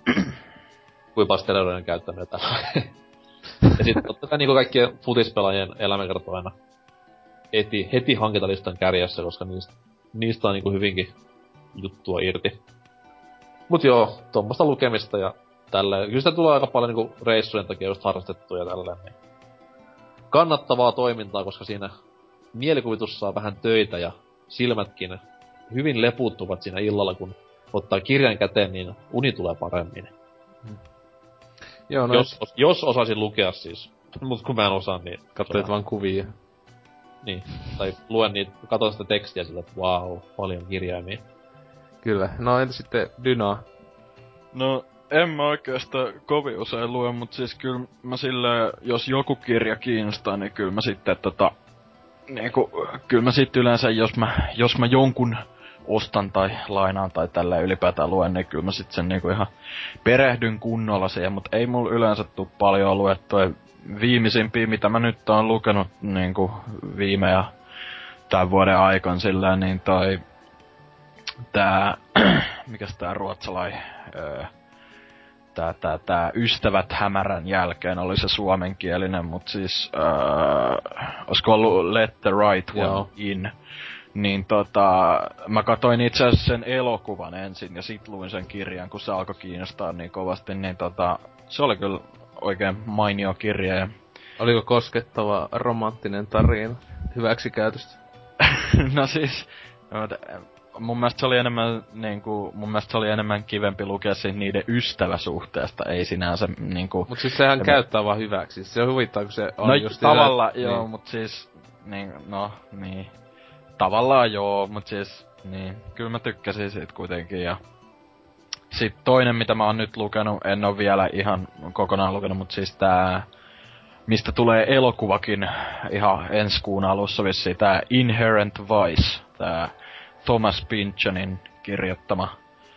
Kuinka steroidien käyttäminen tällä. Ja sit totta kai niinku kaikkien futispelaajien elämänkertoo aina heti hankintalistan kärjessä, koska niistä on niinku hyvinkin juttua irti. Mut joo, tommoista lukemista ja tälleen. Kyllä sitä tulee aika paljon niinku reissujen takia just harrastettua ja tälleen. Niin kannattavaa toimintaa, koska siinä mielikuvitus saa vähän töitä ja silmätkin hyvin leputtuvat siinä illalla, kun ottaa kirjan käteen, niin uni tulee paremmin. Joo, no jos osaisin lukea siis. Mut kun mä en osaa, niin... Katsoit vaan kuvia. Niin. Tai luen niitä, katon sitä tekstiä sillä, että wow, paljon kirjaimia. Kyllä. No entä sitten Dyna? No, en mä oikeastaan kovin usein lue, mut siis kyllä mä silleen, jos joku kirja kiinnostaa, niin kyllä mä sitten kyllä mä sitten yleensä, jos mä jonkun ostan tai lainaan tai tällä ylipäätään luen, niin kyllä mä sit sen niinku ihan perehdyn kunnolla siihen, mut ei mulla yleensä tuu paljon luettua. Viimeisimpiä, mitä mä nyt oon lukenut niinku viime ja tämän vuoden aikana sillä, niin mikäs tää ruotsalai, tää Ystävät hämärän jälkeen oli se suomenkielinen, mut siis, olisiko ollut Let the Right One In, niin mä katoin itse asiassa sen elokuvan ensin ja sit luin sen kirjan, kun se alkoi kiinnostaa niin kovasti, niin se oli kyllä oikein mainio kirja. Ja... Oliko koskettava romanttinen tarina hyväksikäytöstä? No siis, mun mielestä se oli enemmän kivempi lukea siitä niiden ystäväsuhteesta, ei sinänsä niinku... Mut siis sehän käyttää vaan hyväksi, se on huvittaa, kun se on no, just... tavallaan joo, mut siis, niin. Tavallaan joo, mut siis, niin, kyllä mä tykkäsin siitä kuitenkin ja... Sitten toinen, mitä mä oon nyt lukenut, en oo vielä ihan kokonaan lukenut, mut siis tää... Mistä tulee elokuvakin ihan ensi kuun alussa vissiin, tää Inherent Vice, tää Thomas Pynchonin kirjoittama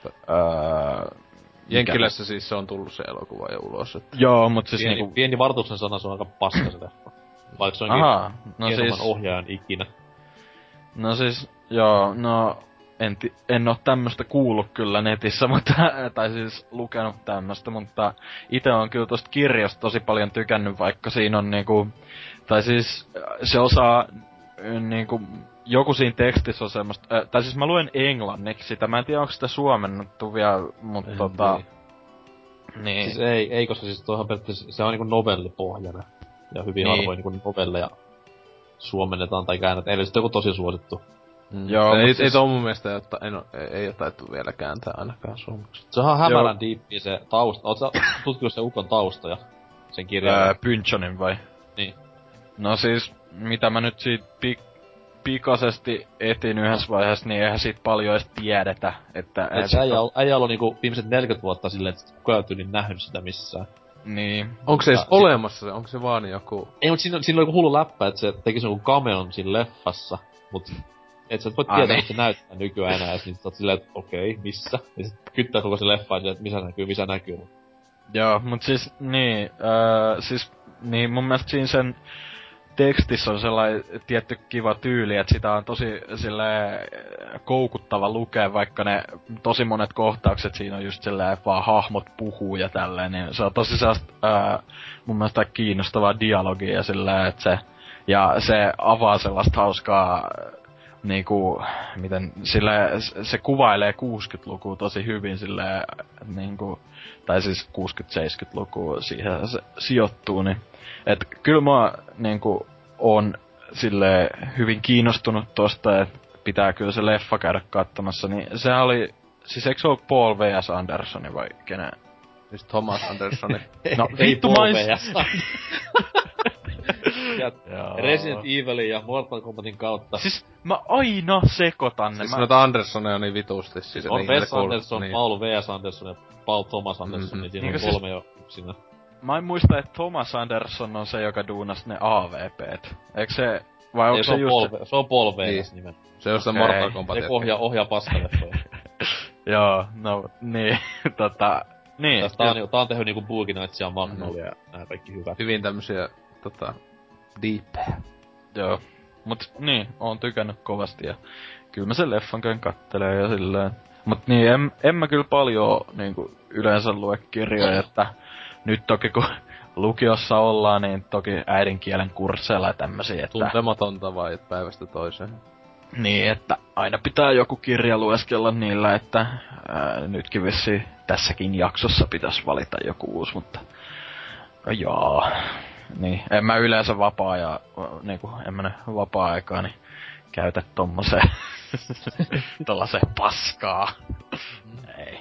Jenkkilässä siis se on tullut se elokuva jo ulos, että... Joo, mut siis pieni varoituksen sana, se on aika paska se leffa. Vaikka se onkin hienomman ohjaajan ikinä. No siis, joo, no... En oo tämmöstä kuullut kyllä netissä, mutta, tai siis lukenut tämmöstä, mutta ite on kyllä tosta kirjasta tosi paljon tykännyt, vaikka siinä on niinku... Tai siis se osaa niinku... Joku siinä tekstissä on semmoista... tai siis mä luen englanniksi sitä, mä en tiedä onko sitä suomennettu vielä, mutta Niin. Siis ei, koska siis toihan periaatteessa se on niinku novellipohjana. Ja hyvin niin. harvoin niinku novelleja suomennetaan tai käännetään. Eli sitten joku tosi suosittu. Joo, ei toi mun mielestä ei oo taittu vielä kääntää ainakaan suomeksi. Se on hämärän diippiä se tausta. Oot sä tutkinut sen ukon taustoja? Sen kirjan? Pynchonin vai? Niin. No siis, mitä mä nyt siitä pikaisesti etin yhdessä vaiheessa, niin eihän siitä paljon edes tiedetä, että... Äijä ollut niinku viimeiset 40 vuotta silleen, että kukaan ei tyyli nähnyt sitä missään. Niin. Onko se edes olemassa se? Onko se vaan joku... Ei, mut siinä on joku hullu läppä, että se teki jonkun cameon siinä leffassa, mut... Et sä et voi tietää, että se näyttää nykyään enää, ja sit sä oot silleen, että okei, missä? Ja sit kyttää koko se leffa, että missä näkyy. Joo, mut siis, niin, mun mielestä siinä sen tekstissä on sellainen tietty kiva tyyli, että sitä on tosi silleen koukuttava lukea, vaikka ne tosi monet kohtaukset siinä on just silleen, vaan hahmot puhuu ja tälleen, niin se on tosi sellaista mun mielestä kiinnostavaa dialogia ja silleen, että se avaa sellaista hauskaa niinku, miten se kuvailee 60-lukua tosi hyvin silleen, niinku, tai siis 60-70-lukua siihen se sijoittuu, niin et kyllä mä niinku on silleen hyvin kiinnostunut tosta, että pitää kyllä se leffa käydä katsomassa, niin sehän oli, siis eikö se ole Paul V.S. Andersoni vai kenen? Siis Thomas Andersoni. No vittu Paul V.S. Resident Evilin ja Mortal Kombatin kautta. Siis mä aina sekoitan ne. Siis noita Andersoneja on niin vitusti. Siis on Wes Anderson, niin. Paul V.S. Anderson ja Paul Thomas Anderson, niin siinä on 3 jo yksinä. Mä en muista, että Thomas Anderson on se, joka duunasi ne AVPt. Eikö se... Vai onko se just se on Paul V.S. nimen. Se on sitä Mortal Kombatia. Se ohjaa paskaleffoja. Joo, no niin, niin. Tää on tehnyt niinku Boogie Nightsia, Magnolia ja nää kaikki hyvät. Hyvin tämmösiä, deepejä. Joo. Mut niin, oon tykännyt kovasti ja kyllä mä sen leffan käyn kattelee ja silleen. Mut niin, en mä kyllä paljon niinku yleensä lue kirjoja, että nyt toki kun lukiossa ollaan, niin toki äidinkielen kursseilla ja tämmösiä, että... Tuntematonta vai päivästä toiseen? Niin, että aina pitää joku kirja lueskella niillä, että nytkin vissiin tässäkin jaksossa pitäisi valita joku uusi, mutta... Joo. Niin, en mä yleensä vapaa-aikaa, niin käytä tommoseen tollaseen paskaa. Ei.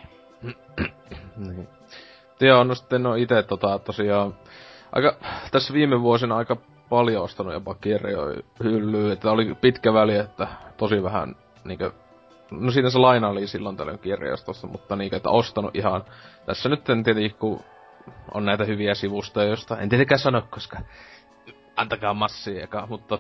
Niin. Joo, no sitten ite tosiaan tässä viime vuosina aika paljon ostanut jopa kirjoja hyllyyn, että oli pitkä väli, että tosi vähän niinkö... No siinä se laina oli silloin tällöin kirjastossa, mutta niinkö, että ostanut ihan... Tässä nyt en tietenkin, kun on näitä hyviä sivustoja, josta en tietenkään sano, koska antakaa massia eka, mutta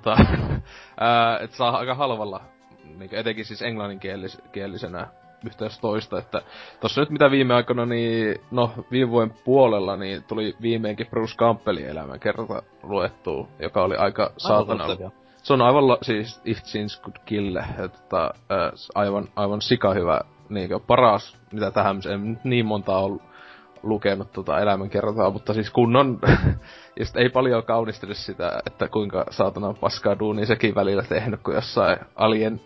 et saa aika halvalla, niin etenkin siis englanninkielisenä yhteys toista, että tossa nyt mitä viime aikoina, niin viime vuoden puolella, niin tuli viimeinkin Bruce Campbellin elämänkerta luettua, joka oli aika saatana. Se on aivan siis If Sins Could Kill, että aivan sikahyvä, niinkö paras, mitä tähän en niin monta ollut lukenut elämänkertaa, mutta siis kunnon, ja ei paljon kaunistele sitä, että kuinka saatana paskaa duunia sekin välillä tehnyt, kun jossain Alien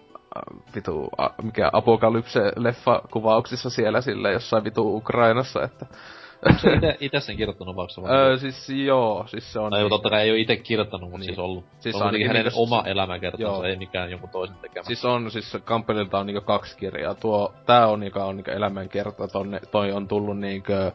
mikä Apokalypse-leffa kuvauksissa siellä sille jossain Ukrainassa, että... Onko se ite sen kirjoittanut vaikka vai? Siis joo, siis se on... Tai totta kai ei oo ite kirjoittanut, mut siis ollut. Siis on kuitenkin hänen oma elämänkertansa, ei mikään jonkun toisen tekemä. Siis Campbellilta on niinku 2 kirjaa. Tää on, joka on niinku elämänkerta, toi on tullut niinkö...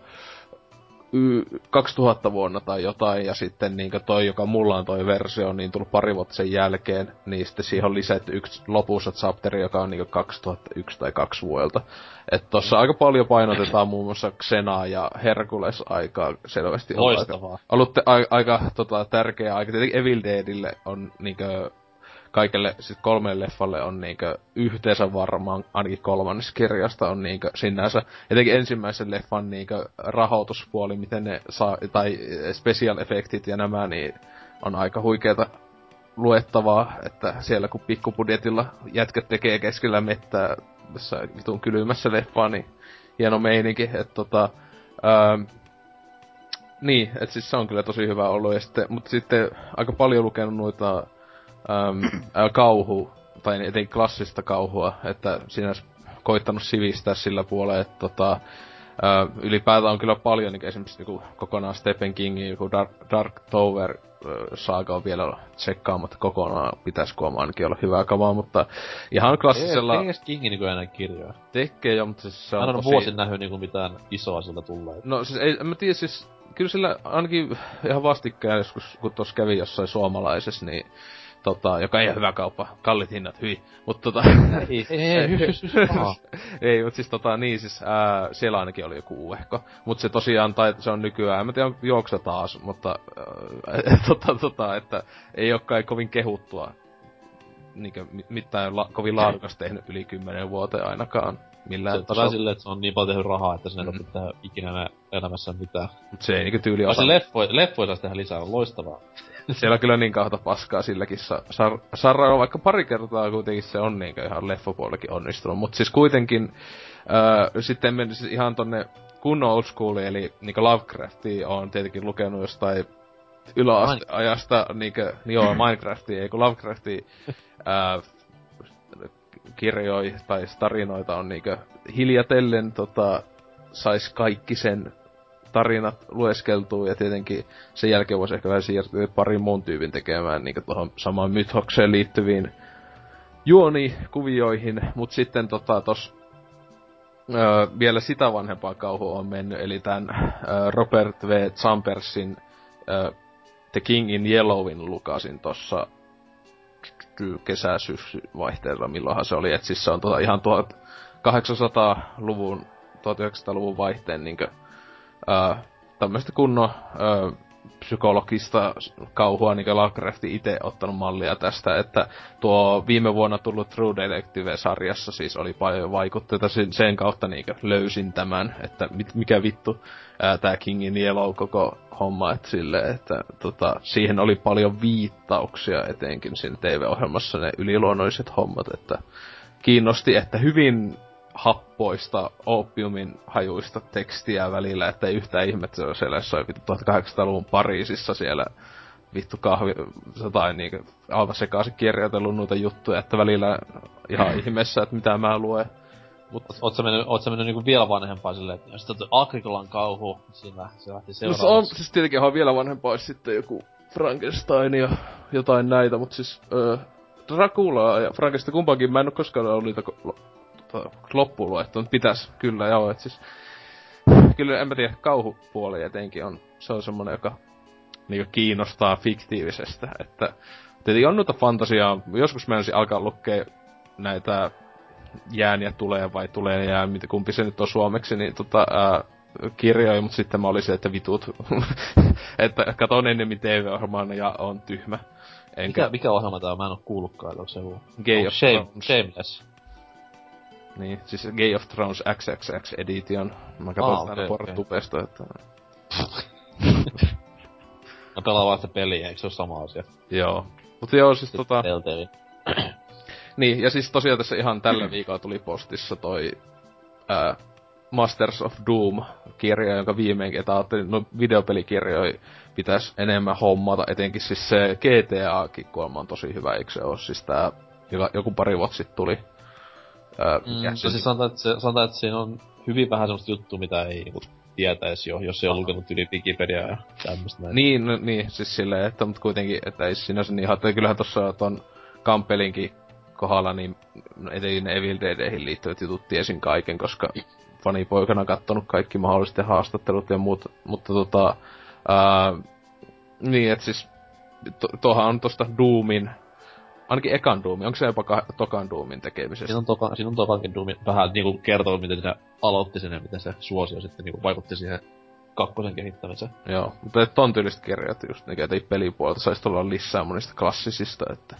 2000 vuonna tai jotain, ja sitten niinkö toi, joka mulla on toi versio, niin tullut pari vuotta sen jälkeen, niin sitten siihen on lisätty yksi lopussa chapteri, joka on niinkö 2001 tai 2 vuodelta. Et tossa aika paljon painotetaan muun muassa Xenaa ja Hercules aikaa selvästi. Loistavaa. Ollut aika tärkeä aika. Tietenkin Evil Deadille on niinkö kaikille sit 3 leffalle on niinkö yhteensä varmaan ainakin 3. kirjasta on niinkö sinänsä. Etenkin ensimmäisen leffan niinkö rahoituspuoli, miten ne saa, tai special effectit ja nämä, niin on aika huikeeta luettavaa, että siellä kun pikkubudjetilla jätkät tekee keskellä mettää jossain vitun kylmässä leffaa, niin hieno meininki, että niin, et siis se on kyllä tosi hyvä ollut, ja sitten, mutta sitten aika paljon lukenut noita kauhu, tai etenkin klassista kauhua, että siinä olisi koittanut sivistää sillä puolella, että ylipäätään on kyllä paljon, niin esimerkiksi niin kokonaan Stephen Kingin joku Dark Tower saaga on vielä tsekkaamatta kokonaan, pitäis kuomaan ainakin olla hyvää kamaa, mutta ihan klassisella... Tekeekö Kingi niinku enää kirjoja? Tekee jo, mutta siis se on tosi... vuosin nähnyt niinku mitään isoa siltä tulee. No siis ei, en mä tiedä siis, kyllä sillä ainakin ihan vastikään joskus, kun tossa kävi jossain suomalaisessa, niin joka ei ole hyvä kauppa, kallit hinnat, hyi, mut ei, mut siis niin siis, siellä ainakin oli joku uehko, mut se tosiaan, tai se on nykyään, en mä tiedä, juoksa taas, mutta, että ei oo kai kovin kehuttua, niinkö mitään kovin laadukas tehnyt yli 10 vuoteen ainakaan. Millään se on silleen, että se on niin paljon tehnyt rahaa, että sinne ei pitää ikinä elämässä mitään. Mut se ei niinkö tyyli osaa. Leffoi saisi tehdä lisää, on loistavaa. Siellä on kyllä niin kauheata paskaa silläkin sarra on vaikka pari kertaa kuitenkin se on niinkö ihan leffopuolellakin onnistunut. Mut siis kuitenkin sitten meni siis ihan tonne kunnon old schooliin, eli niinkö Lovecraftia on tietenkin lukenut jostain yläasteajasta niinkö, Minecraftia, ei kun Lovecraftia kirjoi tai tarinoita on niinkö hiljatellen sais kaikki sen tarinat lueskeltuu, ja tietenkin sen jälkeen voisi ehkä vähän siirtyä parin muun tyypin tekemään niinkö tohon samaan mythokseen liittyviin juonikuvioihin, mut sitten vielä sitä vanhempaa kauhua on mennyt, eli tän Robert W. Chambersin The King in Yellowin lukasin tossa kesä-syksy-vaihteella, milloinhan se oli, et siis se on ihan 1800-luvun, 1900-luvun vaihteen niinkö tämmöstä kunnon psykologista kauhua, niinkö Lovecraft ite ottanut mallia tästä, että tuo viime vuonna tullut True Detective-sarjassa siis oli paljon vaikutteita, sen kautta niinkö löysin tämän, että mikä vittu tää King in Yellow koko homma, että silleen, että siihen oli paljon viittauksia etenkin siinä TV-ohjelmassa ne yliluonnolliset hommat, että kiinnosti, että hyvin happoista opiumin hajuista tekstiä välillä, että ei yhtään ihmettä se on siellä jossain 1800-luvun Pariisissa siellä vittu kahvi, jotain niinkö aivan sekaisin kirjoitellut noita juttuja, että välillä ihan ihmeessä, että mitä mä luen. Mutta oot sä mennyt niinku vielä vanhempaa silleen, että sitten Agricolan kauhu, siinä se lähti seuraavaksi. No on, siis tietenkin ihan vielä vanhempaa sitten joku Frankenstein ja jotain näitä, mut siis Dracula ja Frankenstein kumpaankin mä en oo koskaan ollut niitä loppuun luettu, mutta pitäis kyllä joo, et siis kyllä en mä tiedä, kauhupuoli etenkin on, se on semmonen, joka niinku kiinnostaa fiktiivisestä, että tietenkin on noita fantasiaa, joskus mä ensin alkaa lukea näitä jään ja tulee vai tulee ja jää, kumpi se nyt on suomeksi, niin kirjoja, mut sitten mä olin se, että vitut, että katon ennemmin TV-ohjelmaa ja on tyhmä. Mikä ohjelma tää on? Mä en oo kuullutkaan, onko se joku? Game of Thrones. Shameless. Niin, siis Game of Thrones XXX Edition. Mä katson sitä portupesta, että... Mä pelaan vaan sitä peliä, eikö se oo sama asia? Joo. Mut joo, siis niin, ja siis tosiaan tässä ihan tällä viikolla tuli postissa toi Masters of Doom-kirja, jonka viimeinkin, että ajattelin, no videopelikirjoja pitäis enemmän hommata, etenkin siis se GTA-kin kuolema on tosi hyvä, eikö se oo? Siis tää, joku pari vuotta sit tuli. Siis sanotaan, että siinä on hyvin vähän semmoista juttua, mitä ei niinku tietäis jo, jos ei oo lukenut yli Wikipediaa ja tämmöstä näin. Niin, siis silleen, että mut kuitenkin, että ei sinänsä niin ihan, kyllähän tossa ton Kampelinkin kohdalla, niin etenkin ne Evil Deadihin liittyvät jutut tiesin kaiken, koska fanipoikana kattonut kaikki mahdolliset haastattelut ja muut, mutta niin, et siis tuohan on tosta Doomin, ainakin ekan Doomin, onko se jopa tokan Doomin tekemisestä? Siinä on tokankin Doomin vähän niinku kertoo, miten se aloitti sen ja miten se suosio sitten niinku vaikutti siihen kakkosen kehittämiseen. Joo, mutta ton tyylistä kirjat just, että ei pelipuolelta saisi tulla lisää monista klassisista, että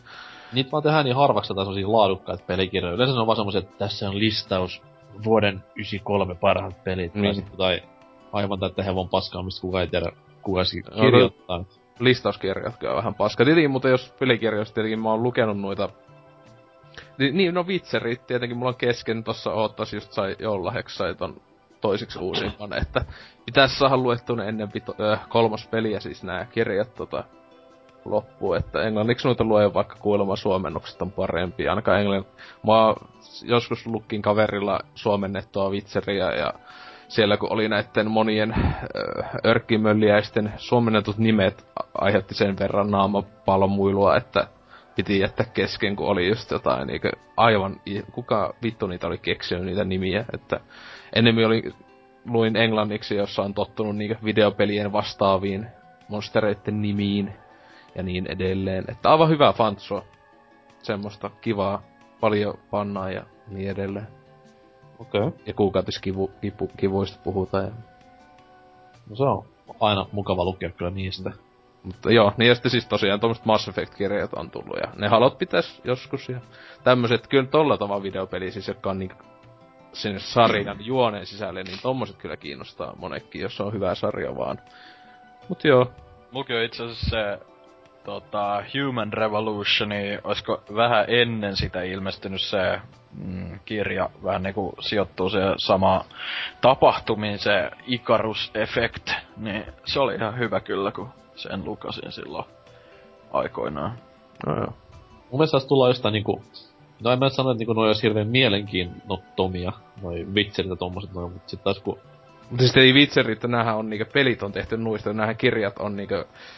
niitä vaan tehdään niin harvaksi tai semmosia laadukkaita pelikirjoja. Yleensä ne on vaan semmoset, että tässä on listaus vuoden 93 parhaat pelit. Tai sitten tai aivan täyttä hevon paskaa, mistä kukaan ei tiedä, kuka se kirjoittaa. Listauskirjatkin on vähän paska. Tietenkin, mutta jos pelikirjoista tietenkin mä oon lukenut noita... Niin, no Witcherit tietenkin mulla on kesken, tossa oottais just sai joululahjaksi sai ton toisiksi uusimman, että pitäis saada luettua ennen 3. peliä siis nää kirjat loppuun, että englanniksi noita luen vaikka kuulemma suomennokset on parempia, ainakaan mä joskus lukkin kaverilla suomennettua Witcheria ja siellä kun oli näitten monien örkkimölliäisten suomennetut nimet aiheutti sen verran naamapalomuilua, että piti jättää kesken, kun oli just jotain niinkö aivan, kuka vittu niitä oli keksinyt niitä nimiä, että ennemmin luin englanniksi, jossa on tottunut niinkö videopelien vastaaviin monstereitten nimiin ja niin edelleen, että aivan hyvä fansua, semmoista kivaa, paljon pannaa ja niin edelleen. Okei. Okay. Ja kuukautiskivuista puhutaan ja... No se on aina mukava lukea kyllä niistä. Mutta joo, niin ja sitten siis tosiaan tommoset Mass Effect-kirjat on tullut ja ne halot pitäis joskus ja tämmöset kyllä tolla tavalla videopeli siis, jotka on niinku sinne sarjan juoneen sisälle, niin tommoset kyllä kiinnostaa monekin, jos on hyvä sarja vaan. Mut joo. Mulki on itse asiassa se Human Revolutioni, oisko vähän ennen sitä ilmestynyt se kirja, vähän niinku sijoittuu se sama tapahtumiin, se Icarus Effect, niin se oli ihan hyvä kyllä, kun sen lukasin silloin aikoinaan. No joo. Mun mielestä tässä tullaan jostain niinku... No en mä sano, että niinku noi ois hirveen mielenkiinnottomia, noi Witcherit ja tommoset noin, mut sit taas ku... Mutta siis ei Witcherit, näähän on niinku, pelit on tehty nuista, näähän kirjat on niinku...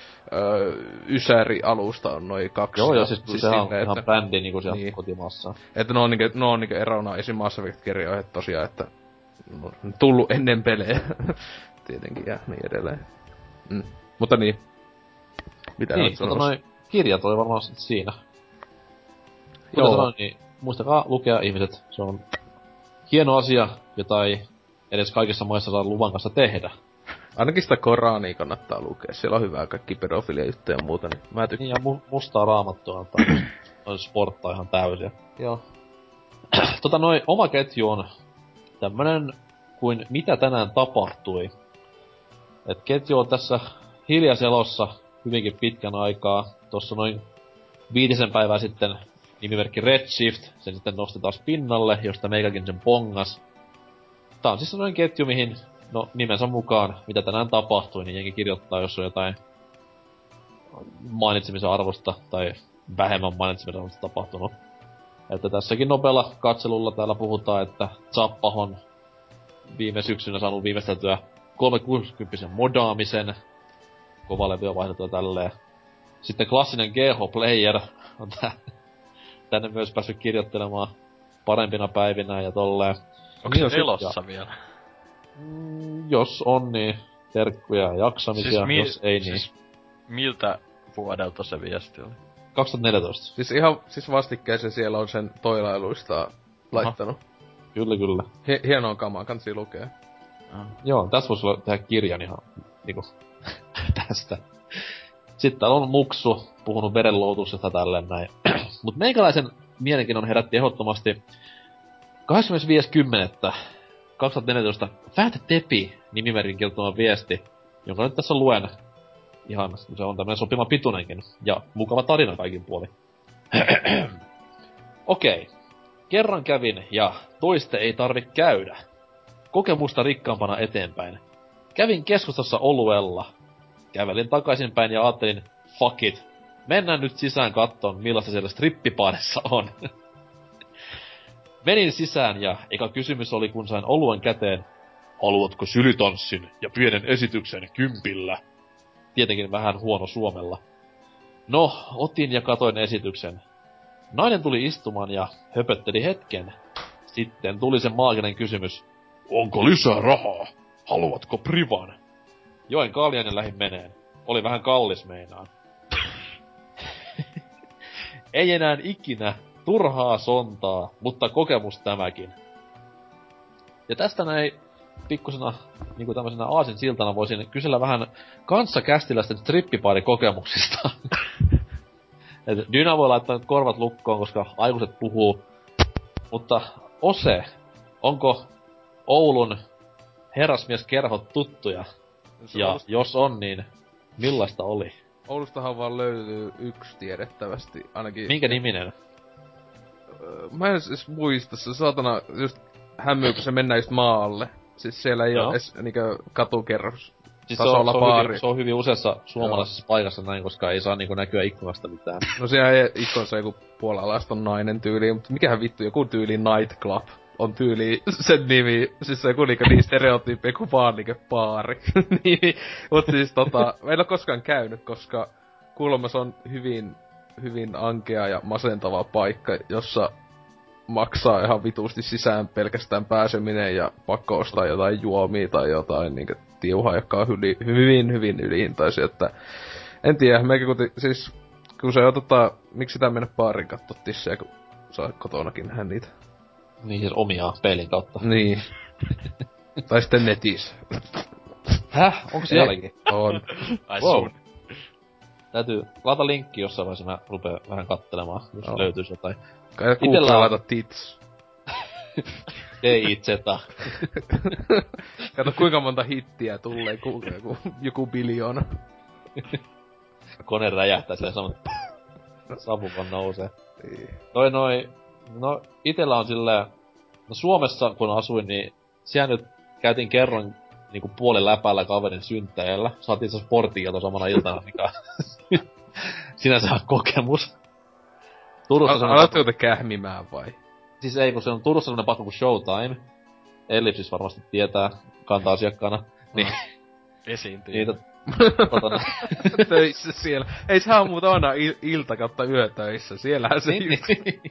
Ysäri-alusta on noin 2. Joo, ja siis sehän on ihan brändi niinku siellä niin. Kotimaassa. Että ne on niinku erona esim. Mass Effect-kirjoja tosiaan, että... No, tullu ennen pelejä. Tietenkin, ja niin edelleen. Mutta niin. Mitä niin, mutta noi kirjat oli varmaan sit siinä. Kuten sanoin, niin muistakaa lukea ihmiset. Se on hieno asia, jota ei edes kaikissa maissa saa luvan kanssa tehdä. Ainakin sitä Korania kannattaa lukea. Siellä on hyvää kaikki pedofilia juttuja ja muuta, niin mä tykkään. Niin, ja mustaa raamattua antaa noin sporttaa ihan täysiä. Joo. Noi oma ketju on tämmönen kuin mitä tänään tapahtui. Et ketju on tässä hiljaiselossa hyvinkin pitkän aikaa. Tossa noin 5 päivää sitten nimimerkki Redshift, sen sitten nosti taas pinnalle, josta meikäkin sen pongas. Tää on siis sellainen ketju, mihin, no nimensä mukaan, mitä tänään tapahtui, niin jengi kirjoittaa, jos on jotain mainitsemisen arvosta tai vähemmän mainitsemisen arvosta tapahtunut. Että tässäkin nopealla katselulla täällä puhutaan, että Zappah on viime syksynä saanut viimeisteltyä 360 modaamisen. Kova levy on vaihdettua tälleen. Sitten klassinen GH Player on tänne myös päässyt kirjoittelemaan parempina päivinä ja tolleen. Onko se elossa vielä? Jos on, niin terkkuja ja jaksamisia, siis jos ei niin. Siis miltä vuodelta se viesti oli? 2014. Siis ihan vastikkeessa siellä on sen toilailuista laittanut. Kyllä, kyllä. Hienoa kamaa, kansi lukea. Joo, tässä voisi tehdä kirjan ihan niinku tästä. Sitten täällä on Muksu puhunut verenloutuksesta tälleen näin. Mut meikäläisen mielenkiinnon herätti ehdottomasti 25.10.2014 Fat Tepi nimimerkin kirjoittama viesti, jonka nyt tässä luen. Ihan, se on tämmönen sopiva pituinenkin. Ja mukava tarina kaikin puolin. Okei. Kerran kävin ja toiste ei tarvi käydä. Kokemusta rikkaampana eteenpäin. Kävin keskustassa oluella. Kävelin takaisinpäin ja ajattelin, fuck it. Mennään nyt sisään kattoon, millaista siellä strippipaarissa on. Menin sisään ja eka kysymys oli, kun sain oluen käteen. Haluatko sylitanssin ja pienen esityksen 10? Tietenkin vähän huono suomella. No, otin ja katoin esityksen. Nainen tuli istumaan ja höpötteli hetken. Sitten tuli se maaginen kysymys. Onko lisää rahaa? Haluatko privan? Joen kaljan ja lähin meneen. Oli vähän kallis meinaan. Ei enää ikinä. Turhaa sontaa, mutta kokemus tämäkin. Ja tästä näin pikkusena, niinku tämmöisenä aasinsiltana voisin kysellä vähän kanssakästiläisten strippipaarikokemuksista. Et Dyna voi laittaa nyt korvat lukkoon, koska aikuiset puhuu. Mutta Ose, onko Oulun herrasmieskerhot tuttuja? Ja jos on, niin millaista oli? Oulustahan vaan löytyy yksi tiedettävästi, ainakin... Minkä niminen? Mä en siis muista, se saatana just hämyy, kun se mennään just maalle. Siis siellä ei oo edes niinkö katukerros Siis tasolla baari. se on hyvin useassa suomalaisessa paikassa näin, koska ei saa niinku näkyä ikkunasta mitään. No siellä ei ikkunassa joku puolalaiston nainen tyyli, mutta mikähän vittu, joku tyyli Nightclub on tyyli sen nimi. Siis se on joku niinku niin stereotyyppiä kuin vaan niinku baari. Niin, mut siis mä en oo koskaan käynyt, koska kuulemma se on hyvin ankea ja masentava paikka, jossa maksaa ihan vitusti sisään pelkästään pääseminen ja pakko ostaa jotain juomia tai jotain niinku tiuhaa, joka on hyvin ylihintaisia, että en tiedä, meikä siis kun se miksi sitä mennä baariin kattoo tissejä, kun saa kotonakin nähdä niitä. Niin siis omia peilin kautta. Niin. Tai sitten netissä. Häh? Onko sielläkin? On. Ai sun. Täytyy laita linkki jossain vaiheessa, mä rupeen vähän kattelemaan, jos löytyis jotain. Kai Google laita tits. DIZ. Kato kuinka monta hittiä tulee, joku biljoona. Kone räjähtää siellä saman savukan nousee. Niin. No itellä on silleen, no Suomessa kun asuin, niin siellä nyt käytiin kerran niinku puolen läpällä kaverin synttäjällä. Saatiin itse sporttikielto samana iltana, mikä sinänsä on kokemus. Aloitteko te kähmimään vai? Siis ei, kun se on Turussa sellainen paikka kuin Showtime. Ellipsis varmasti tietää kanta-asiakkaana. Niin. Esiintyy. Niitä töissä siellä. Ei sehän on muuta aina ilta kautta yötöissä. Siellähän se niin,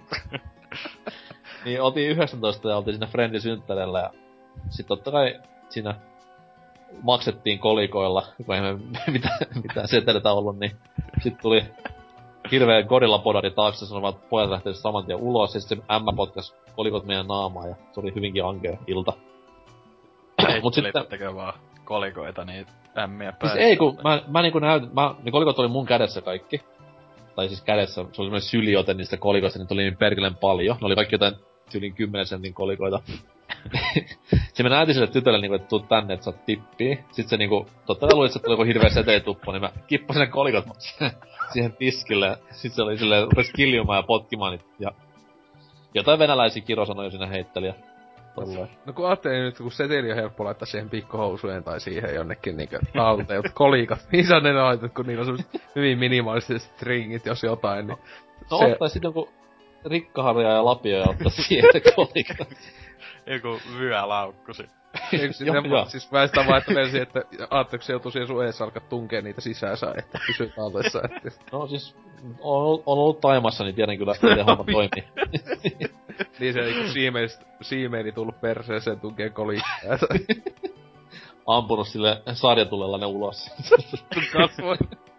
niin oltiin 19 ja oltiin siinä Friendin synttärellä ja sit totta kai siinä maksettiin kolikoilla, kun ei me mitään seteletä ollut, niin sit tuli hirveä gorillapodari taakse, sanoi että pojat lähtee saman tien ulos, ja sit se ämmä potkas kolikot meidän naamaa, ja se oli hyvinkin ankea ilta. Mut sitten tekee vaan kolikoita niitä ämmiä päin. Siis ei, kun mä niinku näytin, ne kolikot oli mun kädessä kaikki. Tai siis kädessä, se oli semmonen syliote niistä kolikoista, niitä oli niin perkeleen paljon. Ne oli kaikki jotain yli 10 sentin kolikoita. Se mä näytin sille tytölle niinku, että tuu tänne, että saat tippii. Sit se niinku, totta kai luulit, että se tuli joku hirveä seteetuppo, niin mä kippasin ne kolikot siihen tiskille. Sit se oli silleen, rupes kiljumaan ja potkimaan niitä. Ja jotain venäläisiä kirosanoja siinä heitteli ja tolleen. No kun ajattelin nyt, kun seteli on helppo laittaa siihen pikkuhousujen tai siihen jonnekin niinkö talteen, jotka kolikat. Missä on ne laitat, kun niillä on semmoset hyvin minimaaliset stringit, jos jotain, niin... No se... ottais sit jonkun rikkaharja ja lapio ja ottais siihen kolikat. Joku vyölaukkusi. Siis mä sitä vaan ajattelin, että aatteeko se joutuu siihen sun ees alkaa tunkea niitä sisäänsä, että pysyy tallessa, että... No siis, on ollut Taimassa, niin tiedän kyllä, miten homma toimii. Niin se niinku siimeili tullut perseeseen tunkee kolikkaa. Ampunut sille sarjatulella ne ulos. Kasvoi.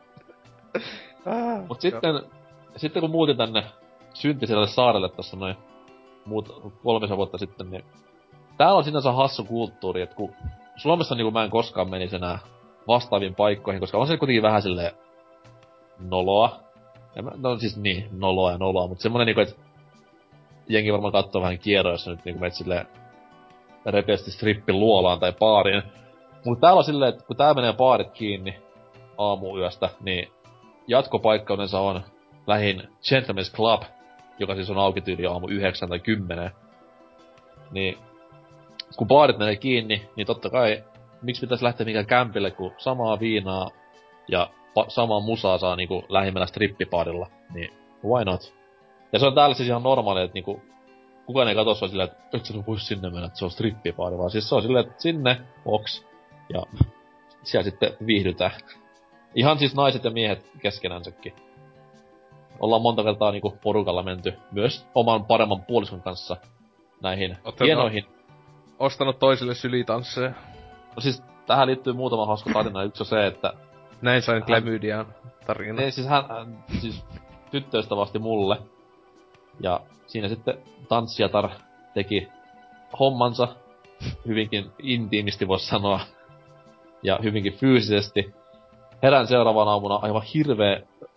Mut sitten kun muutin tänne syntiselle saarelle tossa noin 3 vuotta sitten, niin täällä on sinänsä hassu kulttuuri, että kun Suomessa niinku mä en koskaan menisi enää vastaaviin paikkoihin, koska on se kuitenkin vähän silleen noloa. No siis niin, noloa, mutta semmonen niinku, että jengi varmaan kattoo vähän kierroa, jos nyt niinku menet silleen repeästi strippi luolaan tai baariin. Mut täällä on silleen, että kun tää menee baarit kiinni aamuyöstä, niin jatkopaikka yleensä on lähin Gentleman's Club, joka siis on auki tyyli aamu 9 tai 10. Niin kun baarit menee kiinni, niin totta kai miksi pitäisi lähteä mikään kämpille, kun samaa viinaa ja samaa musaa saa niinku lähimmällä strippibaarilla, niin why not? Ja se on täällä siis ihan normaalia, että niinku kukaan ei katso sua silleen, että et sä voi sinne mennä, että se on strippibaari, vaan siis se on silleen, että sinne, box, ja siellä sitten viihdytään. Ihan siis naiset ja miehet keskenänsäkin. Ollaan monta kertaa niinku porukalla menty myös oman paremman puoliskon kanssa näihin hienoihin... Ostanut toisille sylitansseja. No siis tähän liittyy muutama hauska tarina. Yksi on se, että... Näin sain klamydian tarina. Ei, siis hän siis tyttöystävästi mulle. Ja siinä sitten tanssijatar teki hommansa hyvinkin intiimisti voisi sanoa. Ja hyvinkin fyysisesti. Herään seuraavana aamuna aivan hirveä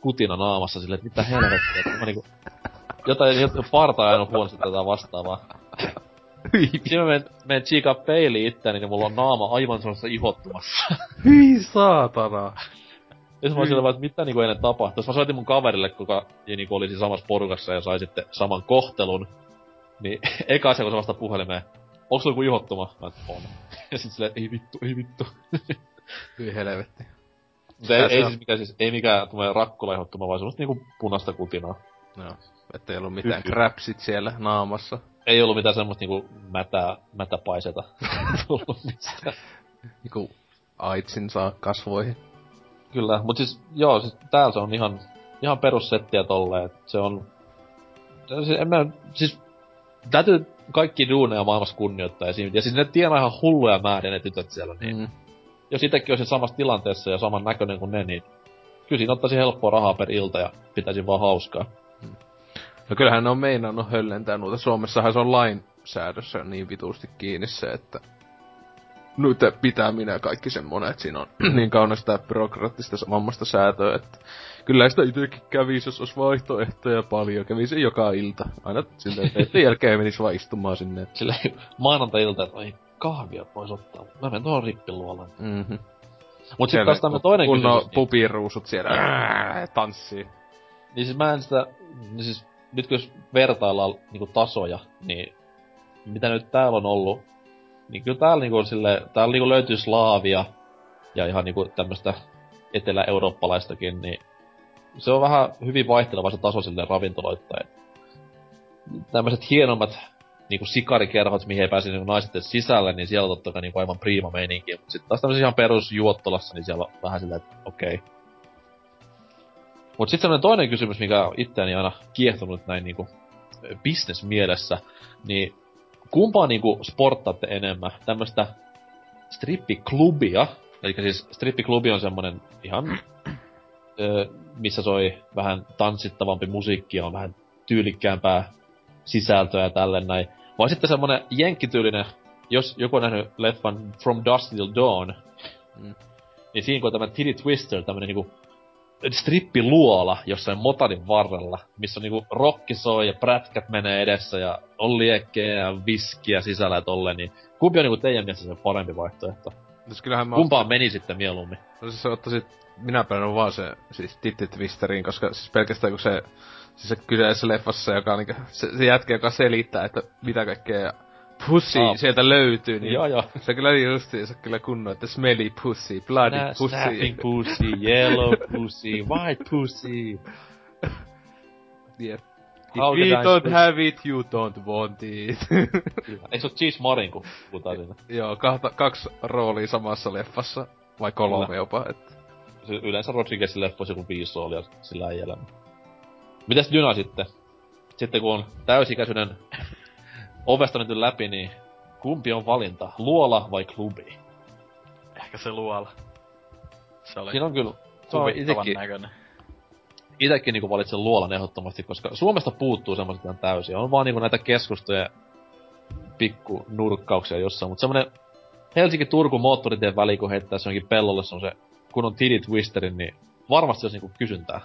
kutina naamassa silleen, että mitä helvettiä, että mä niinku... Jotain partaa aina huonosti tätä vastaavaa. Siinä mä menen tsiikaa peiliin itseäni, niin mulla on naama aivan sellaisessa ihottumassa. Hyi saatana. Ja mä oon siellä vaan, että mitä niinku ennen tapahtui. Jos mä soitin mun kaverille, kuka niinku oli siinä samassa porukassa ja sai sitten saman kohtelun, niin eka asia kun se vastaa puhelimeen, onks sulla joku ihottuma? Mä et, on. Ja sit silleen, ei vittu. Hyi helvetti. Mutta ei mikään rakkula ihottuma, vaan semmoista niinku punaista kutinaa. Joo. Ettei ollut mitään crapsit siellä naamassa. Ei ollut mitään semmoista niinku mätäpaiseta tullut mistään. Niinku aitsin saa kasvoihin. Kyllä, mut siis joo, siis täällä se on ihan perussettiä tolleen, et se on... Siis täytyy kaikki duuneja maailmassa kunnioittaa ja siis ne tienaa ihan hulluja määriä ne tytöt siellä, niin... Jos itekin olisi samassa tilanteessa ja saman näköinen kuin ne, niin... Kyllä siinä ottaisi helppoa rahaa per ilta ja pitäisi vaan hauskaa. No kyllähän ne on meinannut höllentää noita. Suomessahan se on lainsäädössä niin vitusti kiinni se, että... Nyt pitää minä kaikki semmonen, että siinä on niin kaunasta byrokraattista vammasta säätöä, että... Kyllä sitä itekin kävisi, jos olisi vaihtoehtoja paljon. Kävisi joka ilta. Aina silleen, että jälkeen menisi vaan istumaan sinne. Silleen maanantai-ilta, että oi kahvia vois ottaa. Mä menen tuohon rippiluolaan. Mhm. Mut sit taas tämmönen toinen kysymys. Kunnon pupiruusut siellä tanssii. Niin siis mä en sitä... Niin siis nyt jos vertaillaan niinku tasoja, niin... Mitä nyt täällä on ollut... Niin kyllä täällä niinku silleen... Täällä niinku löytyy slaavia. Ja ihan niinku tämmöstä etelä-eurooppalaistakin, niin... Se on vähän hyvin vaihteleva se taso silleen ravintoloittain. Tämmöiset hienommat niinku sikarikerhot, mihin ei pääse niinku naiset edes sisälle, niin siellä on totta kai niinku aivan priima meininki. Mut sit taas tämmöisessä ihan perusjuottolassa, niin siellä on vähän silleen, että okei. Mut sit semmonen toinen kysymys, mikä on itseäni aina kiehtonut näin niinku business-mielessä, niin kumpaa niinku sporttaatte enemmän? Tämmöstä strippiklubia, eli siis strippiklubi on semmonen ihan... missä soi vähän tanssittavampi musiikki ja on vähän tyylikkäämpää sisältöä ja tälleen näin. Vai sitten semmonen jenkkityylinen, jos joku on nähnyt leffan From Dusk Till Dawn, niin siinä on tämmönen Titty Twister, tämmönen niinku strippiluola jossain motadin varrella, missä on niinku rokki soi ja prätkät menee edessä ja on liekkejä ja viskiä sisällä ja tolleen, niin kumpi on niinku teidän mielestä se parempi vaihtoehto? Kumpaan meni sitten mieluummin? No siis ottaisit minä pelannut vaan se siis Titty Twisteriin, koska siis pelkästään kun se kyseisessä leffassa, joka on niinku se jätkä, joka selittää, että mitä kaikkea pussy sieltä löytyy, niin se kyllä justiinsa kyllä kunnon, että smelly pussy, bloody pussy. Snapping pussy, yellow pussy, white pussy. Yep. If you don't have it, you don't want it. Eikö se oo Cheese Marin, kun puhutaan siinä? Joo, kaksi roolia samassa leffassa, vai 3 jopa, että... Yleensä Rodriguezin leffoissa joku 5 roolia sillä äijällä. Mitäs Dyna sitten? Sitten kun on täysikäisyyden ovesta nyt läpi, niin kumpi on valinta? Luola vai klubi? Ehkä se luola. Se oli siinä on kyllä... Se on itekin niinku valitsen luolan ehdottomasti, koska Suomesta puuttuu semmoset ihan täysin. On vaan niinku näitä keskustoja pikku nurkkauksia jossain, mut semmonen Helsinki-Turku moottoritien väli, kun heittää se jonkin pellolle, se on se kun on Titty Twisterin, niin varmasti olisi niinku kysyntää.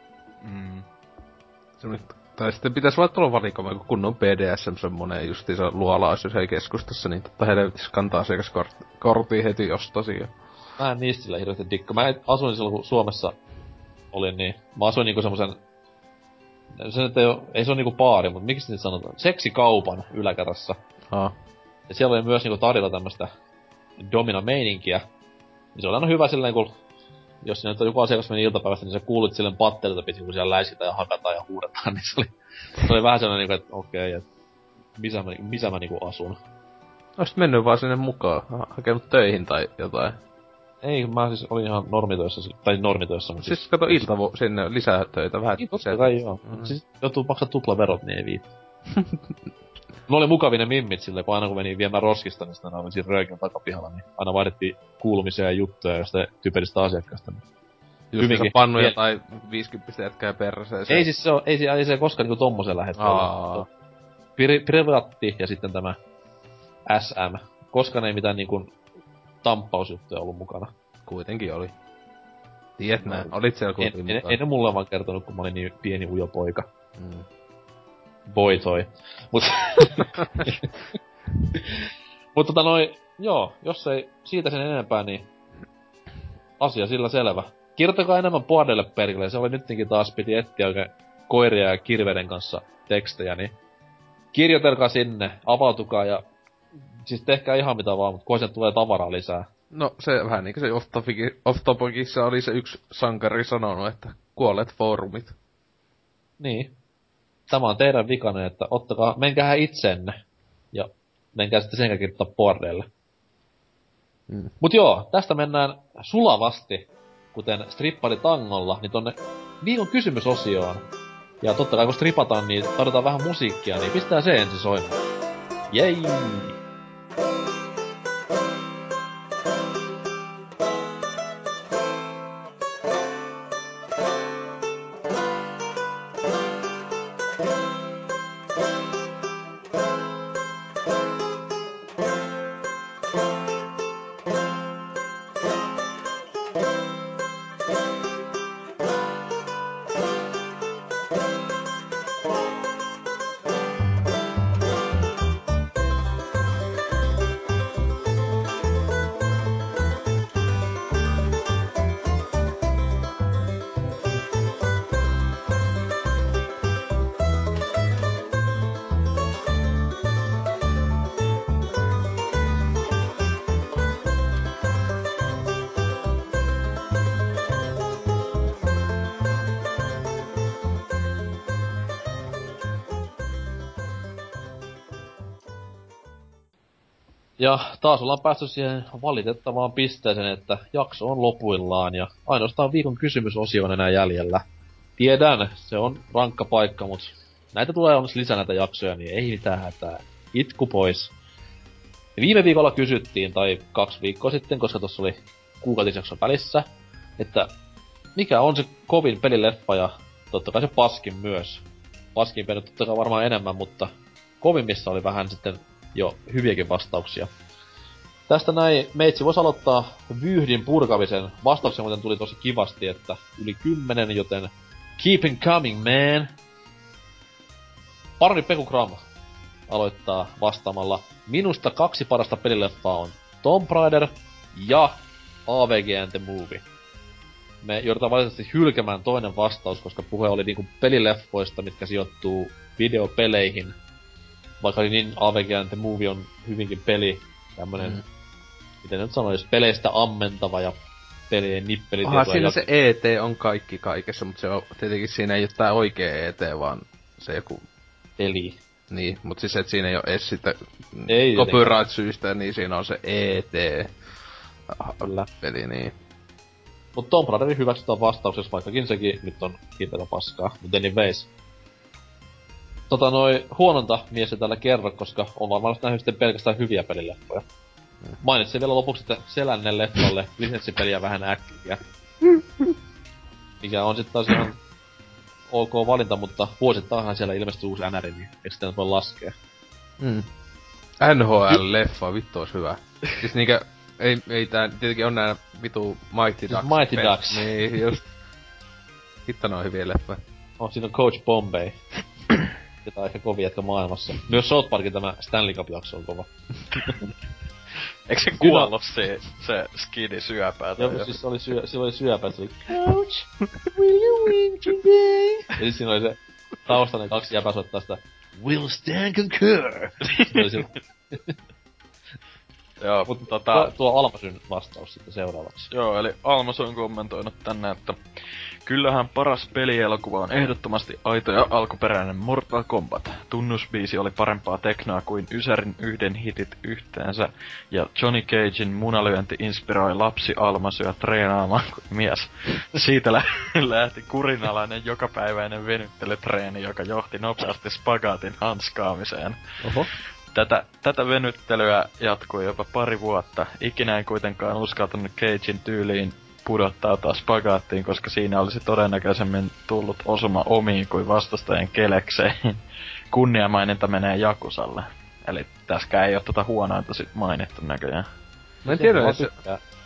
Tai sitten pitäis vaan olla valikoima, kun kunnon BDSM semmonen justiinsa luola olisi jos ei keskustassa, niin totta helvetis kantaa asiakaskorttiin heti ostasi. Mä en niistä sillä hirveesti dikka. Mä asuin silloin, kun Suomessa olin, niin mä asuin niinku semmosen... Se nyt ei se oo niinku baari, mut miksi niitä sanotaan? Seksikaupan yläkerrassa. Ja siellä oli myös niinku tarjolla tämmöstä domina-meininkiä. Niin se oli aina hyvä silleen, kun... Jos siinä joku asiakas meni iltapäivästä, niin se kuulit silleen patterilta piti, kun siellä läiskitään ja hakataan ja huudetaan, niin se oli vähän sellainen niinku, että okei, että missä mä niinku asun. Oisit mennyt vaan sinne mukaan, hakenut töihin tai jotain. Ei, mä siis olin ihan normitöissä, mutta siis... kato sinne lisää töitä, vähän... Niin, totta kai joo. Siis joutuu maksaa tuplaverot, niin ei viitti. Mulla oli mukavia ne mimmit silleen, kun aina kun meni viemään roskista, niin sitten aina oli siinä röökin takapihalla, niin aina vaihdettiin kuulumisia ja juttuja jostain typeristä asiakkaasta. Just se pannuja tai 50 jätkää perseeseen. Ei siis se ei se koskaan niinku tommosen lähestyä. Privaatti ja sitten tämä SM. Koskaan ei mitään niinku tamppausjuttuja ollut mukana. Kuitenkin oli. Tiedät nää, olit siellä En, kuitenkin mukaan. en ne mulle vaan kertonut, kun mä olin niin pieni ujo poika. Mm. Boy toy. Mut joo, jos ei siitä sen enempää, niin asia sillä selvä. Kirjoittakaa enemmän Boardelle perkele, se oli nytkin taas piti etsiä oikein koiria ja kirveiden kanssa tekstejä, niin kirjoitelkaa sinne, avautukaa ja siis tehkää ihan mitä vaan, mutta kunhan tulee tavaraa lisää. No se vähän niinku se Off-Topicissa oli se yksi sankari sanonut, että kuolleet foorumit. Niin. Tämä on teidän vikane, että menkää itseenne. Ja menkää sitten sen kirjoittaa Boardelle. Mut joo, tästä mennään sulavasti, kuten strippari tangolla, niin tonne viikon kysymysosioon. Ja totta kai kun stripataan, niin tarvitaan vähän musiikkia, niin pistää se ensin soimaan. Jei! Ja taas ollaan päästy siihen valitettavaan pisteeseen, että jakso on lopuillaan ja ainoastaan viikon kysymysosio on enää jäljellä. Tiedän, se on rankka paikka, mut näitä tulee onneksi lisää näitä jaksoja, niin ei mitään hätää. Itku pois. Ja viime viikolla kysyttiin, tai 2 viikkoa sitten, koska tossa oli kuukautisjakso välissä, että mikä on se kovin pelileffa ja totta kai se paskin myös. Paskin peli totta kai varmaan enemmän, mutta kovimmissa oli vähän sitten jo hyviäkin vastauksia. Tästä näin meitsi voisi aloittaa vyyhdin purkamisen. Vastauksia muuten tuli tosi kivasti, että yli 10, joten keep it coming, man! Parni Peku Kram aloittaa vastaamalla. Minusta 2 parasta pelileffaa on Tomb Raider ja AVG and the Movie. Me joudutaan valitettavasti hylkämään toinen vastaus, koska puhe oli niinku pelileffoista, mitkä sijoittuu videopeleihin. Vaikka niin AVG and the Movie on hyvinkin peli, tämmönen, miten nyt sanois, peleistä ammentava ja pelien nippelitietoja. Siinä se ET on kaikki kaikessa, mutta se on tietenkin siinä ei oo tää oikee ET, vaan se joku peli. Niin, mut siis et siinä ei oo edes sitä ei copyright-syistä, niin siinä on se ET. Kyllä. Peli, niin. Mut Tomb Raiderin hyväksytään vastauksessa, vaikkakin sekin nyt on hirveetä paskaa. Mut anyways. Huononta mies ei täällä kerro, koska on varmaan nähnyt sitten pelkästään hyviä pelileffoja. Mainitsin vielä lopuksi, että Selännen leffalle lisenssipeliä vähän äkkiä. Mikä on sit taas ihan ok valinta, mutta vuosittainhan siellä ilmestyy uusi NR, niin eikö sitä nyt voi laskea? NHL-leffa, vittu ois hyvä. Siis niinkö, ei tää, tietenkin on nää vitu Mighty Ducks. Mighty Ducks. Niin, just. Hitto noo hyviä leffoja. Siinä on Coach Bombay. Jota on ehkä kovin jätkä maailmassa. Myös South Parkin tämä Stanley Cup-jakso on kova. Eikö se kuollut se skidi syöpää? Joo, siis sillä oli syöpää, se oli Coach, will you win today? Ja siis siinä oli se taustainen 2 jäpää soittaa sitä Will Stan concur? Joo, mut tuo Almasyn vastaus sitten seuraavaksi. Joo, eli Almas on kommentoinut tänne, että kyllähän paras pelielokuva on ehdottomasti aito ja alkuperäinen Mortal Kombat. Tunnusbiisi oli parempaa teknoa kuin Ysärin yhden hitit yhteensä, ja Johnny Cagein munalyönti inspiroi lapsi Almasyä treenaamaan kuin mies. Siitä lähti kurinalainen jokapäiväinen venyttelytreeni, joka johti nopeasti spagaatin hanskaamiseen. Oho. Tätä venyttelyä jatkui jopa 2 vuotta. Ikinä en kuitenkaan uskaltanut Cagein tyyliin pudottautua spagaattiin, koska siinä olisi todennäköisemmin tullut osuma omiin kuin vastustajien kelekseen. Kunniamaininta menee Jakusalle. Eli tässäkään ei oo huonointa sit mainittu näköjään. Mä en tiedä,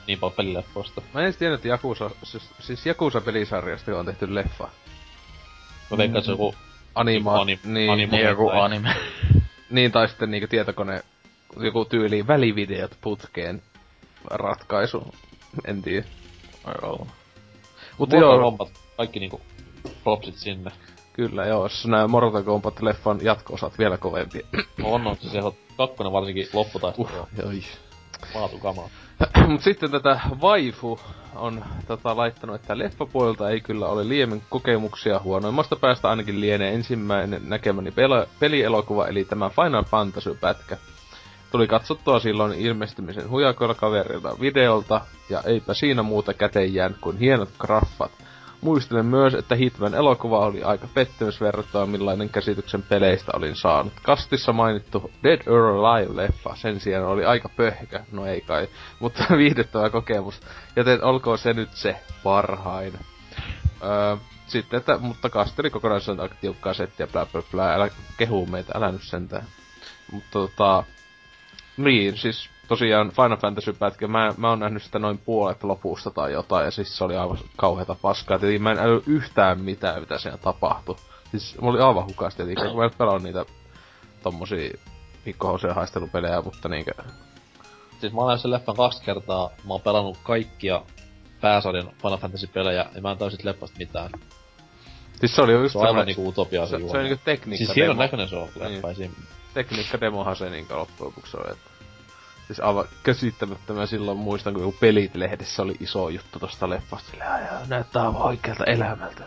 niin paljon pelileffoista. Mä en edes tiennyt, että siis Yakuza-pelisarjasta on tehty leffa. Mä veikkaan, se joku Niin, joku anime. Niin, tai sitten niinku tietokone, joku tyyliin välivideot putkeen ratkaisu. En tiedä. Mutta joo. Kombat, kaikki niinku propsit sinne. Kyllä joo, jos nää Mortal Kombat-leffan jatko-osat vielä kovempia. On se kakkonen varsinkin lopputaistelu. Joi. Maatu kamaa. Mut sitten tätä Waifu on laittanut, että leffapuolelta ei kyllä ole liiemmin kokemuksia, huonoimmasta päästä ainakin lienee ensimmäinen näkemäni pelielokuva, eli tämä Final Fantasy-pätkä. Tuli katsottua silloin ilmestymisen hujakoilla kaverilta videolta, ja eipä siinä muuta käteen jäänyt kuin hienot graffat. Muistelen myös, että Hitman elokuva oli aika pettymys verrattuna millainen käsityksen peleistä olin saanut. Kastissa mainittu Dead or Alive-leffa sen sijaan oli aika pöhkä, no ei kai, mutta viihdyttävä kokemus. Joten olkoon se nyt se parhain. Sitten, että, mutta kasteli kokonaisuudessaan aika tiukkaa settiä, blä blä blä, älä kehuu meitä, älä nyt sentään. Mutta niin, siis tosiaan Final Fantasy-pätkä, mä oon nähnyt sitä noin puolet lopusta tai jotain, ja siis se oli aivan kauheata paskaa. Tietenkin mä en äly yhtään mitään, mitä siinä tapahtui. Siis mä olin aivan hukasta, tietenkin, kun mä en pelannut niitä tommosia pikkuhousuja haistelupelejä, mutta niinkö... Siis mä oon nähnyt sen leffan 2 kertaa, mä oon pelannut kaikkia pääsarjan Final Fantasy-pelejä, ja mä en tajua sit leffasta mitään. Siis se oli just se on aivan niinku utopia se juoni. Se on niinku tekniikka siis hienon näköinen se on leffa niin. Tekniikka-demohan se niinku loppujen lopuksi on, että... Siis aivan käsittämättömän silloin muistan, kun joku Pelit-lehdessä oli iso juttu tosta leffasta. Näyttää aivan oikealta elämältä.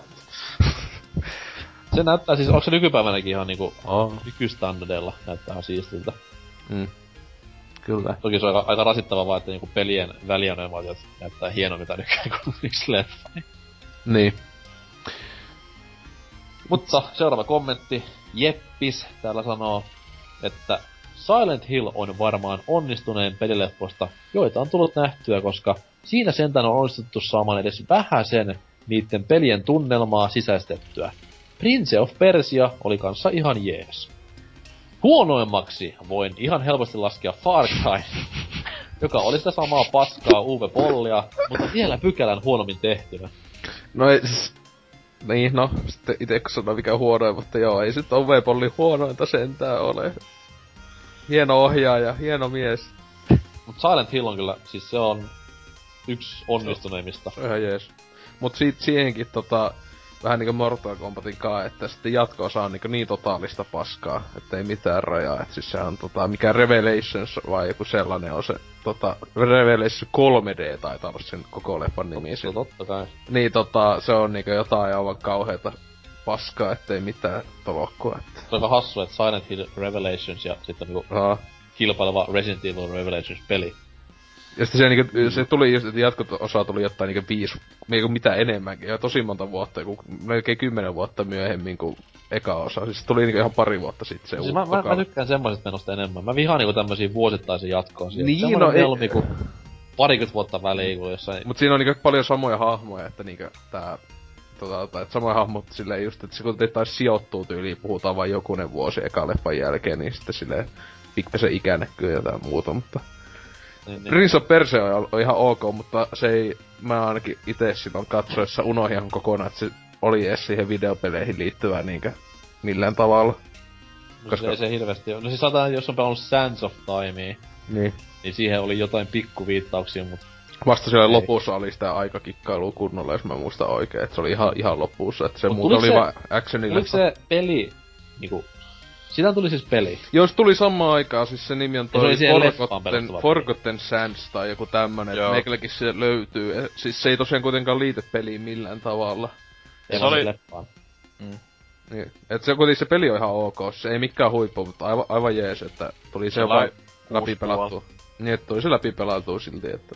Se näyttää siis, onko se nykypäivänäkin ihan niinku nykystandardilla näyttää ihan siistiltä. Kyllä. Toki se on aika rasittava vaan, että niinku pelien välianematiot näyttää hienommilta nykyään kuin yksi leffa. Niin. Mutta seuraava kommentti. Jeppis täällä sanoo, että Silent Hill on varmaan onnistuneen pelileffoista, joita on tullut nähtyä, koska siinä sentään on onnistuttu saamaan edes vähäsen niitten pelien tunnelmaa sisäistettyä. Prince of Persia oli kanssa ihan jees. Huonoimmaksi voin ihan helposti laskea Far Cry, joka oli sitä samaa paskaa Uwe Bollia, mutta vielä pykälän huonommin tehtynä. No ei siis... Niin, no, sitten ite kun sanoo mikä huonoin, mutta joo, ei sit Uwe Bollin huonointa sentään ole. Hieno ohjaaja, hieno mies. Mut Silent Hill on kyllä, siis se on yksi onnistuneimmista. Se on ihan jees. Mut siihenkin vähän niinku Mortal Kombatin kaa, että sitten jatko-osa on niin totaalista paskaa, että ei mitään rajaa. Et siis se on mikä Revelations vai joku sellainen on se Revelations 3D taitaa olla sen koko leffan nimi. Totta kai. Niin se on niinku jotain aivan kauheeta paskaa, ettei mitään tolokkua. Se on aika hassu, että Silent Hill Revelations ja sitten niinku kilpaileva Resident Evil Revelations-peli. Ja sitten se tuli just, että jatko-osa tuli jotain niinku mitä enemmänkin, ja tosi monta vuotta, melkein 10 vuotta myöhemmin kuin eka osa. Siis tuli niinku ihan pari vuotta sitten se siis mä tykkään semmoisesta menosta enemmän. Mä vihaan niinku tämmösiä vuosittaisia jatko-osia. Niin, no ei... Niinku parikymmentä vuotta väliin, kun jossain... Mut siinä on niinku paljon samoja hahmoja, että niinku tää... että samoja hahmot silleen just, että se kun taas sijoittuu tyyliin, puhutaan vain jokunen vuosi eka leffan jälkeen, niin sitten silleen pikkasen ikä näkyy ja jotain muuta, mutta... Niin. Prince of Persia on ihan ok, mutta se ei... Mä ainakin ite silloin katsoessa unohdin ihan kokonaan, että se oli edes siihen videopeleihin liittyvää niinkö millään tavalla. No koska... ei se hirveesti oo. No siis sanotaan, jos on pelannut Sands of Timea, niin siihen oli jotain pikkuviittauksia, mut... Vasta siellä lopussa oli sitä aikakikkailua kunnolla, jos mä muistan oikein, että se oli ihan lopussa, että se muuta oli vaan actionille. Oliko se peli niinku... Sitä tuli siis peli. Joo, se tuli samaan aikaan, siis se nimi on toi Forgotten Sands tai joku tämmönen, että meikäläkin se löytyy. Siis se ei tosiaan kuitenkaan liity peliin millään tavalla. Ja se oli leffaan. Niin. Et se kuitenkin se peli on ihan ok, se ei mikään huippu, mutta aivan jees, että tuli se vain läpipelattua. Niin, että tuli se läpipelattua silti, että...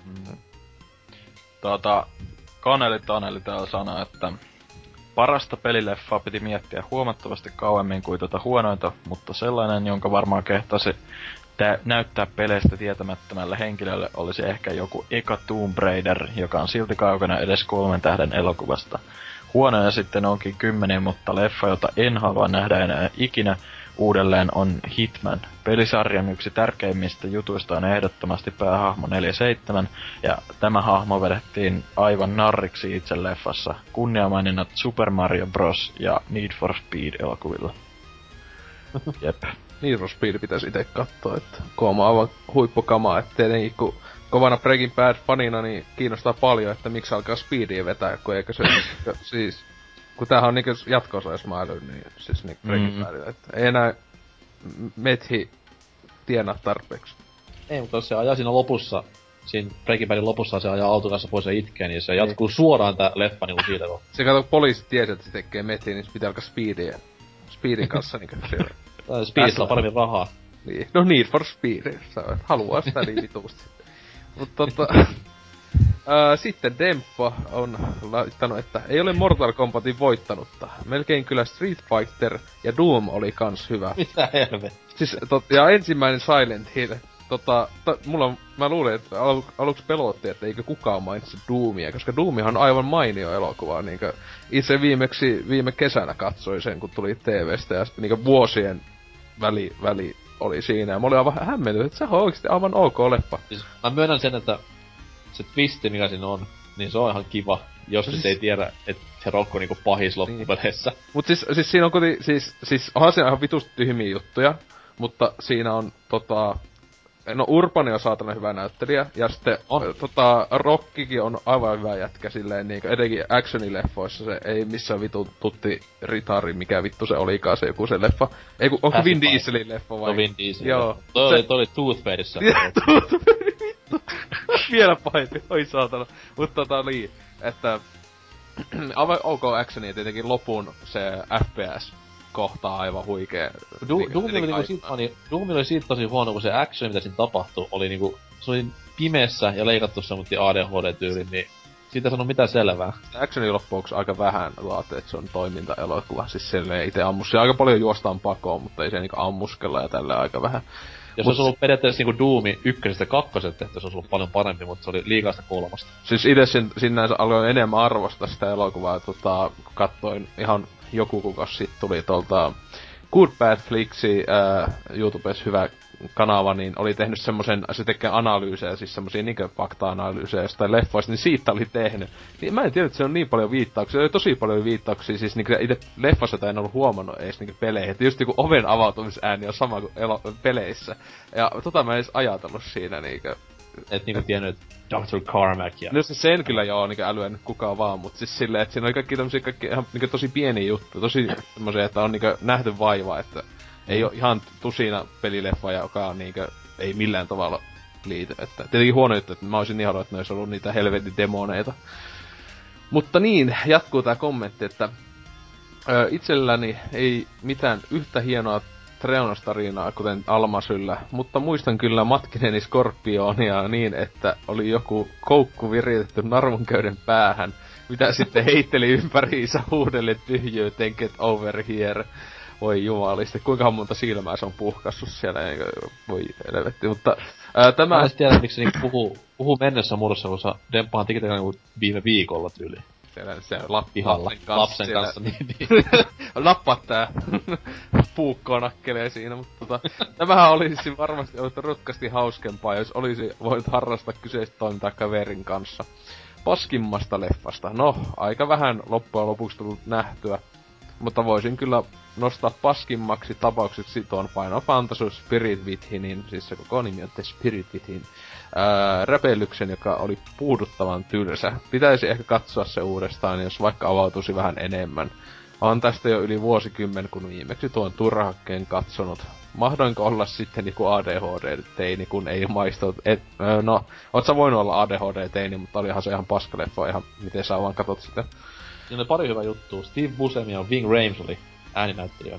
Kaneli Taneli täällä sanoo, että parasta pelileffaa piti miettiä huomattavasti kauemmin kuin huonointa, mutta sellainen, jonka varmaan kehtasi näyttää peleistä tietämättömälle henkilölle, olisi ehkä joku eka Tomb Raider, joka on silti kaukana edes 3 tähden elokuvasta. Huonoja sitten onkin 10, mutta leffa, jota en halua nähdä enää ikinä, uudelleen on Hitman. Pelisarjan yksi tärkeimmistä jutuista on ehdottomasti päähahmo 47, ja tämä hahmo vedettiin aivan narriksi itse leffassa. Kunniamaininnat Super Mario Bros. Ja Need for Speed elokuvilla. Jep. Need for Speed pitäisi ite kattoo, että kooma aivan huippukamaa, et tietenkin kun kovana Breaking Bad-fanina niin kiinnostaa paljon, että miksi alkaa Speedia vetää, kun eikö se siis kun tämähän on niinku jatko-osa, jos mä älyn, niin siis niinku Breaking Badilla, että ei enää methi tienaa tarpeeksi. Ei, mutta jos se ajaa siinä lopussa, siinä Breaking Badin lopussa se ajaa auton kanssa pois ja itkee, niin se jatkuu suoraan tää leffa niinku siitä kun... Se kato, poliisit tiesi, että se tekee methi, niin se pitää alkaa Speedin kanssa niinku siellä. Speedillä on paremmin rahaa. Niin, no Need for Speed, sä haluaa sitä niin vituusti. Mut sitten Demppa on laittanut, että ei ole Mortal Kombatin voittanut. Melkein kyllä Street Fighter ja Doom oli kans hyvä. Mitä helvettiä? Siis ja ensimmäinen Silent Hill. Mä luulin, että aluksi pelotti, että eikö kukaan mainitsi Doomia, koska Doomihan on aivan mainio elokuva. Niinkö itse viime kesänä katsoin sen, kun tuli TVstä ja niinkö vuosien väli oli siinä. Ja mä olin aivan hämmentynyt, että se on oikeesti aivan ok leffa. Siis mä myönnän sen, että se twisti, mikä siinä on, niin se on ihan kiva, jos nyt ei tiedä, että se Rock on niinku pahis loppupeleissä. Niin. Mut siis siinä on siis onhan siinä ihan vitusti tyhmiä juttuja, mutta siinä on no Urbani on saatana hyvä näyttelijä, ja sitten Rockikin on aivan hyvä jätkä silleen niinku, etenkin actionileffoissa se ei missään vitun tutti ritari, mikä vittu se olikaan se joku se leffa. Ei kun, onko Vin Dieselin leffa vai? No Vin Dieselin Joo. leffa. Toi oli Tooth Fairyssä. Tooth vittu. Vielä pahempi, oi saatana. Mut niin, että aivan ok actionia tietenkin lopun se FPS kohtaa aivan huikee. Doom oli siitä tosi huono, kun se action, mitä siinä tapahtui, oli niinku... Se oli pimeessä ja leikattu semmoinen ADHD-tyyli, niin siitä ei sanonut mitään selvää. Actionin loppuksi aika vähän laatte, että se on toimintaelokuva. Siis silleen ite ammus. Aika paljon juostaan pakoon, mutta ei se niinku ammuskella ja tälleen aika vähän. Jos olisi ollut periaatteessa niinku Doomi 1-2 tehty, se olisi ollut paljon parempi, mutta se oli liikaa sitä 3. Siis ite sinänsä aloin enemmän arvostaa sitä elokuvaa, kun kattoin ihan joku kuukausi sitten tuli Good Bad Flicksi YouTubessa hyvä kanava, niin oli tehnyt semmosen, se tekee analyysejä, siis semmosia niinkö fakta-analyysejä jostain leffoista, niin siitä oli tehnyt. Niin mä en tiedä, että se on niin paljon viittauksia, oli tosi paljon viittauksia, siis niinkö ite leffassa en ollut huomannut edes niinkö peleihin, että just joku oven avautumisääni on sama kuin peleissä. Ja mä en edes ajatellut siinä niinkö. Et niinku tiennyt, että Dr. Carmack ja... No siis sen kyllä joo, niinkö älyännyt kukaan vaan, mut siis silleen, että siinä oli kaikki ihan niinkö tosi pieniä juttuja, tosi semmosia, että on niinkö nähty vaivaa, että ei oo ihan tusina pelileffa, joka on niinkö, ei millään tavalla liity, että tietenkin huono juttu, että mä oisin niin halunnut, että ne ois ollut niitä helvetin demoneita. Mutta niin, jatkuu tää kommentti, että itselläni ei mitään yhtä hienoa Treonos-tarinaa, kuten Almasyllä, mutta muistan kyllä matkineni Skorpionia niin, että oli joku koukku viritetty narvunköyden päähän, mitä sitten heitteli ympäriinsä huudelle tyhjyyteen, get over here. Voi jumaliste, kuinka monta silmää se on puhkassut siellä, voi helvetti, mutta tämä... Mä en tiedä, miksi se niinku puhuu mennessä muodossa, koska Demppahan teki niinku viime viikolla tyyliin. Se lapsen kanssa niin. Nappa tää puukkoa nakkelee siinä, mutta tämähän olisi varmasti ollut rutkasti hauskempaa, jos olisi voinut harrastaa kyseistä toimintaa kaverin kanssa. Paskimmasta leffasta. No, aika vähän loppujen lopuksi tullut nähtyä, mutta voisin kyllä nostaa paskimmaksi tapaukseksi tuon Final Fantasy Spirit Withinin, siis se koko nimi on The Spirit Within, räpellyksen, joka oli puuduttavan tylsä. Pitäisi ehkä katsoa se uudestaan, jos vaikka avautuisi vähän enemmän. On tästä jo yli vuosikymmen, kun viimeksi tuon turhakkeen katsonut. Mahdoinko olla sitten joku ADHD-teini, kun ei maistunut... No, oot sä voinut olla ADHD-teini, mutta olihan se ihan paskaleffa, ihan miten sä vaan katot sitä. Siinä oli pari hyvää juttua. Steve Buscemi ja Ving Rhames oli ääninäyttelijöinä.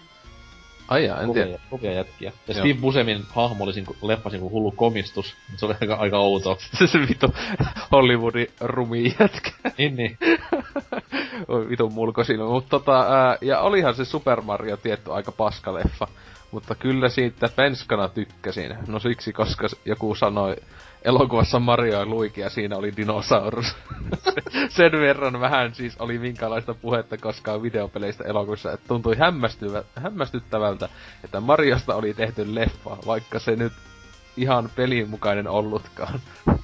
Ai jaa, en tiedä. Kovia jätkiä. Ja Steve Buscemin hahmo oli leffassa kuin hullu komistus. Se oli aika outo. Se vitu Hollywoodin rumi jätkä. Niin. Vitun mulkosilmä. Mut ja olihan se Super Mario tietty aika paskaleffa. mutta kyllä siitä penskana tykkäsin. No siksi, koska joku sanoi elokuvassa Mario ja Luigi ja siinä oli dinosaurus. Sen verran vähän siis oli minkälaista puhetta koskaan videopeleistä elokuvissa, että tuntui hämmästyttävältä, että Mariosta oli tehty leffa, vaikka se nyt ihan pelin mukainen ollutkaan.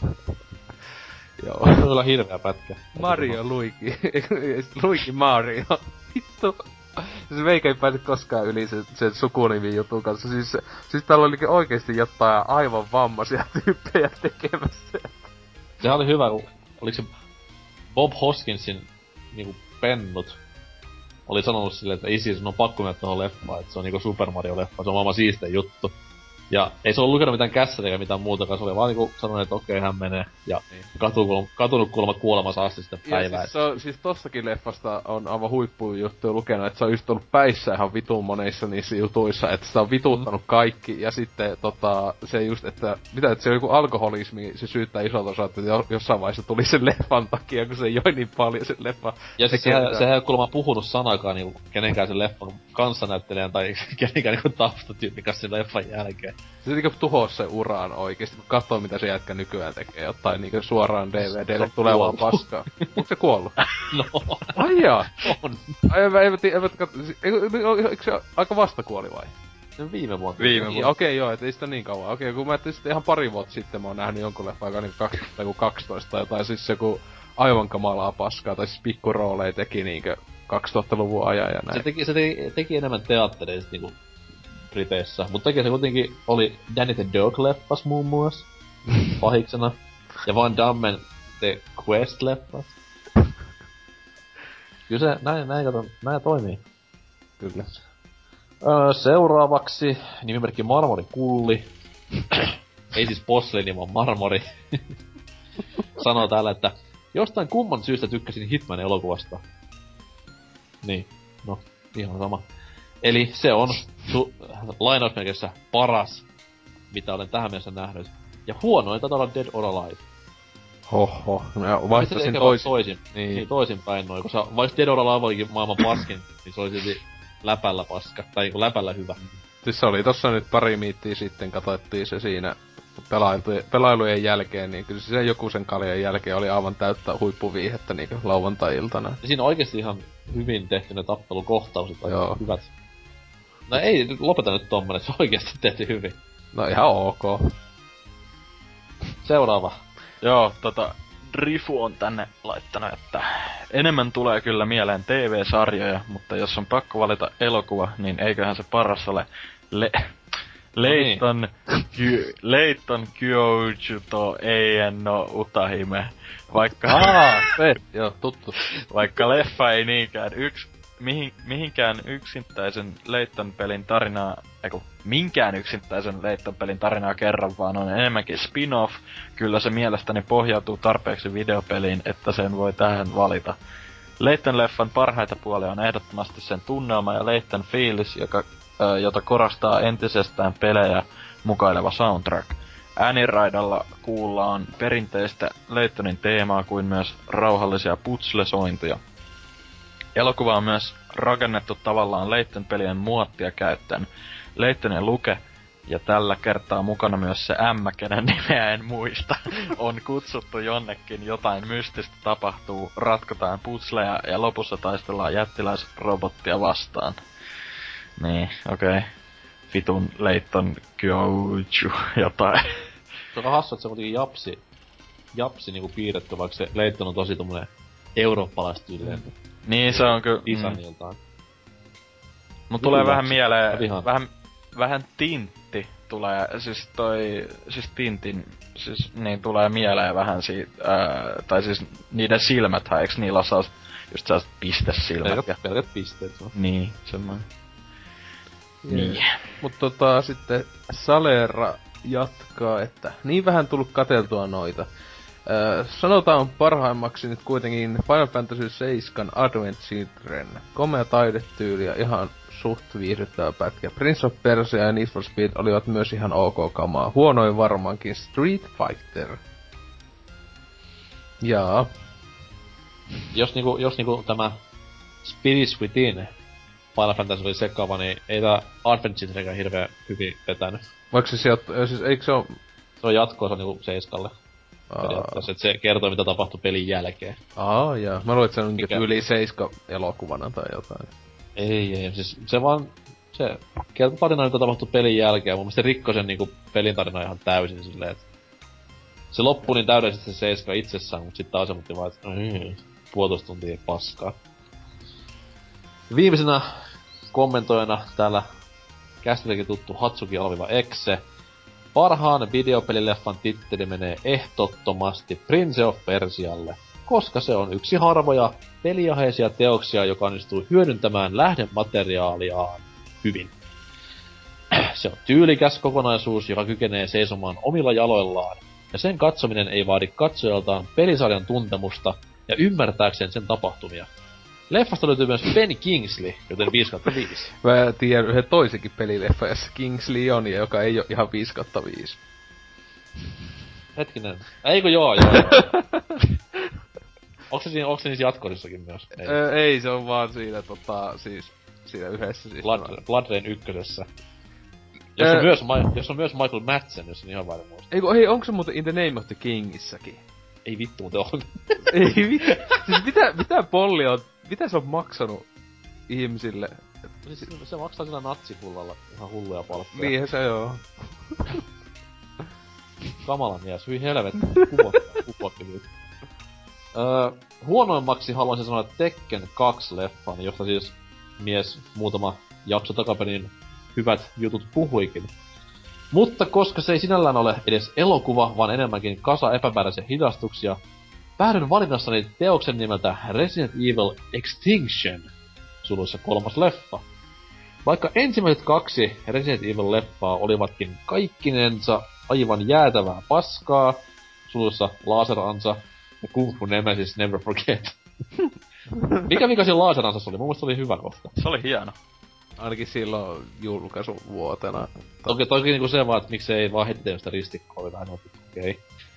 Joo. Se on kyllä hirveä pätkä. Mario Luigi. Luigi Mario. Vittu. Se meikä ei pääse koskaan yli sen sukunimi jutun kanssa. Siis täällä olikin oikeesti jotain aivan vammaisia tyyppejä tekemässä. Sehän oli hyvä, kun oliko se Bob Hoskinsin niinku pennut oli sanonut silleen, että isi, sun on pakko mennä tohon leffaan, että se on niinku Super Mario-leffa, se on maailman siistein juttu. Ja ei se ollut lukenut mitään kässätä eikä mitään muutakaan, se oli vaan niinku sanonut, että okei, hän menee. Ja katunut kuulemma kuolemassa asti sitä päivää. Siis tossakin leffasta on aivan huippujuttuja lukenut, että se on just ollut päissä ihan vitun moneissa niissä jutuissa, että sitä on vituttanut kaikki. Ja sitten se just, että se on joku alkoholismi, se syyttää isolta osaa, että jossain vaiheessa tuli sen leffan takia, kun se joi niin paljon sen leffan. Ja siis sehän ei kuulemma puhunut sanakaan niinku kenenkään sen leffan kanssanäyttelijän tai kenenkään niinku taustatyyppi kanssa sen leffan jälkeen. Se niinku tuhos se uraan oikeesti, kun katsoo mitä se jätkä nykyään tekee, jotain niinku suoraan DVDlle tulevaa paskaa. Onko se kuollut? No. Ai jaa. On. Eikö se aika vasta kuoli vai? Se viime vuonna. Okei, joo, et ei sitä niin kauan. Okei, kun mä ajattelin sitten ihan pari vuotta sitten mä oon nähnyt jonkun leffan, joka niinku 2012 tai jotain, siis joku aivan kamalaa paskaa, tai siis pikkurooleja teki niinkö 2000-luvun ajan ja näin. Se teki enemmän teattereista niinku Briteissä, mutta se kuitenkin oli Danny the Dog-leffas muun muassa pahiksena. Ja Van Dammen The Quest-leffas. Kyllä se, näin toimii. Kyllä. Seuraavaksi nimimerkki Marmorikulli. Ei siis Poslini, vaan Marmori. Sanoo täällä, että jostain kumman syystä tykkäsin Hitman-elokuvasta. Niin, no, ihan sama. Eli se on lainausmerkissä paras, mitä olen tähän mennessä nähnyt. Ja huonoin taitaa olla Dead or Alive. Hoho, mä vaihtasin toisin. Niin toisinpäin noin, koska vaikka Dead or Alive olikin maailman paskin, niin se oli silti läpällä paska, tai niinku läpällä hyvä. Siis se oli tossa nyt pari miittiä sitten, katsottiin se siinä pelailujen jälkeen, niin kyllä se joku sen kaljan jälkeen oli aivan täyttä huippuviihettä niinku lauantai-iltana. Ja siinä on oikeesti ihan hyvin tehty ne tappelukohtaukset, aika hyvät. No ei, lopeta nyt tommonen, se on oikeesti tehty hyvin. No ihan ok. Seuraava. Joo, Drifu on tänne laittanut, että enemmän tulee kyllä mieleen TV-sarjoja, mutta jos on pakko valita elokuva, niin eiköhän se paras ole Leiton Kyojuto Eienno Utahime. Vaikka... joo, tuttu. Vaikka leffa ei niinkään minkään yksittäisen Leighton-pelin tarinaa kerran, vaan on enemmänkin spin-off. Kyllä se mielestäni pohjautuu tarpeeksi videopeliin, että sen voi tähän valita. Leighton-leffan parhaita puolia on ehdottomasti sen tunnelma ja Leighton fiilis, jota korostaa entisestään pelejä mukaileva soundtrack. Ääniraidalla kuullaan perinteistä Leightonin teemaa kuin myös rauhallisia putslesointuja. Elokuva on myös rakennettu tavallaan Leighton-pelien muottia käyttäen. Leightonin luke, ja tällä kertaa mukana myös se ämmä, kenen nimeä en muista, on kutsuttu jonnekin, jotain mystistä tapahtuu, ratkotaan putsleja ja lopussa taistellaan jättiläisrobottia vastaan. Niin, okei. Vitun Leighton Kyoju jotain. Se on hassu, että se on kuitenkin japsi niinku piirretty, vaikka se Leighton on tosi tommonen eurooppalaistyylinen. Niin, se on kyllä... Designiltaan. Mut tulee vähän mieleen... Vähän Tintti tulee... Siis Tintin... Siis niin tulee mieleen vähän siitä... tai siis niiden silmäthän, eiks niillä oo sellaiset... Just sellaiset pistesilmät. Pelkät pisteet se on. Niin, semmoinen. Niin. Mut sitten Salera jatkaa, että niin vähän tullut katseltua noita. Sanotaan parhaimmaksi nyt kuitenkin Final Fantasy 7 Advent Children. Komea taidetyyli ja ihan suht viihdyttävä pätkä. Prince of Persia ja Need for Speed olivat myös ihan ok kamaa. Huonoin varmaankin Street Fighter. Jaa. Jos niinku tämä Spirits Within Final Fantasy oli sekava, niin ei tää Advent Childrenkään hirveen hyvin vetänyt. Vaikka se siis eikö se oo... Se on jatkoosa niinku Seiskalle. Periaatteessa, että se kertoo mitä tapahtui pelin jälkeen. Jaa. Mä luulen, että se on yli 7 elokuvana tai jotain. Ei, siis se vaan... Se kertoo tarinaa, mitä tapahtui pelin jälkeen. Mun mielestä se rikkoi sen niinku pelin tarinaa ihan täysin silleen, että... Se loppui niin täydellisesti se Seiska itsessään, mut sit taas se mutti vaan, että... puolitoista tuntia paskaa. Viimeisenä kommentoijana täällä käsitelläkin tuttu Hatsuki-Exe. Parhaan videopelileffan titteli menee ehdottomasti Prince of Persialle, koska se on yksi harvoja peliaheisia teoksia, joka onnistuu hyödyntämään lähdemateriaaliaan hyvin. Se on tyylikäs kokonaisuus, joka kykenee seisomaan omilla jaloillaan, ja sen katsominen ei vaadi katsojaltaan pelisarjan tuntemusta ja ymmärtääkseen sen tapahtumia. Leffasta löytyy myös Ben Kingsley, joten 5/5. Mä tiedän yhden toisenkin pelileffa, jossa Kingsley on, ja joka ei oo ihan 5/5. Hetkinen. Eikö joo. Onks se niissä jatkosissakin myös? Ei, se on vaan siinä siis siinä yhdessä siis. Blood Rain ykkösessä. Jos on myös Michael Madsen, jos on ihan väärin muista. Hei, onko se muuten In the Name of the Kingissäkin? Ei vittu, mutta on. Ei vittu. Siis mitä polli on? Mitä se on maksanut ihmisille? Siis se maksaa sillä natsipullalla ihan hulluja palkkoja. Niinhän se joo. Kamala mies, hyi helvetti. Kupotti nyt. Huonoimmaksi haluaisin sanoa Tekken 2-leffan, josta siis mies muutama jakso takaperin hyvät jutut puhuikin. Mutta koska se ei sinällään ole edes elokuva, vaan enemmänkin kasa epämääräisiä hidastuksia, päädyin valinnassani teoksen nimeltä Resident Evil Extinction, suluissa 3. leffa. Vaikka ensimmäiset 2 Resident Evil-leffaa olivatkin kaikkinensa aivan jäätävää paskaa, suluissa Laseransa ja Kung Fu Nemesis Never Forget. Mikä siinä Laseransassa oli? Mun mielestä oli hyvä kohta. Se oli hieno. Ainakin silloin julkaisuvuotena. Toki niinku se vaan, että miksei vaan heti tehnyt sitä ristikkoa, oli vähän okei.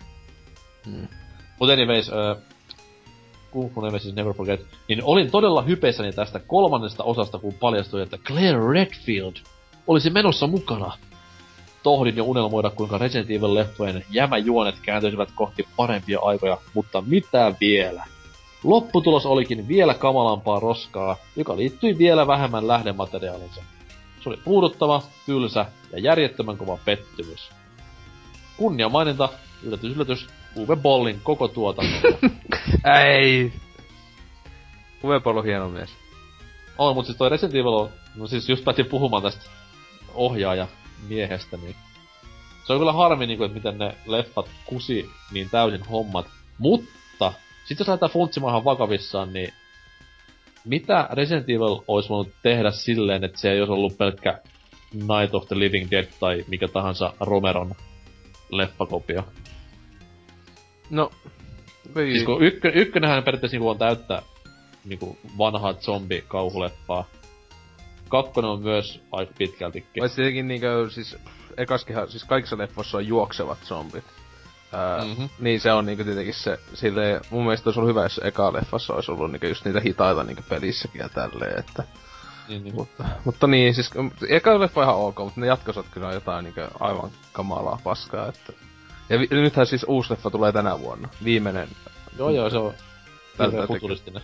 Mut anyways, Kung Fu Nemesis Never Forget, niin olin todella hypeissäni tästä 3. osasta, kun paljastui, että Claire Redfield olisi menossa mukana. Tohdin jo unelmoida, kuinka Resident Evil-leffojen jämäjuonet kääntyisivät kohti parempia aikoja, mutta mitä vielä? Lopputulos olikin vielä kamalampaa roskaa, joka liittyi vielä vähemmän lähdemateriaalinsa. Se oli puuduttava, tylsä ja järjettömän kova pettymys. Kunniamaininta, yllätys, Uwe Bollin koko tuotannolla. Ei! Uwe Boll on hieno mies. On, mut siis toi Resident Evil on, no siis just päätin puhumaan tästä ohjaaja miehestä, niin se on kyllä harmi, niin kuin, että miten ne leffat kusi niin täysin hommat. Mutta, sit jos lähdetään funtsimaan vakavissaan, niin mitä Resident Evil olisi voinut tehdä silleen, että se ei olisi ollut pelkkä Night of the Living Dead tai mikä tahansa Romeron leffakopio? No, ei. Siis kun ykkönenhän periaatteessa niinku on täyttä niinku vanhaa zombi-kauhuleffaa. 2 on myös aika pitkältikin. Vai tietenkin niinkö, siis ekaskihan, siis kaikissa leffoissa on juoksevat zombit. Niin se on niinku tietenkin se, silleen, mun mielestä olisi ollut hyvä, jos eka leffassa olisi ollut niinku just niitä hitaita niinku pelissäkin ja tälleen, että... Niin. Mutta niin, siis eka leffa ihan ok, mutta ne jatkosat kyllä on jotain niinku aivan kamalaa paskaa, että... Ja nythän siis uusi leffa tulee tänä vuonna, viimeinen... Joo, se on hirveen futuristinen.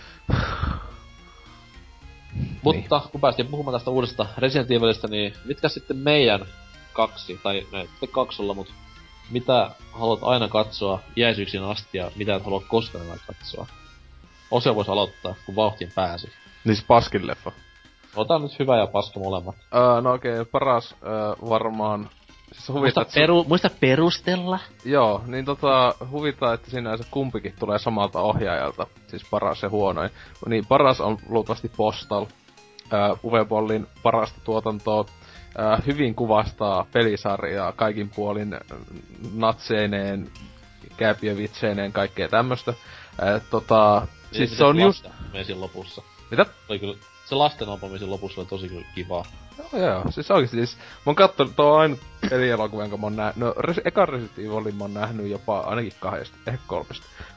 Mutta kun päästiin puhumaan tästä uudesta Resident Evilistä, niin mitkä sitten meidän 2, tai ne sitten 2, mut mitä haluat aina katsoa iäisyyksiin asti ja mitä et halua koskaan enää katsoa? Osio vois aloittaa, kun vauhtiin pääsi. Niin se paskin leffa. Ota nyt hyvä ja paska molemmat. No okei, paras varmaan... Siis muista perustella. Joo, niin huvittaa, että sinänsä kumpikin tulee samalta ohjaajalta. Siis paras ja huonoin. Niin paras on luultavasti Postal. Uwe Bollin parasta tuotantoa. Hyvin kuvastaa pelisarjaa kaikin puolin natseineen, kääpiövitseineen, kaikkea tämmöstä. Siis se on just... Meisin lopussa. Mitä? Se lasten ampumisen lopussa oli tosi kyllä kivaa. Joo, siis oikeesti siis... Mä oon kattonut tuo ainut pelielokuva, jonka mä oon nähnyt... No, eka Resident Evilin mä oon nähnyt jopa ainakin 2, ehkä 3.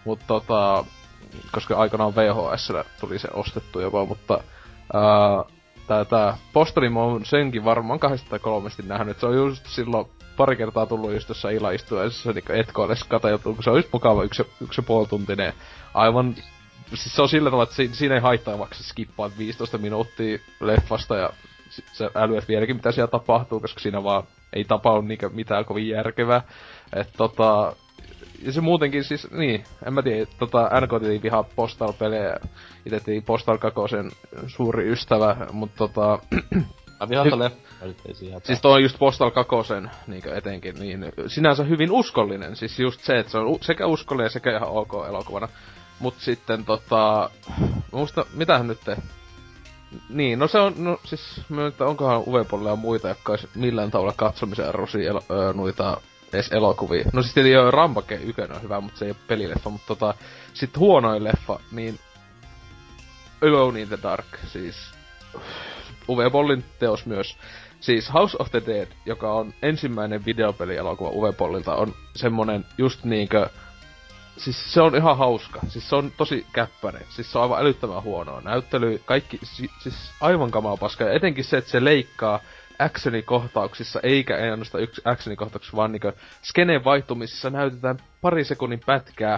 Mutta koska aikanaan VHS tuli se ostettu jopa, mutta... tää posteri mä oon senkin varmaan 2 tai 3 nähnyt. Se on just silloin pari kertaa tullut just tuossa illaistuessa niinku etkoille katsottu, kun se on just mukava 1,5 tuntinen. Aivan, siis se on sillä tavalla, että siinä ei haittaa vaikka sä skippaat 15 minuuttia leffasta ja sä älyät vieläkin mitä siellä tapahtuu, koska siinä vaan ei tapahdu mitään kovin järkevää. Ja se muutenkin siis, niin, en mä tiedä, NK tietenkin vihaa Postal-pelejä, ite tietenkin Postal 2 suuri ystävä, mut Mä vihaan sitä leffaa nyt ei siihen. Siis toi on just Postal 2 niinkö etenkin, niin sinänsä hyvin uskollinen, siis just se, että se on sekä uskollinen sekä ihan ok elokuvana. Mut sitten muista, mitähän nyt niin, no se on, no siis, onkohan Uvepollilla muita, jotka ois millään tavalla katsomisen arvoisia noita edes elokuvia. No siis tietenkin Rampage 1 on hyvä, mutta se ei oo pelileffa, mutta sit huonoin leffa, niin Alone in the Dark, siis Uwepollin teos myös. Siis House of the Dead, joka on ensimmäinen videopelielokuva Uwepollilta, on semmonen just niinkö. Siis se on ihan hauska. Siis se on tosi käppäinen. Siis se on aivan älyttömän huonoa. Näyttely, kaikki, siis aivan kamala paska. Ja etenkin se, että se leikkaa actionikohtauksissa, eikä ainoastaan yksi actionikohtauksissa, vaan niinkö skeneen vaihtumisissa näytetään pari sekunnin pätkää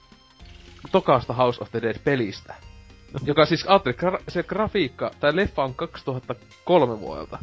tokaasta House of the Dead-pelistä. Joka siis, se grafiikka, tää leffa on 2003 vuodelta.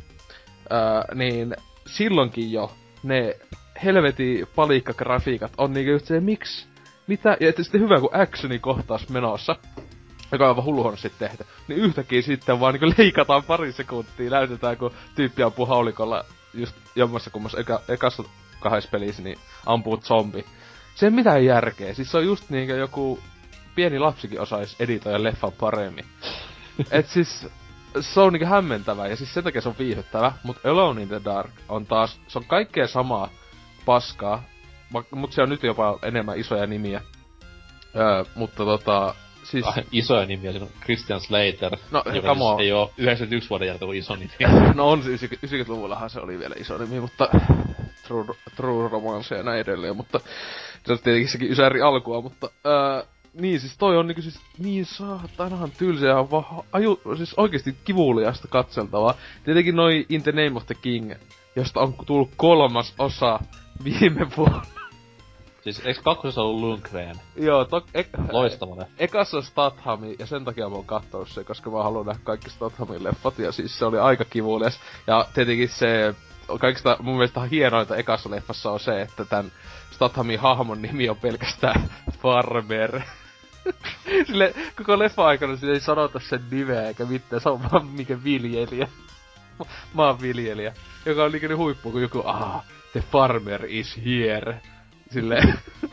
Niin silloinkin jo ne helvetin palikkagrafiikat on niinkö just se, miksi? Mitä? Ja että sitten hyvä, kun actionikohtaus menossa, joka on aivan hulluhuonosti tehty, niin yhtäkkiä sitten vaan niinku leikataan pari sekuntia, näytetään kun tyyppi ampuu haulikolla just jommassa kummassa ekassa 2 pelissä, niin ampuu zombi. Se ei mitään järkeä, siis se on just niinkö joku pieni lapsikin osais editoida leffan paremmin. Et siis, se on niinkö hämmentävää, ja siis sen takia se on viihdyttävä, mut Alone in the Dark on taas, se on kaikkea samaa paskaa, mut se on nyt jopa enemmän isoja nimiä. Mutta siis isoja nimiä, siinä on Christian Slater, no, joka siis ei oo 91 vuoden jälkeen iso nimi. No on se 90-luvullahan se oli vielä iso nimi, mutta True Romance ja näin edelleen, mutta se on tietenkin sekin ysäri alkua, mutta niin siis toi on niinku siis niin saatanahan tylsä ja siis oikeesti kivuliasta katseltavaa. Tietenkin noi In the Name of the King, josta on tullut 3. osa viime vuonna. Siis eiks 2 ollut Lundgren? Joo, loistava. Ekassa on Statham, ja sen takia mä oon kattonut se, koska mä haluan nähdä kaikki Stathamin leffat, ja siis se oli aika kivulias. Ja tietenkin se, kaikista mun mielestä hienointa ekassa leffassa on se, että tän Stathamin hahmon nimi on pelkästään Farmer. Sille koko leffa aikana sille ei sanota sen nimeä eikä mitään, se on vaan mikä viljelijä. Maanviljelijä, joka on niin huippu, kun joku, the farmer is here. Silleen.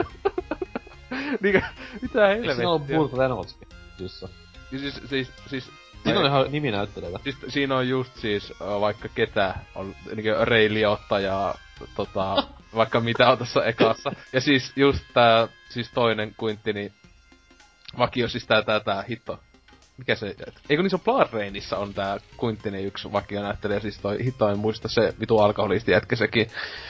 Niinkö, mitä helvettiä? Eikö siinä oo Burt Reynoldskin? Siis siinä on ihan niminäyttelijöitä. Siis siinä on just siis, vaikka ketä on niinkö Ray Liotta ja vaikka mitä on tossa ekassa. Ja siis just tää, siis toinen kuintti, niin vakio siis tää hitto. Mikä se, eikö niin se on Blood Rainissa on tää kuinttini yksi vakionäyttelijä, siis toi hitto en muista se vitu alkoholisti jätkä sekin.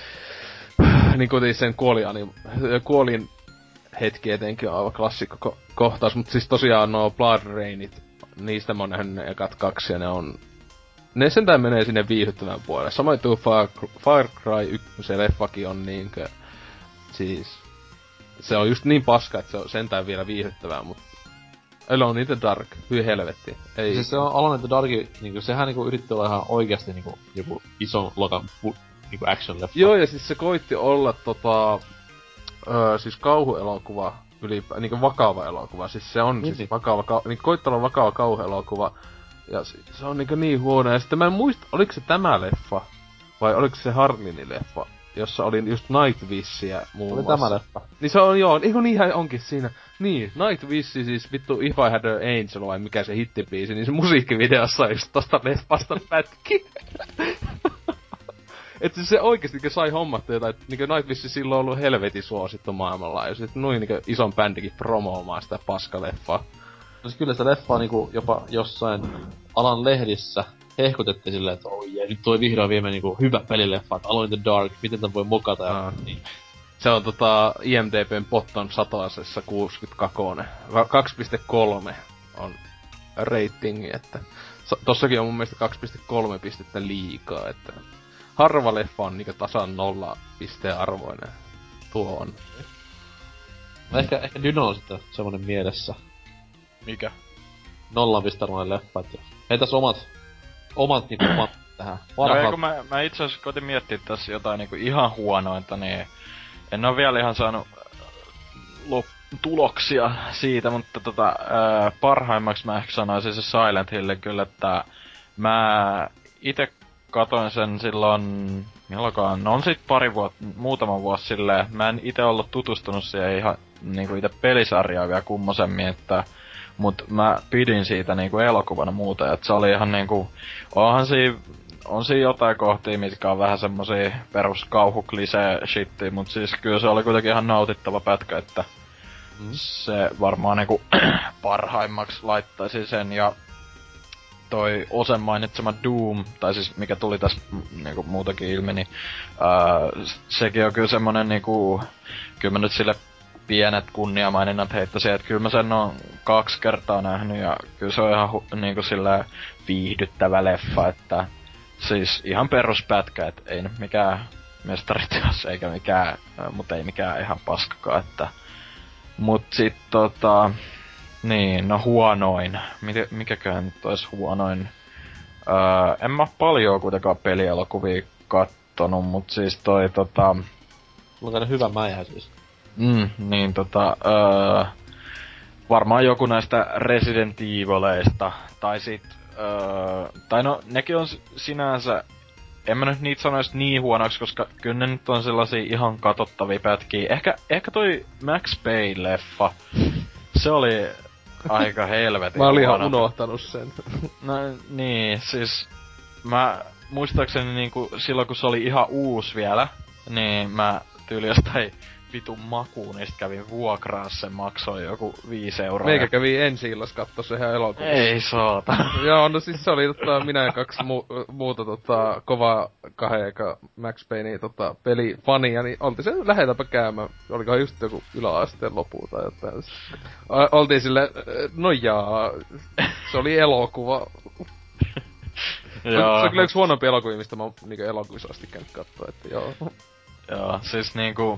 Niin kuitenkin sen kuolin hetki etenkin on aivan klassikko kohtaus, mutta siis tosiaan nuo Blood Rainit, niistä mä oon nähnyt ne ekat 2 ja ne sentään menee sinne viihdyttävän puolelle. Samoin tuo Far Cry 1, se leffakin on niinkö, siis se on just niin paska, että se on sentään vielä viihdyttävää, mut Alone in the Dark, hyi helvetti. Ei. Siis se on Alone in the Dark, niinku sehän niinku yritti olla ihan oikeasti niinku joku ison luokan niinku action-leffa. Joo, ja siis se koitti olla siis kauhuelokuva niinku vakava elokuva. Siis se on siis vakava niin koitti olla vakava kauhuelokuva. Ja se on niin huono. Ja sitten mä en muista, oliko se tämä leffa vai oliko se Harlinin leffa, jossa oli just Nightwishia muun muassa. Oli tämä leffa. Niin se on joo, eikö niinhän onkin siinä. Niin, Nightwish siis vittu If I Had an Angel vai mikä se hittibiisi, niin se musiikkivideossa on just tosta leffasta pätki. Et se oikeesti sai hommattu jotain, että niinku Nightwish silloin on ollut helvetin suosittu maailmanlaajuisesti. Noin niinku ison bändikin promoomaan sitä paskaleffaa. No kyllä sitä leffaa niinku jopa jossain alan lehdissä hehkutettiin silleen, että nyt toi vihdoin viime niinku hyvä pelileffa, että Alone in the Dark, miten tän voi mokata ja niin. Se on IMDb:n bottom 100:ssa 62. 2.3 on ratingi, että Tossakin on mun mielestä 2,3 pistettä liikaa, että harva leffa on niinku tasan 0 pisteen arvoinen. Tuo on. No ehkä Dyno on sitten semmonen mielessä. Mikä? 0 pistarvoinen leffa, että heitäs omat niinku omat tähän. No ei, kun mä itse asiassa koitin miettiä tässä jotain niinku ihan huonointa, niin en oo vielä ihan saanut tuloksia siitä, mutta parhaimmaksi mä ehkä sanoisin se Silent Hill kyllä, että mä ite katoin sen silloin, milloinkaan, no on sit muutama vuosi silleen, mä en ite ollut tutustunut siihen ihan niinku ite pelisarjaa vielä kummosemmin, että mut mä pidin siitä niinku elokuvana muuta, että se oli ihan niinku, on siinä jotain kohtia, mitkä on vähän semmosia perus kauhuklisee shittiä, mut siis kyllä se oli kuitenkin ihan nautittava pätkä, että se varmaan niinku parhaimmaksi laittaisi sen, ja toi Osen mainitsema Doom, tai siis mikä tuli tässä niinku muutakin ilmi, niin sekin on kyllä semmonen niinku, kyllä mä nyt sille pienet kunniamaininnat heittäisin, että kyllä mä sen on 2 kertaa nähnyt, ja kyllä se on ihan niinku silleen viihdyttävä leffa, että siis ihan peruspätkä, et ei nyt mikään mestariteos eikä mikään, mutta ei mikään ihan paskakaan, että mut sit niin, no huonoin. Mikäköhän nyt ois huonoin? En mä paljon kuitenkaan pelielokuvia kattonut, mut siis Mulla on hyvä mäihä siis. Niin varmaan joku näistä Resident Evileista, tai sit tai no, nekin on sinänsä, en mä nyt niitä sanois niin huonoiksi, koska kyllä ne nyt on sellaisia ihan katsottavia pätkiä. Ehkä toi Max Payne-leffa, se oli aika helvetin Mä olin ihan huono. unohtanut sen. No niin, siis mä muistaakseni niinku silloin kun se oli ihan uusi vielä, niin mä tyyli jostain vitun makuunista kävin vuokraa sen, maksoi joku 5 €. Meikä kävi ensi illas kattoo se ihan elokuvassa. Ei saata. Joo, no siis se oli minä ja 2 muuta kovaa 2 eka Max Payne pelifania, niin oltiin se lähetäpä käymään. Olikohan just joku yläasteen lopu tai jotain. Oltiin sille, no jaa, se oli elokuva. Se on kyllä yksi huonompi elokuva, mistä mä oon niinku elokuvissa asti käynyt kattoo, että joo. Joo, siis niinku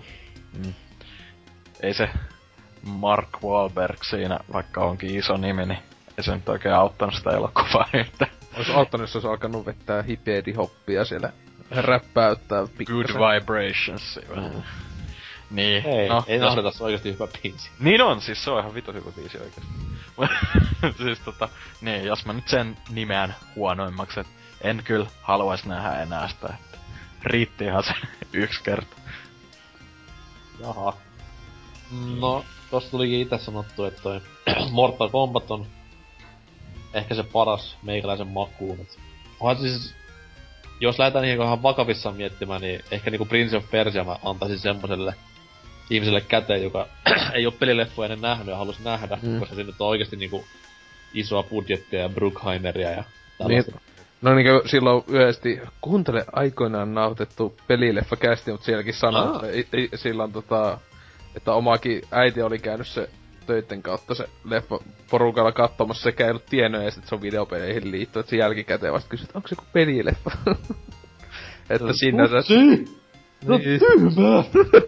ei se Mark Wahlberg siinä, vaikka onkin iso nimi, niin ei se nyt oikein auttanut sitä elokuvaa yhtä. Ois auttanut, jos ois alkanut vettää hipedi-hoppia siellä räppäyttää pikkasen. Good Vibrations. Niin, ei nahdeta, se on oikeesti hyvä biisi. Niin on, siis se on ihan vittu hyvä biisi oikeesti. Siis niin, jos mä nyt sen nimeän huonoimmaksi, et en kyllä haluais nähdä enää sitä, että riittiinhan se 1 kerta. Jaha. No, tossa tulikin ite sanottu, että toi Mortal Kombat on ehkä se paras meikäläisen makuun. Onhan siis, jos lähdetään niihin ihan vakavissaan miettimään, niin ehkä niinku Prince of Persia mä antaisin semmoselle ihmiselle käteen, joka ei oo pelileffoja ennen nähnyt ja halus nähdä, koska se nyt on oikeesti niinku isoa budjettia ja Bruckheimeria ja tällaista. Niin, no niinku silloin yhdesti kuuntele aikoinaan nauhoitettu pelileffa-kästi, mut sielläkin sanoo, että silloin että omaakin äiti oli käynyt se töitten kautta se leffa porukalla katsomassa sekä ei ollut tiennyt edes, että se on videopeleihin liittyy, että sen jälkikäteen vasta kysyt, onko se joku pelileffa? Että sinänsä... No tyhmää!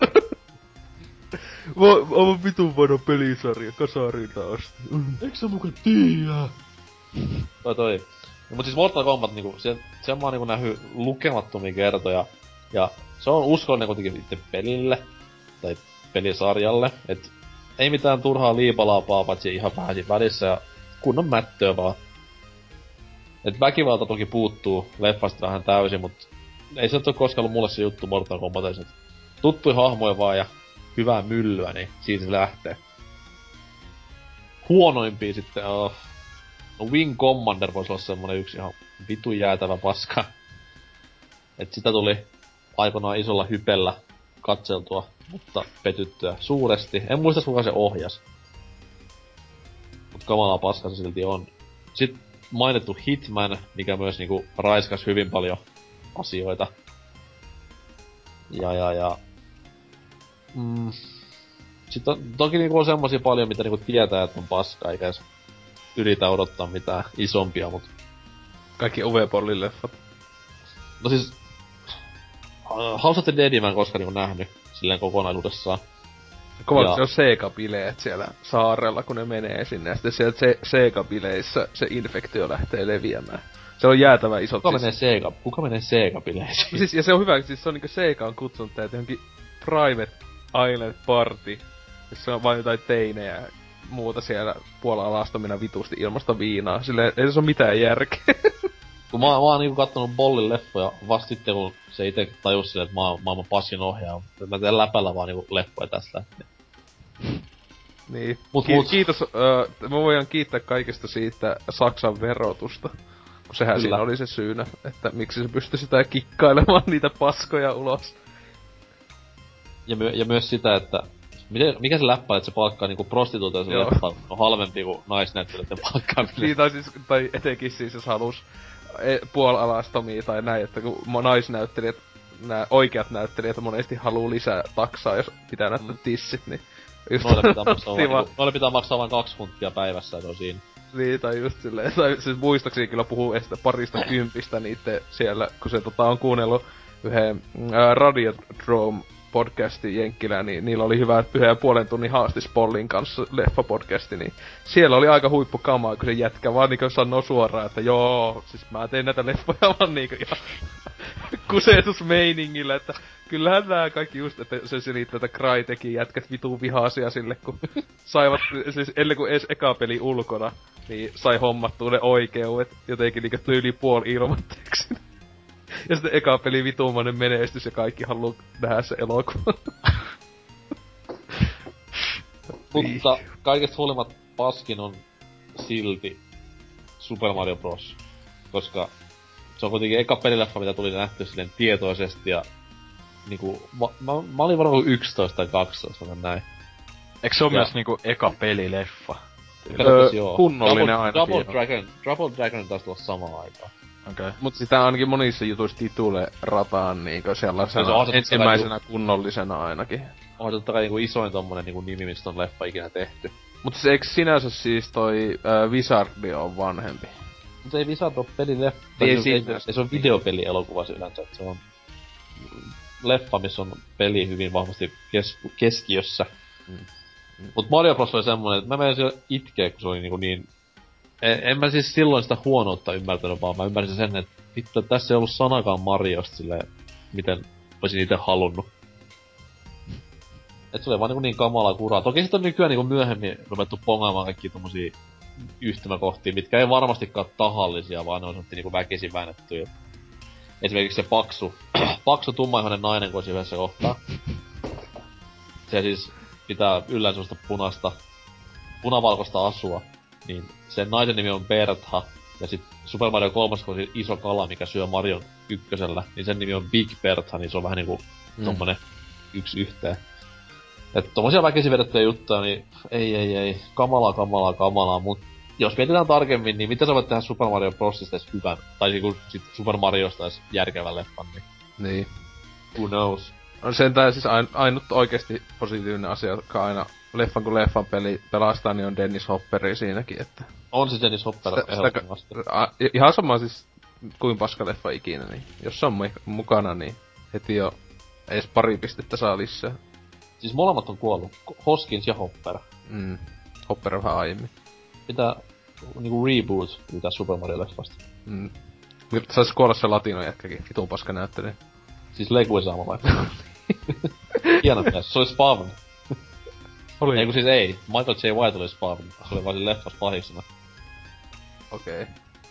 Aivan vitun vanha pelisarja kasarilta asti. Eikö sä muka tiiä? Toi. No, mut siis Mortal Kombat niinku, sen mä oon niinku nähnyt lukemattomia kertoja. Ja se on uskollinen kuitenkin itse pelille. Tai pelisarjalle. Et ei mitään turhaa liipalaapaa, paitsi ihan vähän siinä välissä ja kunnon mättöä vaan. Et väkivalta toki puuttuu leffasta vähän täysin, mut ei se oo koskaan ollut mulle se juttu Mortal Kombatissa. Tuttuja hahmoja vaan ja hyvää myllyä, niin siitä se lähtee. Huonoimpia sitten no Wing Commander voisi olla semmonen yksi ihan vitun jäätävä paska. Et sitä tuli aikanaan isolla hypellä katseltua, mutta petyttyä suuresti. En muista kuka se ohjas. Mut kamalaa paska se silti on. Sitten mainittu Hitman, mikä myös niinku raiskas hyvin paljon asioita. Sitten toki niinku on semmosia paljon, mitä niinku tietää, että on paskaa, eikä edes yritä odottaa mitään isompia, mut Kaikki Uwe-Bollin leffat. No siis... House of the Deadia mä en koskaan niinku nähnyt silleen kokonaisuudessaan. Kovasti se on Sega-bileet siellä saarella, kun ne menee sinne, ja sitten sieltä Sega-bileissä se infektio lähtee leviämään. Se on jäätävän isot. Kuka menee Sega-bileisiin? Siis, ja se on hyvä, siis se on niinku Sega on kutsunut teitä johonkin Private Island Party, jossa on vain jotain teinejä ja muuta siellä puola-alastomina vitusti ilmasta viinaa. Silleen, ei se ole mitään järkeä. Kun mä oon niinku kattonut Bollin leffoja vasta sitten, kun se ite tajus silleen, että mä oon maailman paskin ohjaaja. Mä teen läpällä vaan niinku leffoja tästä. Niin. Mut. Kiitos, mä voin kiittää kaikesta siitä Saksan verotusta. Kun sehän Kyllä. siinä oli se syynä, että miksi se pystyi sitä kikkailemaan niitä paskoja ulos. Ja myös sitä, että mikä se läppä, että se palkkaa niinku prostituuteja se leffa on halvempi kuin naisnäyttelijöiden palkkaaminen. Niin, tai etenkin siis jos halus puolalastomia tai näin, että kun naisnäyttelijät, nää oikeat näyttelijät monesti haluu lisää taksaa, jos pitää näyttää tissit, niin just Noille pitää maksaa vain 2 huntia päivässä, että on siinä. Niin, tai just silleen, tai siis muistakseni kyllä puhuu estä parista kympistä niitte siellä, kun se on kuunnellut yhden Radiodrome podcastin jenkkilä, niin niillä oli hyvä 1,5 tunnin haastis Pollin kanssa leffapodcasti, niin siellä oli aika huippukamaa, kun se jätkä vaan niinku sanoo suoraan, että joo, siis mä tein näitä leffoja vaan niinku ihan kusetusmeiningillä, että kyllähän nää kaikki just, että se selittää, että Crytekin jätkät vituu vihaisia sille, kun saivat, siis ennen kuin edes eka peli ulkona, niin sai hommattua ne oikeudet jotenkin niinku tyyli puoli ilmatteeksi. Ja sitten eka peli vituumainen menestys ja kaikki haluu nähdä se elokuva. Mutta kaikesta huolimatta paskin on silti Super Mario Bros. Koska se on kuitenkin eka pelileffa, mitä tuli nähty silleen tietoisesti ja niinku, mä olin varmaan 11 tai 12 tai näin. Eikö se oo myös niinku eka pelileffa? Kunnollinen ainakin. Double Dragon taisi olla samaan aikaan. Okay. Mut sitä ainakin monissa jutuissa titule rataan niinkö sellaisena ensimmäisenä kunnollisena ainakin. On totta kai niinku isoin tommonen niinku nimi, mistä on leffa ikinä tehty. Mut siis eiks sinänsä siis toi Wizardi on vanhempi? Mut ei Wizard oo pelileffa. Ei se on videopelielokuva yleensä, se on leffa, missä on peli hyvin vahvasti keskiössä. Mut Mario Bros oli semmonen, että mä menin siellä itkeä, kun se oli niinku niin... En mä siis silloin sitä huonoutta ymmärtänyt, vaan mä ymmärsin sen, että vittu, tässä ei ollut sanakaan Mariosta silleen, miten olisin itse halunnut. Et se oli vaan niin kamalaa kuraa. Toki sit on nykyään niin myöhemmin ruvettu pongaamaan kaikki tommosia yhtymäkohtia, mitkä ei varmastikaan tahallisia, vaan ne on semmosia niinku väkisin väännettyjä. Esimerkiksi se paksu tummaihoinen nainen, kun olisi yhdessä kohtaa. Se siis pitää yllään semmoista punavalkoista asua. Niin sen naisen nimi on Bertha, ja sit Super Mario 3, kun on se iso kala, mikä syö Marion ykkösellä, niin sen nimi on Big Bertha, niin se on vähän niinku tommonen yksi yhteen. Et tommosia väkisin vedettyjä juttuja, niin ei, kamalaa, mut jos mietitään tarkemmin, niin mitä sä voit tehdä Super Mario Brosista edes hyvän, tai niinku sit Super Mariosta edes järkevän leffan, niin. Who knows? On sentään siis ainut oikeesti positiivinen asia, joka aina leffan kun leffan peli pelastaa, niin on Dennis Hopperi siinäkin, että... On se Dennis Hopper ehdottomasti. Ihan sama siis kuin paska leffa ikinä, niin jos se on mukana, niin heti jo edes pari pistettä saa lisää. Siis molemmat on kuollut. Hoskins ja Hopper. Hopper on vähän aiemmin. Pitää niinku reboot pitää Super Mario-leffasta. Mutta sais kuolla se latino jätkäkin, vitun paska näyttelijä. Siis Leguizamo vai? Hieno mies, se oli Spawn. Oli. Ei kun siis ei, Michael J. White oli Spawn. Se oli vaan siinä leffas pahiksena. Okei.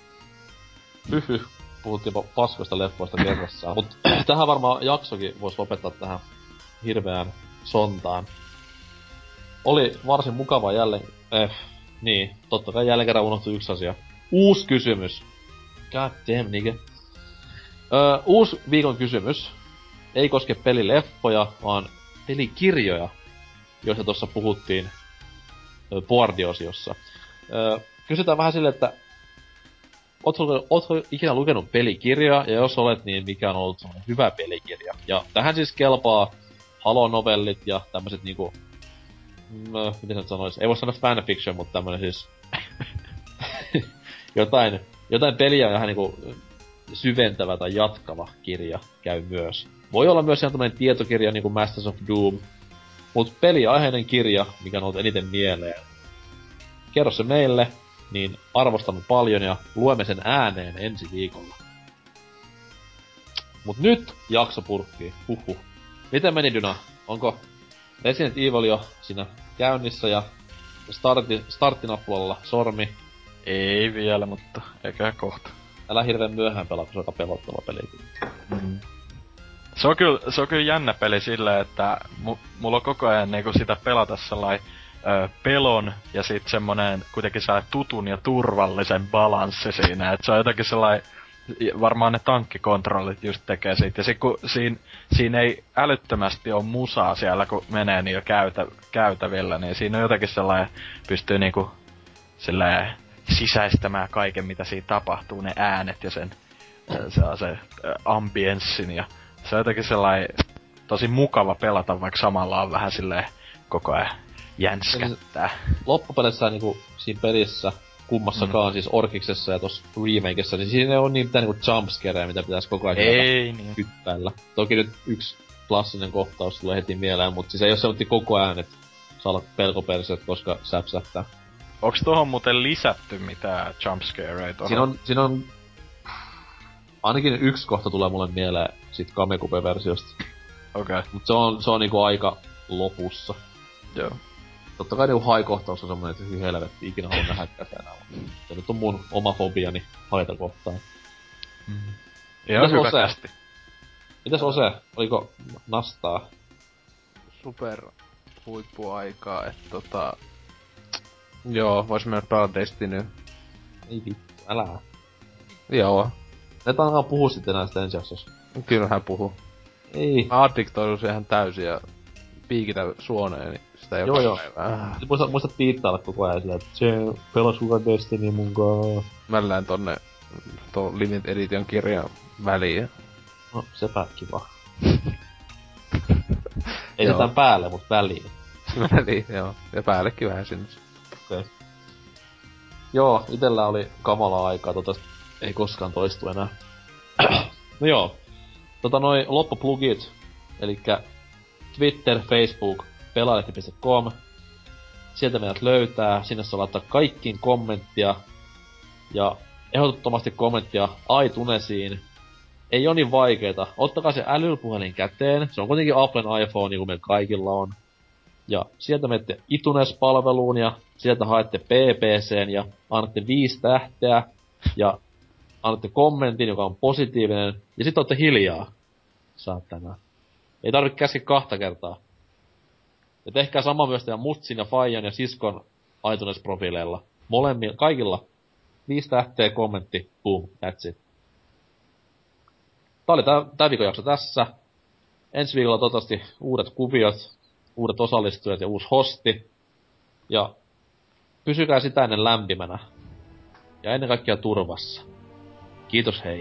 Puhuttiin paskoista leffoista kerrassaan. Mut tähän varmaan jaksokin vois lopettaa tähän hirveään sontaan. Oli varsin mukava jälleen... niin, totta kai jälleen kerran unohtui yksi asia. Uusi kysymys. God damn, nigga. Uusi viikon kysymys. Ei koske pelileffoja, vaan pelikirjoja, joista tuossa puhuttiin boardiosiossa. Kysytään vähän silleen, että ootko ikinä lukenut pelikirjaa, ja jos olet, niin mikä on ollut semmonen hyvä pelikirja? Ja tähän siis kelpaa Halo-novellit ja tämmöset niinku... miten se nyt sanois? Ei voi sanoa fanfiction, mutta tämmönen siis... jotain jotain peliä vähän niinku syventävä tai jatkava kirja käy myös. Voi olla myös ihan tämmönen tietokirja niinku Masters of Doom, mut peliaiheinen kirja, mikä on eniten mieleen. Kerro se meille, niin arvostamme paljon ja luemme sen ääneen ensi viikolla. Mut nyt jakso purkkii. Miten meni Dyna? Onko Resident Evil jo siinä käynnissä ja starttinappulalla sormi? Ei vielä, mutta eikä kohta. Älä hirveen myöhään pelaa, kun se on aika pelottava peli. Mm. Se on kyllä jännä peli silleen, että mulla on koko ajan niinku sitä pelata sellainen pelon ja sit semmonen kuitenkin sellainen tutun ja turvallisen balanssi siinä. Et se on jotenkin sellainen, varmaan ne tankkikontrollit just tekee siitä. Ja sit kun siinä ei älyttömästi oo musaa siellä, kun menee niillä käytävillä, niin siinä on jotenkin sellainen, pystyy niinku sellainen sisäistämään kaiken, mitä siinä tapahtuu, ne äänet ja se ambienssin. Ja se on jotenkin sellainen tosi mukava pelata, vaikka samalla on vähän silleen koko ajan jänskättää. Loppupeleissä niinku siinä pelissä kummassakaan, siis Orkiksessa ja tossa remakeissa, niin siinä ei oo niin mitään niinku jumpscareja, mitä pitäis koko ajan niin hyppäillä. Toki nyt yksi klassinen kohtaus tulee heti mieleen, mut siis ei oo semmoinen koko ajan, et saa olla pelkoperseet, koska säpsähtää. Onks tohon muuten lisätty mitään jumpscareja tohon? Siinä on ainakin yksi kohta tulee mulle mieleen sit Kamekupe-versiosta. Okei. Mut se on niinku aika lopussa. Joo. Totta kai niinku haikohtaus on semmonen, että helvetti, ikinä haluan nähdä tätä enää. Se nyt on mun oma fobiani haita kohtaan. Ihan hyvä kästi. Mitäs Ose? Oliko nastaa? Super huippuaikaa, joo, vois mennä pelata Destiny. Ei vittu, älä. Joo. Ne alkaa puhua sitten näistä ensi jaksossa. Kyllä hän puhuu. Ei. Mä addiktoidun ihan täysin ja piikitä suoneeni sitä joka päivä. Muista piittailla koko ajan sillä, että se pelas kukaan Destiny munkaan. Mä lähden tonne Limit Edition kirjan väliin. No, sepä kiva. Ei se tän päälle, mut väliin. Väliin, joo. Ja päällekin vähän sinne. Okei. Okay. Joo, itellä oli kamalaa aikaa, ei koskaan toistu enää. No joo. Loppuplugit. Elikkä Twitter, Facebook, pelaalehti.com. Sieltä meidät löytää. Sinne saa laittaa kaikkiin kommenttia. Ja ehdottomasti kommenttia iTunesiin. Ei oo niin vaikeeta. Ottakaa se älypuhelin käteen. Se on kuitenkin Applen iPhone, niin kuin meillä kaikilla on. Ja sieltä menette iTunes-palveluun ja sieltä haette PPCn ja annatte 5 tähteä. Ja annatte kommentin, joka on positiivinen. Ja sit ootte hiljaa. Saatana. Ei tarvitse käskeä 2 kertaa. Ja tehkää sama myös teidän mutsin ja faijan ja siskon iTunes-profiileilla. Molemmilla, kaikilla. 5 tähteä, kommentti, boom, that's it. Tää oli tää viikon jakso tässä. Ensi viikolla toivottavasti uudet kuviot, uudet osallistujat ja uusi hosti. Ja pysykää sitä ennen lämpimänä. Ja ennen kaikkea turvassa. Kiitos, hei.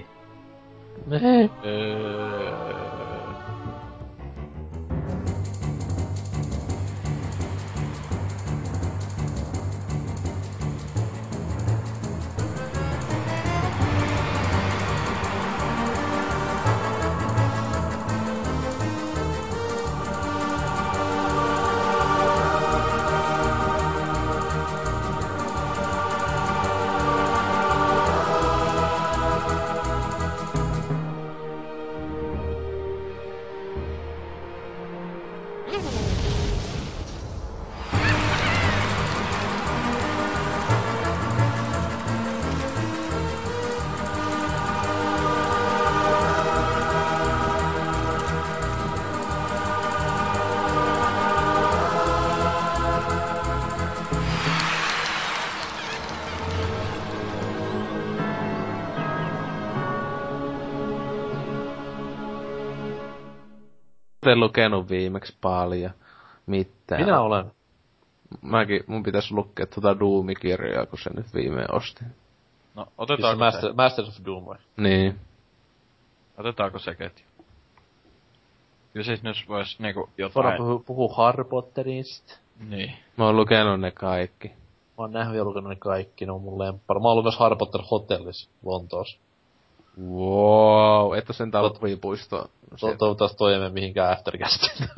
En lukenut viimeksi paljon mitään. Minä olen. Mun pitäis lukea Doom-kirjaa, kun se nyt viimein ostin. No, otetaanko se? Masters of Doom vai? Niin. Otetaanko se ketju? Kyllä siis nyt vois voidaan puhuu Harry Potterista. Niin. Mä oon lukenut ne kaikki. oon nähnyt ja lukenut ne kaikki, ne on mun lemppari. Mä oon ollut myös Harry Potter Hotellissa Lontoossa. Wow, että sen talvipuistoa. Toivottavasti toi ei mene mihinkään aftercastiin.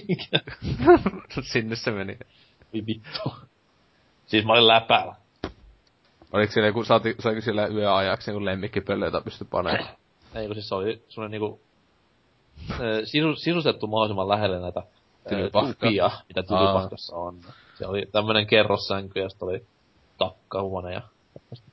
Sinne se meni. Vittu. Siis mä olin läpäällä. Oliko siellä joku, saiko siellä yöajaksi joku lemmikkipöllö, jota pystyi panemaan? Ei, kun siis se oli semmonen niinku... sisustettu mahdollisimman lähelle näitä tupia, mitä Tylypahkassa on. Se oli tämmönen kerrossänky ja sit oli takkahuone ja...